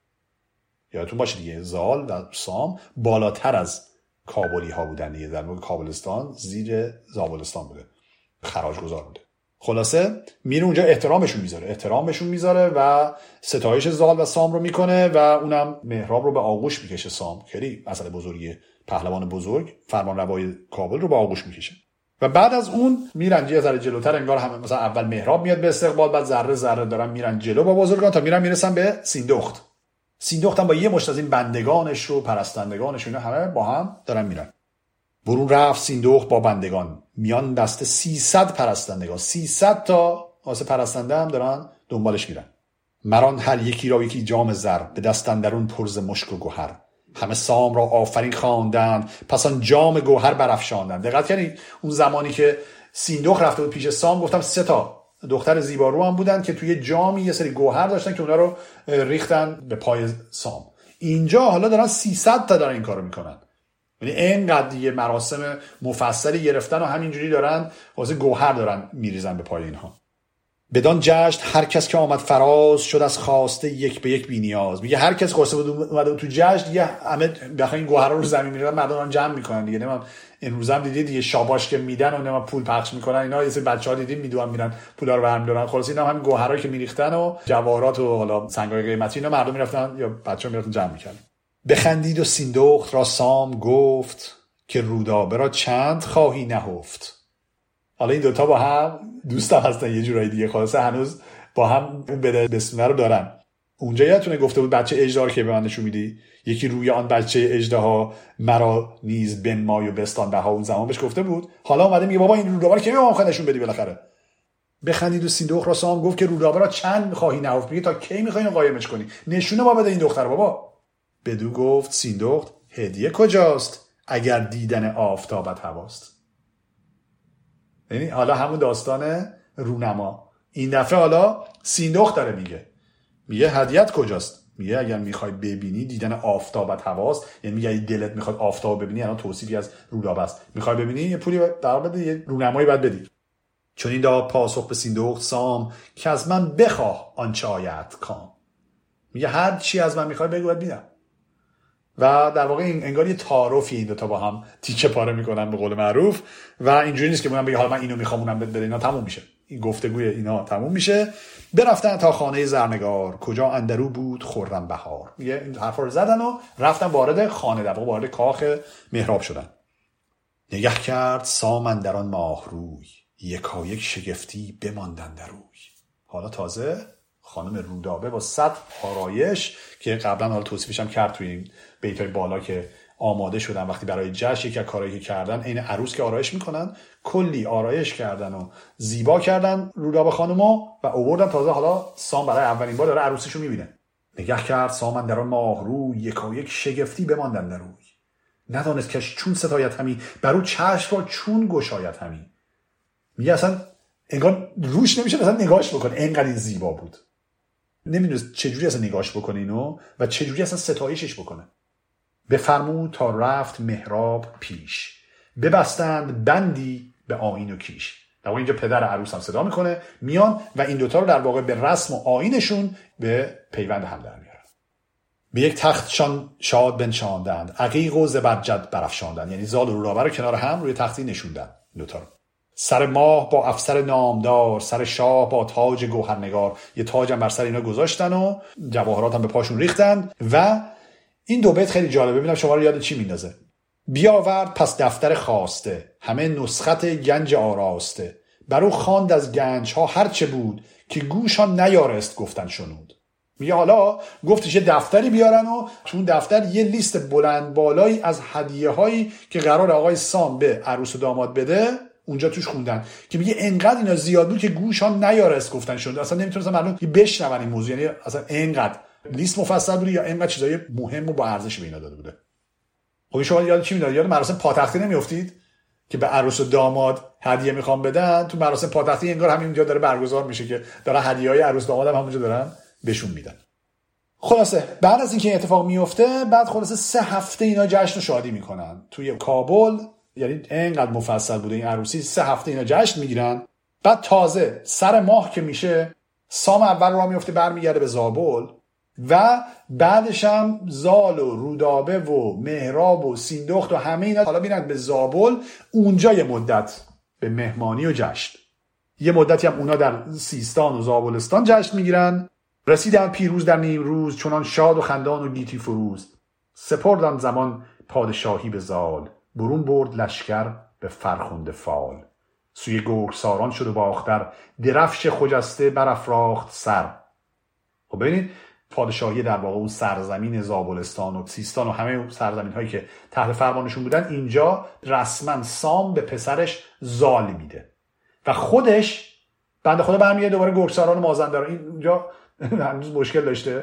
یادتون باشه دیگه زال و سام بالاتر از کابلی ها بودن دیگه، در واقع کابلستان زیر زابلستان بوده، خراج گذار بوده. خلاصه میره اونجا احترامشون میذاره احترامشون میذاره و ستایش زال و سام رو میکنه و اونم مهراب رو به آغوش میکشه. سام خیلی مسئله بزرگیه، پهلوان بزرگ فرمان روای کابل رو به آغوش میکشه. و بعد از اون میرن یه ذره جلوتر، انگار همه مثلا اول مهراب میاد به استقبال، بعد ذره ذره دارن میرن جلو با بزرگان تا میرن میرسن به سیندخت. سیندخت هم با یه مشت از این بندگانش و پرستندگانش اینا همه با هم دارن میرن. برون رفت سیندخت با بندگان، میان بسته سیصد پرستندگان، سیصد تا واسه پرستنده هم دارن دنبالش میرن. مران هر یکی را یکی جام زر، به دست اندرون پرز مشک و گوهر، همه سام را آفرین خواندند، پس آن جام گوهر برافشاندند. دقت کنید اون زمانی که سیندخت رفته بود پیش سام، گفتم سه تا دختر زیبارو هم بودن که توی جامی یه سری گوهر داشتن که اونا رو ریختن به پای سام. اینجا حالا دارن سیصد تا دارن این کارو میکنن، یعنی اینقدر دیگه مراسم مفصلی گرفتن و همینجوری دارن واسه گوهر دارن میریزن به پای اینها. بدان جشن هر کس که آمد فراز، شد از خواسته یک به یک بی نیاز. میگه هر کس خواسته بود اومده تو جشن دیگه همه بخاطر این گوهرا رو زمین میریزن، مردم جمع میکنن دیگه. نمیدونم امروز هم دیدید دیگه شاباش که میدن و نمیدونم پول پخش میکنن اینا، یه سری بچه‌ها دیدید میدونن میرن پولا رو برمی دارن. خلاص اینا همین گوهرایی که میریختن و جواهرات و حالا سنگای قیمتی اینا مردم میرفتن یا بچه‌ها میرفتن جمع میکردن. بخندید و سیندخت را سام گفت، که رودابه را چند خواهی نهفت. حالا این دوتا با هم دوست هم هستن یه جورایی دیگه، خلاصه هنوز با هم اون بده بسونه رو دارن. اونجا یادتونه گفته بود بچه اژدها که به من نشون میدی، یکی روی آن بچه اژدها مرا نیز بنمای و بستان بها، اون زمان بهش گفته بود. حالا اومده میگه بابا این رودابه رو کی میخوام نشون بدی بالاخره. بخندید و سیندخت را سام گفت که رودابه را چند میخواهی نهفت. میگه تا کی میخوای اینو قایمش کنی، نشونه ما بده این دختر بابا. بدو گفت سیندخت هدیه کجاست، اگر دیدن آفتابت هواست. یعنی حالا همون داستان رونما، این دفعه حالا سیندخت داره میگه میگه هدیه‌ت کجاست. میگه اگر میخوای ببینی دیدن آفتابت هواست، یعنی میگه اگه دلت میخواد آفتاب ببینی، الان توصیفی از رودابه است، میخوای ببینی یه پولی در بده، یه رونمایی بعد بدی. چون این داد پاسخ به سیندخت سام، که از من بخواه آنچه آید کام. میگه هر چی از من میخوای بگو بعد میدم. و در واقع این انگار یه تعارفی این دو تا با هم تیکه پاره میکنن به قول معروف، و اینجوری نیست که من بگم حالا من اینو میخوام اونم بده، اینا تموم میشه، این گفتگوی اینا تموم میشه. برفتن تا خانه زرنگار، کجا اندرو بود خرم بهار. میگه این حرفا رو زدن و رفتن وارد خانه، در واقع وارد کاخ مهراب شدن. نگه کرد سام اندران ماه روی، یکایک شگفتی بماندن در روی. حالا تازه خانم رودابه با صد آرایش که قبلا حالا توصیفش هم کرد توی این بیتای بالا که آماده شدن وقتی برای جشن، یکی از کارهایی که کردن عین عروس که آرایش میکنن، کلی آرایش کردن و زیبا کردن رودابه خانومو و آوردن. تازه حالا سام برای اولین بار داره عروسیشو میبینه. نگه کرد سام اندران ماه روی، یکایک شگفتی بماندن در روی. ندانست کش چون ستایت همی، برو چشم را چون گشایت همی. میگه اصلا انگار روش نمیشه مثلا نگاهش بکنه، اینقدر این زیبا بود. نمیدونست چجوری اصلا نگاهش بکنه اینو و چجوری اصلا ستایشش بکنه. بفرمود تا رفت مهراب پیش، ببستند بندی به آیین و کیش. در واقع اینجا پدر عروس هم صدا میکنه، میان و این دوتا رو در واقع به رسم و آیینشون به پیوند هم در میارن. به یک تختشان شاد بنشاندند، عقیق و زبرجد برافشاندند. یعنی زال و رودابه رو کنار هم روی تختی نشوندن دوتا رو. سر ماه با افسر نامدار، سر شاه با تاج گوهرنگار. یه تاج هم بر سر اینا گذاشتن و جواهرات هم به پاشون ریختن. و این دو بیت خیلی جالبه، ببینم شما رو یاد چی میندازه. بیاورد پس دفتر خواسته، همه نسخت گنج آراسته. برو خواند از گنج ها هر چه بود، که گوشان نیارست گفتن شنود. میگه حالا گفتش یه دفتری بیارن و تو اون دفتر یه لیست بلند بالایی از هدیه هایی که قرار آقای سام به عروس و داماد بده اونجا توش خوندن که میگه انقدر اینا زیاد بود که گوش ها نیارست گفتن شد، اصلا نمیتونستن مردم بشنون این موضوع، یعنی اصلا انقدر لیست مفصل بوده یا انقدر چیزای مهم و با ارزش به اینا داده بوده. خب شما یاد چی میاد؟ یاد مراسم پاتختی نمیافتید که به عروس و داماد هدیه میخوام بدن؟ تو مراسم پاتختی انگار همین اونجا داره برگزار میشه که داره هدیه‌های عروس داماد هم همونجا دارن بهشون میدن. خلاصه بعد از اینکه این اتفاق میفته، بعد خلاصه سه هفته اینا جشن و شادی میکنن توی کابل، یعنی اینقدر مفصل بوده این عروسی، سه هفته اینا جشن میگیرن. بعد تازه سر ماه که میشه، سام اول راه میفته برمیگرده به زابل و بعدش هم زال و رودابه و مهراب و سیندخت و همه اینا حالا میرن به زابل، اونجا یه مدت به مهمانی و جشن، یه مدتی هم اونا در سیستان و زابلستان جشن میگیرن. رسیدن پیروز در نیم روز، چنان شاد و خندان و گیتی فروز. سپردن زمان پادشاهی به زال، برون برد لشکر به فرخنده فال. سوی گرگساران شد و باختر، درفش خجسته برافراخت سر. خب ببینید پادشاهی در واقع اون سرزمین زابلستان و سیستان و همه سرزمین هایی که تحت فرمانشون بودن، اینجا رسما سام به پسرش زال میده و خودش بنده خدا برمیگرده دوباره گرگساران و مازندران. اینجا هنوز مشکل داشته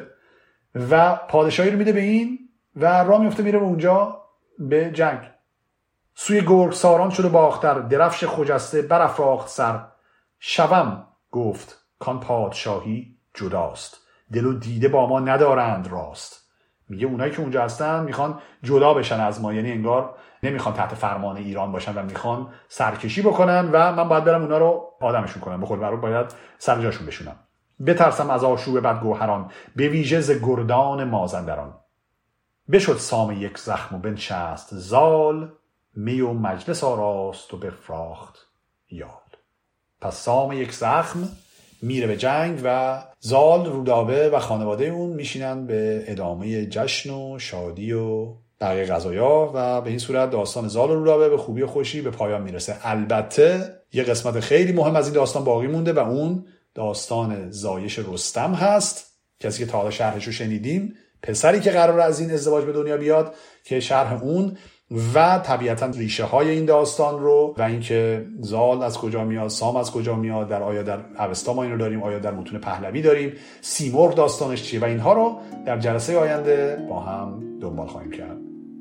و پادشاهی رو میده به این و راه میفته میره به اونجا به جنگ. سوی گرگساران شد و باختر، درفش خجسته برافراخت سر. شوم گفت کان پادشاهی جداست، دل و دیده با ما ندارند راست. میگه اونایی که اونجا هستن میخوان جدا بشن از ما، یعنی انگار نمیخوان تحت فرمان ایران باشن و میخوان سرکشی بکنن و من باید برم اونا رو آدمشون کنم، بخور برو باید سر جاشون بشونم. بترسم از آشوب بدگوهران، به ویژه ز گردان مازندران. بشد سام یک زخم و بنشست زال، می و مجلس آراست و بفراخت یال. پس سام یک زخم میره به جنگ و زال، رودابه و خانواده اون میشینن به ادامه جشن و شادی و بقیه قضایا و به این صورت داستان زال و رودابه به خوبی و خوشی به پایان میرسه. البته یه قسمت خیلی مهم از این داستان باقی مونده و اون داستان زایش رستم هست، کسی که تا حالا شرحش رو شنیدیم، پسری که قرار از این ازدواج به دنیا بیاد، که شرح اون و طبیعتا ریشه های این داستان رو و اینکه زال از کجا میاد، سام از کجا میاد، در آیا در اوستا ما این رو داریم، آیا در متون پهلوی داریم، سیمرغ داستانش چیه و اینها رو در جلسه آینده با هم دنبال خواهیم کرد.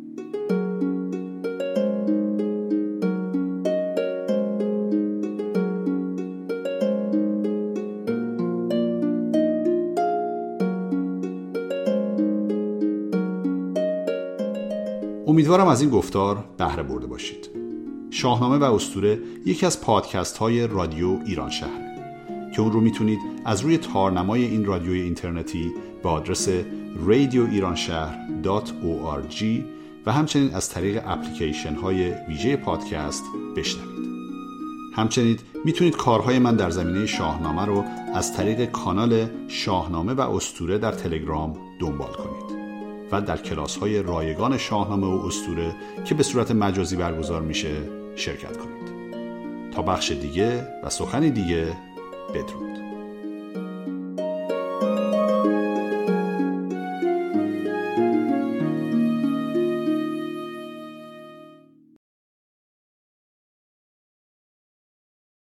امیدوارم از این گفتار بهره برده باشید. شاهنامه و اسطوره یکی از پادکست های رادیو ایران شهره که اون رو میتونید از روی تارنمای این رادیوی اینترنتی با آدرس رادیو ایران شهر دات او آر جی و همچنین از طریق اپلیکیشن های ویژه پادکست بشنوید. همچنین میتونید کارهای من در زمینه شاهنامه رو از طریق کانال شاهنامه و اسطوره در تلگرام دنبال کنید و در کلاس‌های رایگان شاهنامه و اسطوره که به صورت مجازی برگزار میشه شرکت کنید. تا بخش دیگه و سخنی دیگه، بدرود.